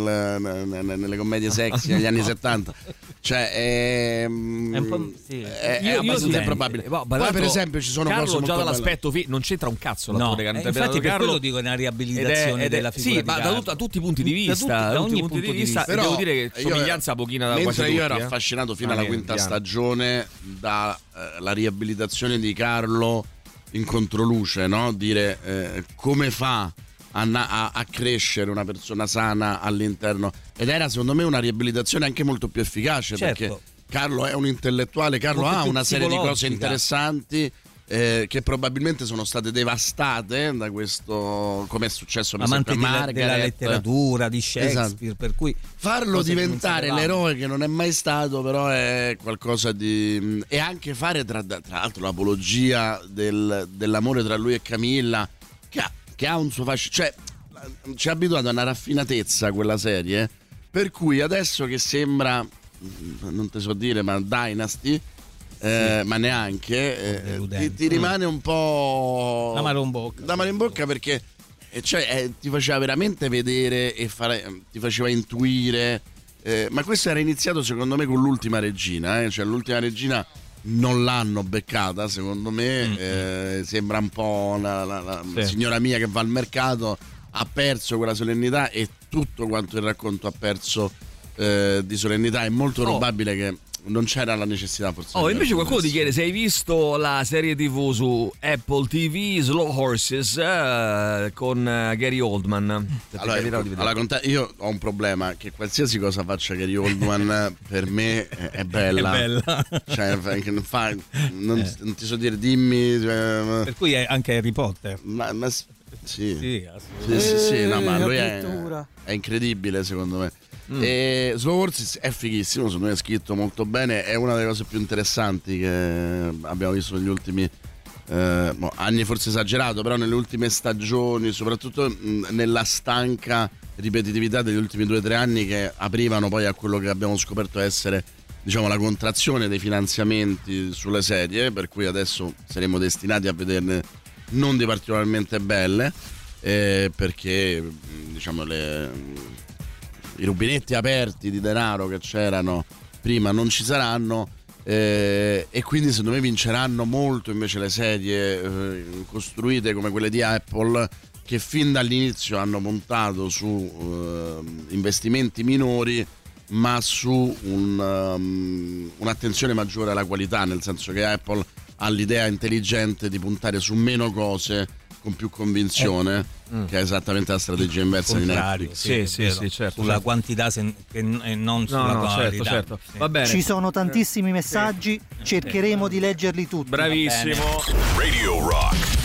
[SPEAKER 14] nelle commedie sexy negli anni 70, cioè è un po', è abbastanza improbabile. Poi per esempio ci sono
[SPEAKER 3] Carlo
[SPEAKER 14] cose
[SPEAKER 3] già dall'aspetto non c'entra un cazzo l'attore che
[SPEAKER 7] infatti per quello dico è una riabilitazione della figura di Carlo.
[SPEAKER 3] Ma da tutti i punti di vista, da ogni punto di vista,
[SPEAKER 14] però
[SPEAKER 3] devo dire che somiglianza pochina da quasi tutti.
[SPEAKER 14] Mentre io ero affascinato fino alla quinta stagione dalla riabilitazione di Carlo in controluce, no? Dire come fa a crescere una persona sana all'interno, ed era secondo me una riabilitazione anche molto più efficace, perché Carlo è un intellettuale, Carlo ha una serie di cose interessanti che probabilmente sono state devastate da questo, come è successo per esempio a Margaret,
[SPEAKER 7] della letteratura di Shakespeare, esatto. Per cui
[SPEAKER 14] farlo diventare l'eroe che non è mai stato, però è qualcosa di, e anche fare tra l'altro l'apologia dell'amore tra lui e Camilla, che ha un suo fascino, cioè ci ha abituato a una raffinatezza quella serie, per cui adesso che sembra, non te so dire, ma Dynasty, ma neanche ti rimane un po'
[SPEAKER 7] l'amaro
[SPEAKER 14] in bocca, perché ti faceva veramente vedere e ti faceva intuire, ma questo era iniziato secondo me con l'ultima regina, cioè l'ultima regina non l'hanno beccata secondo me, sembra un po' la signora mia che va al mercato, ha perso quella solennità e tutto quanto il racconto ha perso di solennità. È molto probabile che non c'era la necessità forse.
[SPEAKER 3] Invece qualcuno ti chiede se hai visto la serie TV su Apple TV Slow Horses con Gary Oldman.
[SPEAKER 14] Allora, io ho un problema, che qualsiasi cosa faccia Gary Oldman per me è bella. È bella. Cioè, non ti so dire, dimmi.
[SPEAKER 7] Per cui è anche Harry Potter.
[SPEAKER 14] Sì, no, ma lui è incredibile secondo me. E Slow Horses è fighissimo, secondo me è scritto molto bene, è una delle cose più interessanti che abbiamo visto negli ultimi anni, forse esagerato, però nelle ultime stagioni, soprattutto nella stanca ripetitività degli ultimi 2 o 3 anni, che aprivano poi a quello che abbiamo scoperto essere, diciamo, la contrazione dei finanziamenti sulle serie, per cui adesso saremo destinati a vederne non di particolarmente belle, perché diciamo i rubinetti aperti di denaro che c'erano prima non ci saranno, e quindi secondo me vinceranno molto invece le serie costruite come quelle di Apple, che fin dall'inizio hanno puntato su investimenti minori ma su un'attenzione maggiore alla qualità, nel senso che Apple ha l'idea intelligente di puntare su meno cose con più convinzione, che è esattamente la strategia inversa di Netflix.
[SPEAKER 3] Sì, certo.
[SPEAKER 7] Sulla quantità e non sulla qualità.
[SPEAKER 3] Certo. Va bene.
[SPEAKER 17] Ci sono tantissimi messaggi, cercheremo di leggerli tutti.
[SPEAKER 3] Bravissimo.
[SPEAKER 2] Radio Rock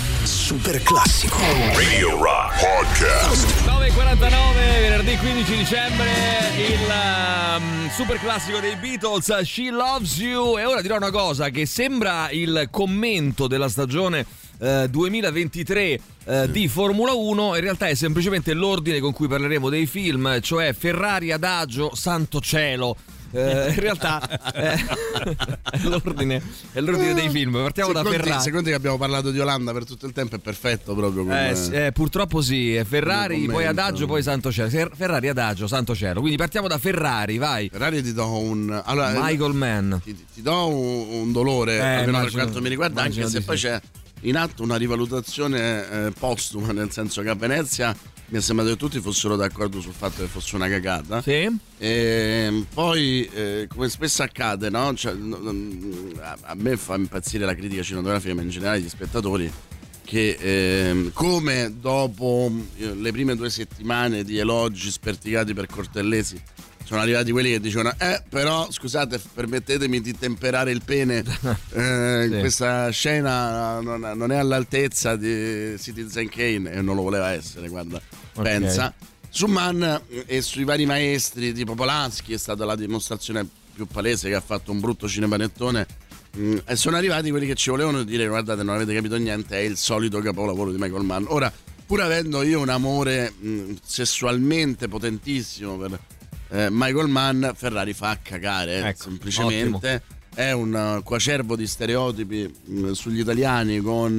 [SPEAKER 2] super classico.
[SPEAKER 17] Radio Rock Podcast.
[SPEAKER 3] 9:49, venerdì 15 dicembre, il super classico dei Beatles, She Loves You. E ora dirò una cosa che sembra il commento della stagione 2023 di Formula 1, in realtà è semplicemente l'ordine con cui parleremo dei film, cioè Ferrari, Adagio, Santo Cielo. In realtà è l'ordine dei film. Partiamo da Ferrari.
[SPEAKER 14] Secondo che abbiamo parlato di Olanda per tutto il tempo, è perfetto proprio
[SPEAKER 3] purtroppo sì, Ferrari, poi Adagio, poi Santo Cielo. Ferrari, Adagio, Santo Cielo. Quindi partiamo da Ferrari, vai.
[SPEAKER 14] Ferrari ti do un
[SPEAKER 3] Michael Mann.
[SPEAKER 14] Ti do un dolore, almeno per quanto mi riguarda, anche se poi c'è in atto una rivalutazione postuma, nel senso che a Venezia mi è sembrato che tutti fossero d'accordo sul fatto che fosse una cagata.
[SPEAKER 3] Sì.
[SPEAKER 14] E poi, come spesso accade, no? Cioè, a me fa impazzire la critica cinematografica, ma in generale gli spettatori, che come dopo le prime 2 settimane di elogi sperticati per Cortellesi sono arrivati quelli che dicevano però scusate, permettetemi di temperare il pene, sì. Questa scena non è all'altezza di Citizen Kane, e non lo voleva essere, guarda, okay. Pensa su Mann e sui vari maestri tipo Polanski, è stata la dimostrazione più palese che ha fatto un brutto cinepanettone, e sono arrivati quelli che ci volevano dire guardate, non avete capito niente, è il solito capolavoro di Michael Mann. Ora, pur avendo io un amore sessualmente potentissimo per Michael Mann, Ferrari fa cagare, ecco, semplicemente ottimo. È un coacervo di stereotipi sugli italiani con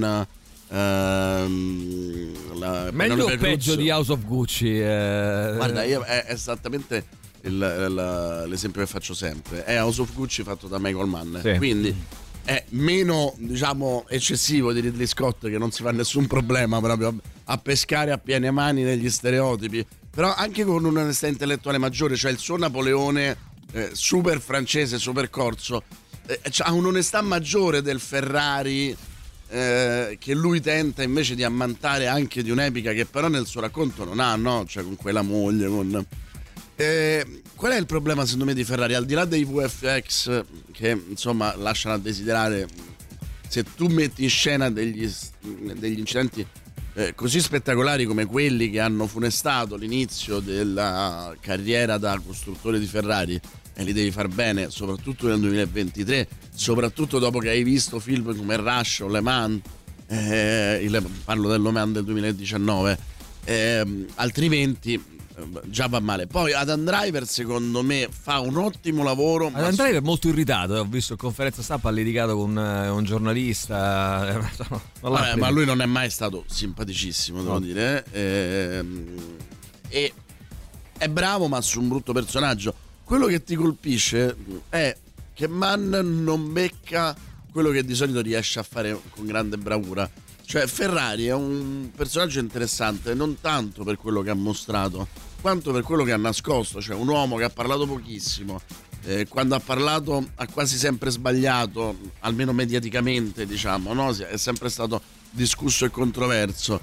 [SPEAKER 3] meglio o peggio di House of Gucci?
[SPEAKER 14] Guarda, io è esattamente l'esempio che faccio sempre, è House of Gucci fatto da Michael Mann, sì. Quindi è meno, diciamo, eccessivo di Ridley Scott, che non si fa nessun problema proprio a pescare a piene mani negli stereotipi, però anche con un'onestà intellettuale maggiore, cioè il suo Napoleone super francese, super corso, ha un'onestà maggiore del Ferrari che lui tenta invece di ammantare anche di un'epica che però nel suo racconto non ha, no? Cioè con quella moglie, con... qual è il problema secondo me di Ferrari? Al di là dei VFX che insomma lasciano a desiderare, se tu metti in scena degli incidenti così spettacolari come quelli che hanno funestato l'inizio della carriera da costruttore di Ferrari, e li devi far bene soprattutto nel 2023, soprattutto dopo che hai visto film come Rush o Le Mans, parlo del Le Mans del 2019, altrimenti già va male. Poi Adam Driver secondo me fa un ottimo lavoro.
[SPEAKER 3] Adam Driver è molto irritato, ho visto in conferenza stampa, ha litigato con un giornalista.
[SPEAKER 14] Vabbè, ma lui non è mai stato simpaticissimo, devo dire, e è bravo ma su un brutto personaggio. Quello che ti colpisce è che Mann non becca quello che di solito riesce a fare con grande bravura. Cioè Ferrari è un personaggio interessante non tanto per quello che ha mostrato, quanto per quello che ha nascosto, cioè un uomo che ha parlato pochissimo, quando ha parlato ha quasi sempre sbagliato, almeno mediaticamente, diciamo, no? È sempre stato discusso e controverso,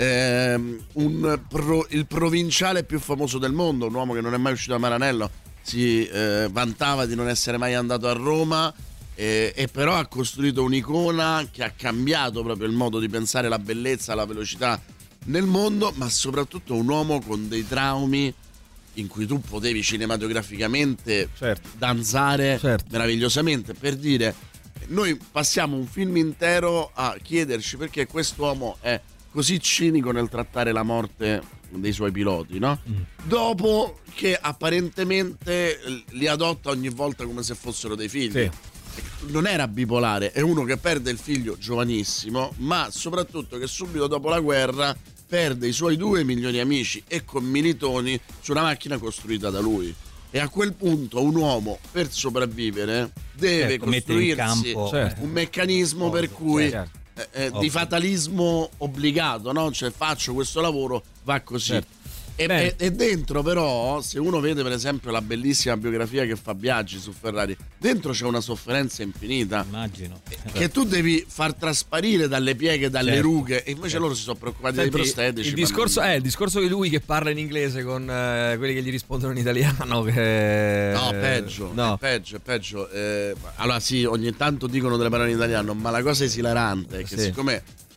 [SPEAKER 14] il provinciale più famoso del mondo, un uomo che non è mai uscito da Maranello, si vantava di non essere mai andato a Roma, e però ha costruito un'icona che ha cambiato proprio il modo di pensare la bellezza, la velocità nel mondo, ma soprattutto un uomo con dei traumi in cui tu potevi cinematograficamente danzare meravigliosamente. Per dire, noi passiamo un film intero a chiederci perché quest'uomo è così cinico nel trattare la morte dei suoi piloti, no? Dopo che apparentemente li adotta ogni volta come se fossero dei figli. Sì. Non era bipolare, è uno che perde il figlio giovanissimo, ma soprattutto che subito dopo la guerra perde i suoi 2 migliori amici e commilitoni su una macchina costruita da lui. E a quel punto un uomo, per sopravvivere, deve costruirsi un meccanismo per cui di fatalismo obbligato, no? Cioè faccio questo lavoro, va così. E dentro però, se uno vede per esempio la bellissima biografia che fa Biaggi su Ferrari, dentro c'è una sofferenza infinita,
[SPEAKER 7] immagino,
[SPEAKER 14] che tu devi far trasparire dalle pieghe, dalle rughe, e invece loro si sono preoccupati dei prostetici.
[SPEAKER 3] Il discorso di lui che parla in inglese con quelli che gli rispondono in italiano, che...
[SPEAKER 14] No, peggio, no. È peggio. Allora sì, ogni tanto dicono delle parole in italiano, ma la cosa esilarante è che siccome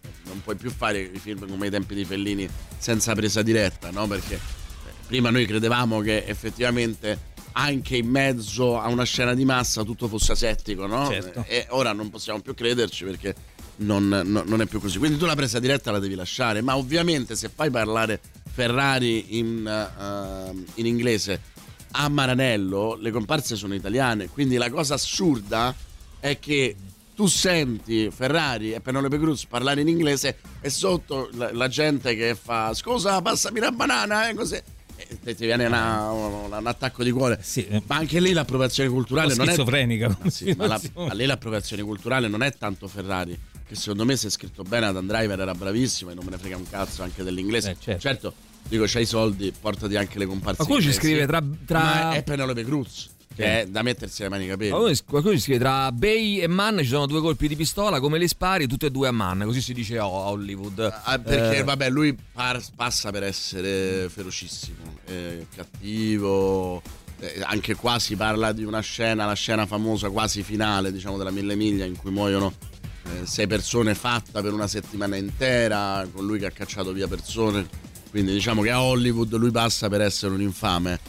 [SPEAKER 14] puoi più fare i film come ai tempi di Fellini senza presa diretta, no? Perché prima noi credevamo che effettivamente anche in mezzo a una scena di massa tutto fosse asettico, no?
[SPEAKER 7] Certo.
[SPEAKER 14] E ora non possiamo più crederci perché non è più così. Quindi tu la presa diretta la devi lasciare, ma ovviamente se fai parlare Ferrari in inglese a Maranello, le comparse sono italiane, quindi la cosa assurda è che tu senti Ferrari e Penelope Cruz parlare in inglese e sotto la gente che fa scusa passami la banana così ti viene un attacco di cuore.
[SPEAKER 7] Sì.
[SPEAKER 14] Ma anche lì l'appropriazione culturale non è
[SPEAKER 7] schizofrenica.
[SPEAKER 14] Sì, ma lì l'appropriazione culturale non è tanto Ferrari, che secondo me, se è scritto bene, Adam Driver era bravissimo e non me ne frega un cazzo anche dell'inglese. Certo, dico, c'hai i soldi, portati anche le comparse.
[SPEAKER 3] Qualcuno ci scrive tra...
[SPEAKER 14] Ma è Penelope Cruz, che è da mettersi le mani nei capelli.
[SPEAKER 3] Qualcuno ci scrive tra Bay e Mann ci sono 2 colpi di pistola, come le spari, tutte e 2 a Mann, così si dice a Hollywood.
[SPEAKER 14] Perché vabbè, lui passa per essere ferocissimo, cattivo. Anche qua si parla di una scena, la scena famosa quasi finale, diciamo, della 1000 miglia, in cui muoiono 6 persone, fatta per una settimana intera, con lui che ha cacciato via persone. Quindi diciamo che a Hollywood lui passa per essere un infame.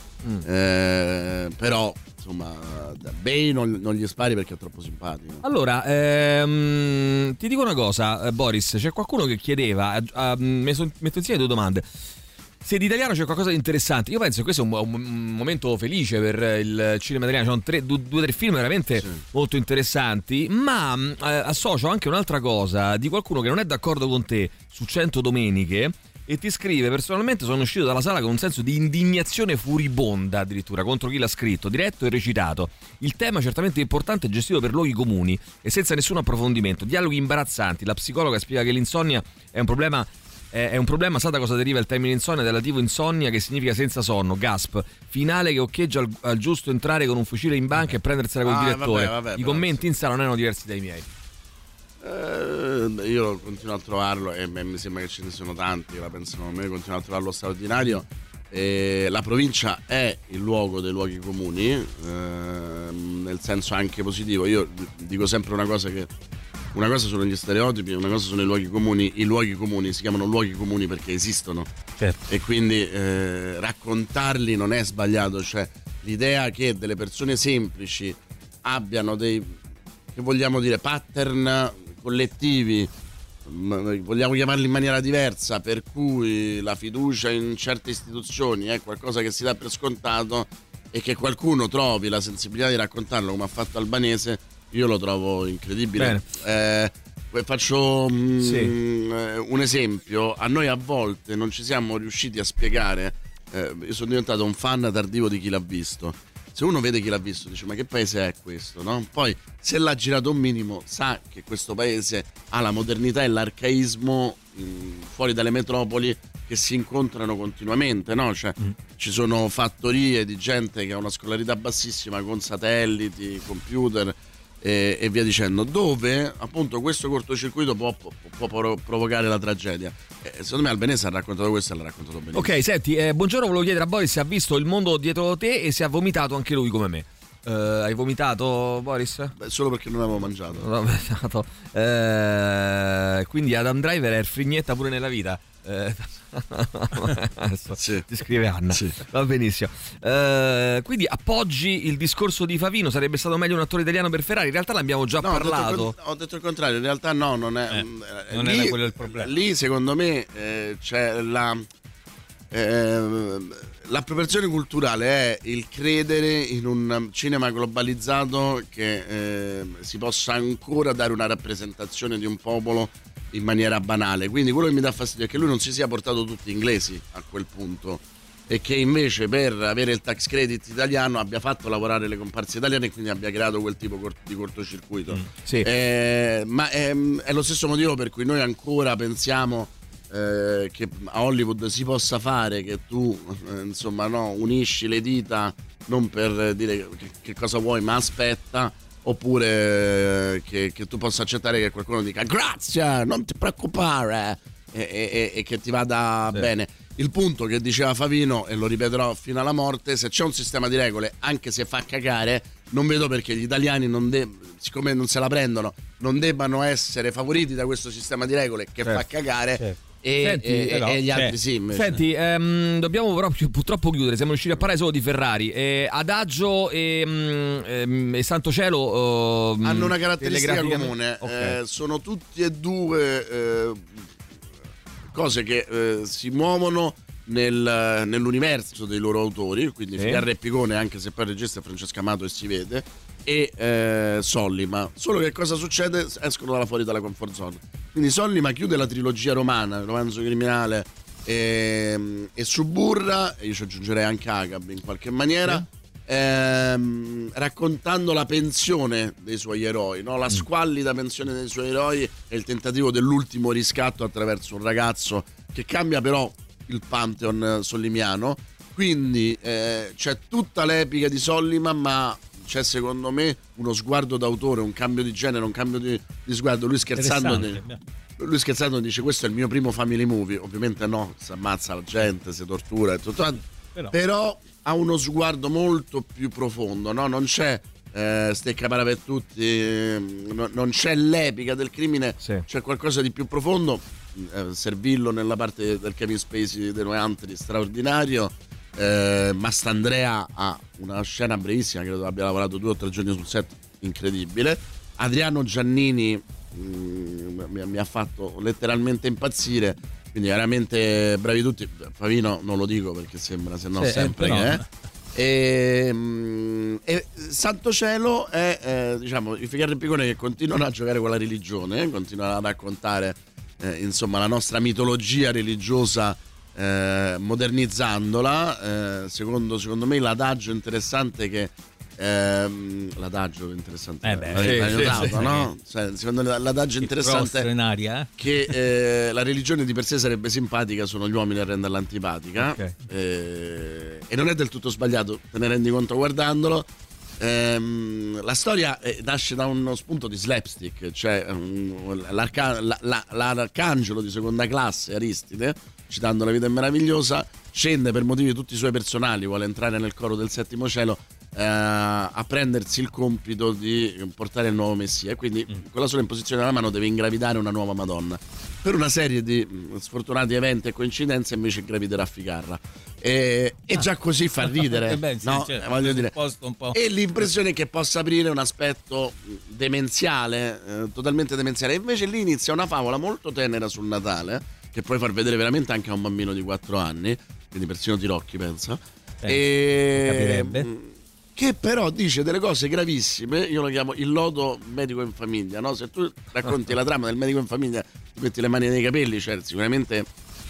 [SPEAKER 14] Però insomma, Bay non gli spari perché è troppo simpatico.
[SPEAKER 3] Allora, ti dico una cosa, Boris, c'è qualcuno che chiedeva, metto insieme 2 domande. Se di italiano c'è qualcosa di interessante, io penso che questo è un momento felice per il cinema italiano. Ci sono 2 o 3 film veramente molto interessanti, ma associo anche un'altra cosa di qualcuno che non è d'accordo con te su 100 domeniche e ti scrive: personalmente sono uscito dalla sala con un senso di indignazione furibonda addirittura contro chi l'ha scritto, diretto e recitato. Il tema certamente importante è gestito per luoghi comuni e senza nessun approfondimento, dialoghi imbarazzanti, la psicologa spiega che l'insonnia è un problema. Sa da cosa deriva il termine insonnia? Dal relativo insonnia, che significa senza sonno, gasp, finale che occheggia al giusto entrare con un fucile in banca e prendersela col direttore.
[SPEAKER 14] Vabbè,
[SPEAKER 3] i commenti in sala non erano diversi dai miei.
[SPEAKER 14] Io continuo a trovarlo e mi sembra che ce ne siano tanti che la pensano come me, continuo a trovarlo straordinario. La provincia è il luogo dei luoghi comuni, nel senso anche positivo. Io dico sempre una cosa sono gli stereotipi, una cosa sono i luoghi comuni. I luoghi comuni si chiamano luoghi comuni perché esistono, certo. E quindi raccontarli non è sbagliato. Cioè l'idea che delle persone semplici abbiano dei, che vogliamo dire, pattern collettivi, vogliamo chiamarli in maniera diversa, per cui la fiducia in certe istituzioni è qualcosa che si dà per scontato, e che qualcuno trovi la sensibilità di raccontarlo come ha fatto Albanese, io lo trovo incredibile. Faccio un esempio. A noi a volte non ci siamo riusciti a spiegare, io sono diventato un fan tardivo di Chi l'ha visto. Se uno vede Chi l'ha visto dice: ma che paese è questo, no? Poi se l'ha girato un minimo sa che questo paese ha la modernità e l'arcaismo fuori dalle metropoli che si incontrano continuamente, no? Cioè ci sono fattorie di gente che ha una scolarità bassissima con satelliti, computer e via dicendo, dove appunto questo cortocircuito può provocare la tragedia. Secondo me Albanese ha raccontato questo e l'ha raccontato benissimo.
[SPEAKER 3] Ok, senti, buongiorno, volevo chiedere a Boris se ha visto Il mondo dietro te e se ha vomitato anche lui come me. Hai vomitato, Boris?
[SPEAKER 14] Beh, solo perché non avevo mangiato.
[SPEAKER 3] Quindi Adam Driver è frignetta pure nella vita. Sì. Ti scrive Anna, sì. Va benissimo. Quindi appoggi il discorso di Favino, sarebbe stato meglio un attore italiano per Ferrari? In realtà l'abbiamo già parlato.
[SPEAKER 14] Ho detto il contrario, in realtà no, non è
[SPEAKER 7] non
[SPEAKER 14] lì,
[SPEAKER 7] era quello il problema.
[SPEAKER 14] Lì secondo me c'è l'appropriazione culturale è il credere in un cinema globalizzato che si possa ancora dare una rappresentazione di un popolo in maniera banale. Quindi quello che mi dà fastidio è che lui non si sia portato tutti inglesi a quel punto, e che invece per avere il tax credit italiano abbia fatto lavorare le comparse italiane e quindi abbia creato quel tipo di cortocircuito.
[SPEAKER 3] Sì.
[SPEAKER 14] Ma è lo stesso motivo per cui noi ancora pensiamo che a Hollywood si possa fare che tu insomma unisci le dita non per dire che cosa vuoi, ma aspetta, oppure che tu possa accettare che qualcuno dica grazie, non ti preoccupare, e che ti vada bene. Il punto che diceva Favino, e lo ripeterò fino alla morte: se c'è un sistema di regole, anche se fa cagare, non vedo perché gli italiani siccome non se la prendono, non debbano essere favoriti da questo sistema di regole che fa cagare. E gli altri sì.
[SPEAKER 3] Senti, dobbiamo però purtroppo chiudere. Siamo riusciti a parlare solo di Ferrari. Adagio e Santocelo
[SPEAKER 14] hanno una caratteristica comune. Okay. Sono tutti e due cose che si muovono nell'universo dei loro autori, quindi Ficarra e Picone, anche se poi il regista è Francesca Amato e si vede, e Sollima. Solo che cosa succede? Escono fuori dalla comfort zone. Quindi Sollima chiude la trilogia romana, il romanzo criminale e Suburra, e io ci aggiungerei anche Agab in qualche maniera, raccontando la pensione dei suoi eroi, no? La squallida pensione dei suoi eroi e il tentativo dell'ultimo riscatto attraverso un ragazzo che cambia però il pantheon sollimiano. Quindi c'è tutta l'epica di Sollima, ma c'è secondo me uno sguardo d'autore, un cambio di genere, un cambio di sguardo. Lui scherzando dice: questo è il mio primo family movie. Ovviamente no, si ammazza la gente, si tortura e tutto, però ha uno sguardo molto più profondo, no? Non c'è stecca para per tutti, non c'è l'epica del crimine, c'è qualcosa di più profondo. Servillo nella parte del Kevin Spacey dei Noantri straordinario. Mastandrea ha una scena brevissima, credo abbia lavorato 2 o 3 giorni sul set, incredibile. Adriano Giannini mi ha fatto letteralmente impazzire, quindi veramente bravi tutti. Favino non lo dico perché sembra, se no sempre no. E Santocelo è diciamo i Ficarra e Picone che continuano a giocare con la religione, continuano a raccontare insomma la nostra mitologia religiosa, modernizzandola. Secondo me l'adagio interessante che l'adagio interessante no? Secondo me l'adagio interessante
[SPEAKER 7] in aria,
[SPEAKER 14] che la religione di per sé sarebbe simpatica, sono gli uomini a renderla antipatica, e non è del tutto sbagliato, te ne rendi conto guardandolo. La storia nasce da uno spunto di slapstick, cioè l'arcangelo di seconda classe Aristide, citando La vita è meravigliosa, scende per motivi tutti i suoi personali, vuole entrare nel coro del settimo cielo, a prendersi il compito di portare il nuovo messia, e quindi con la sola imposizione della mano deve ingravidare una nuova Madonna. Per una serie di sfortunati eventi e coincidenze invece graviderà Ficarra, e già così fa ridere, no? Voglio dire. Un po'. E l'impressione è che possa aprire un aspetto demenziale, totalmente demenziale. E invece lì inizia una favola molto tenera sul Natale, che puoi far vedere veramente anche a un bambino di 4 anni, quindi persino Tirocchi pensa, capirebbe, che però dice delle cose gravissime. Io lo chiamo il lodo medico in famiglia, no? Se tu racconti la trama del medico in famiglia, ti metti le mani nei capelli, cioè sicuramente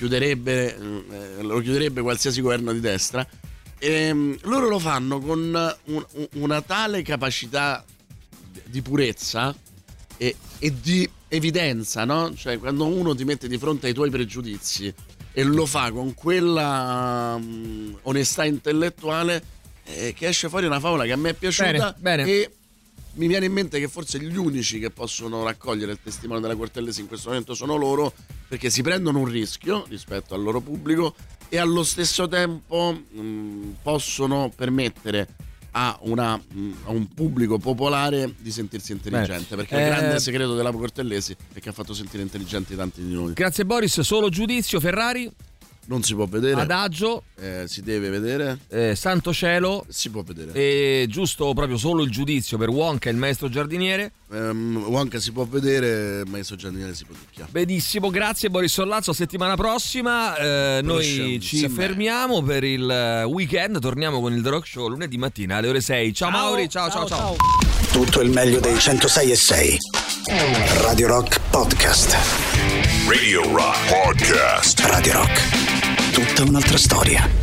[SPEAKER 14] lo chiuderebbe qualsiasi governo di destra. Loro lo fanno con una tale capacità di purezza e di evidenza, no? Cioè quando uno ti mette di fronte ai tuoi pregiudizi e lo fa con quella onestà intellettuale, che esce fuori una favola che a me è piaciuta. Bene. E mi viene in mente che forse gli unici che possono raccogliere il testimone della Cortellesi in questo momento sono loro, perché si prendono un rischio rispetto al loro pubblico e allo stesso tempo possono permettere a un pubblico popolare di sentirsi intelligente, perché il grande segreto della Cortellesi è che ha fatto sentire intelligenti tanti di noi.
[SPEAKER 3] Grazie Boris. Solo giudizio. Ferrari
[SPEAKER 14] non si può vedere.
[SPEAKER 3] Adagio
[SPEAKER 14] si deve vedere.
[SPEAKER 3] Santocelo
[SPEAKER 14] si può vedere.
[SPEAKER 3] E giusto proprio solo il giudizio per Wonka e il maestro giardiniere.
[SPEAKER 14] Wonka si può vedere, il maestro giardiniere si può picchiare.
[SPEAKER 3] Benissimo, grazie Boris Sollazzo. Settimana prossima noi ci fermiamo per il weekend. Torniamo con il The Rock Show lunedì mattina alle ore 6. Ciao Mauri, ciao.
[SPEAKER 2] Tutto il meglio dei 106.6 Radio Rock Podcast.
[SPEAKER 17] Radio Rock Podcast.
[SPEAKER 2] Radio Rock, tutta un'altra storia.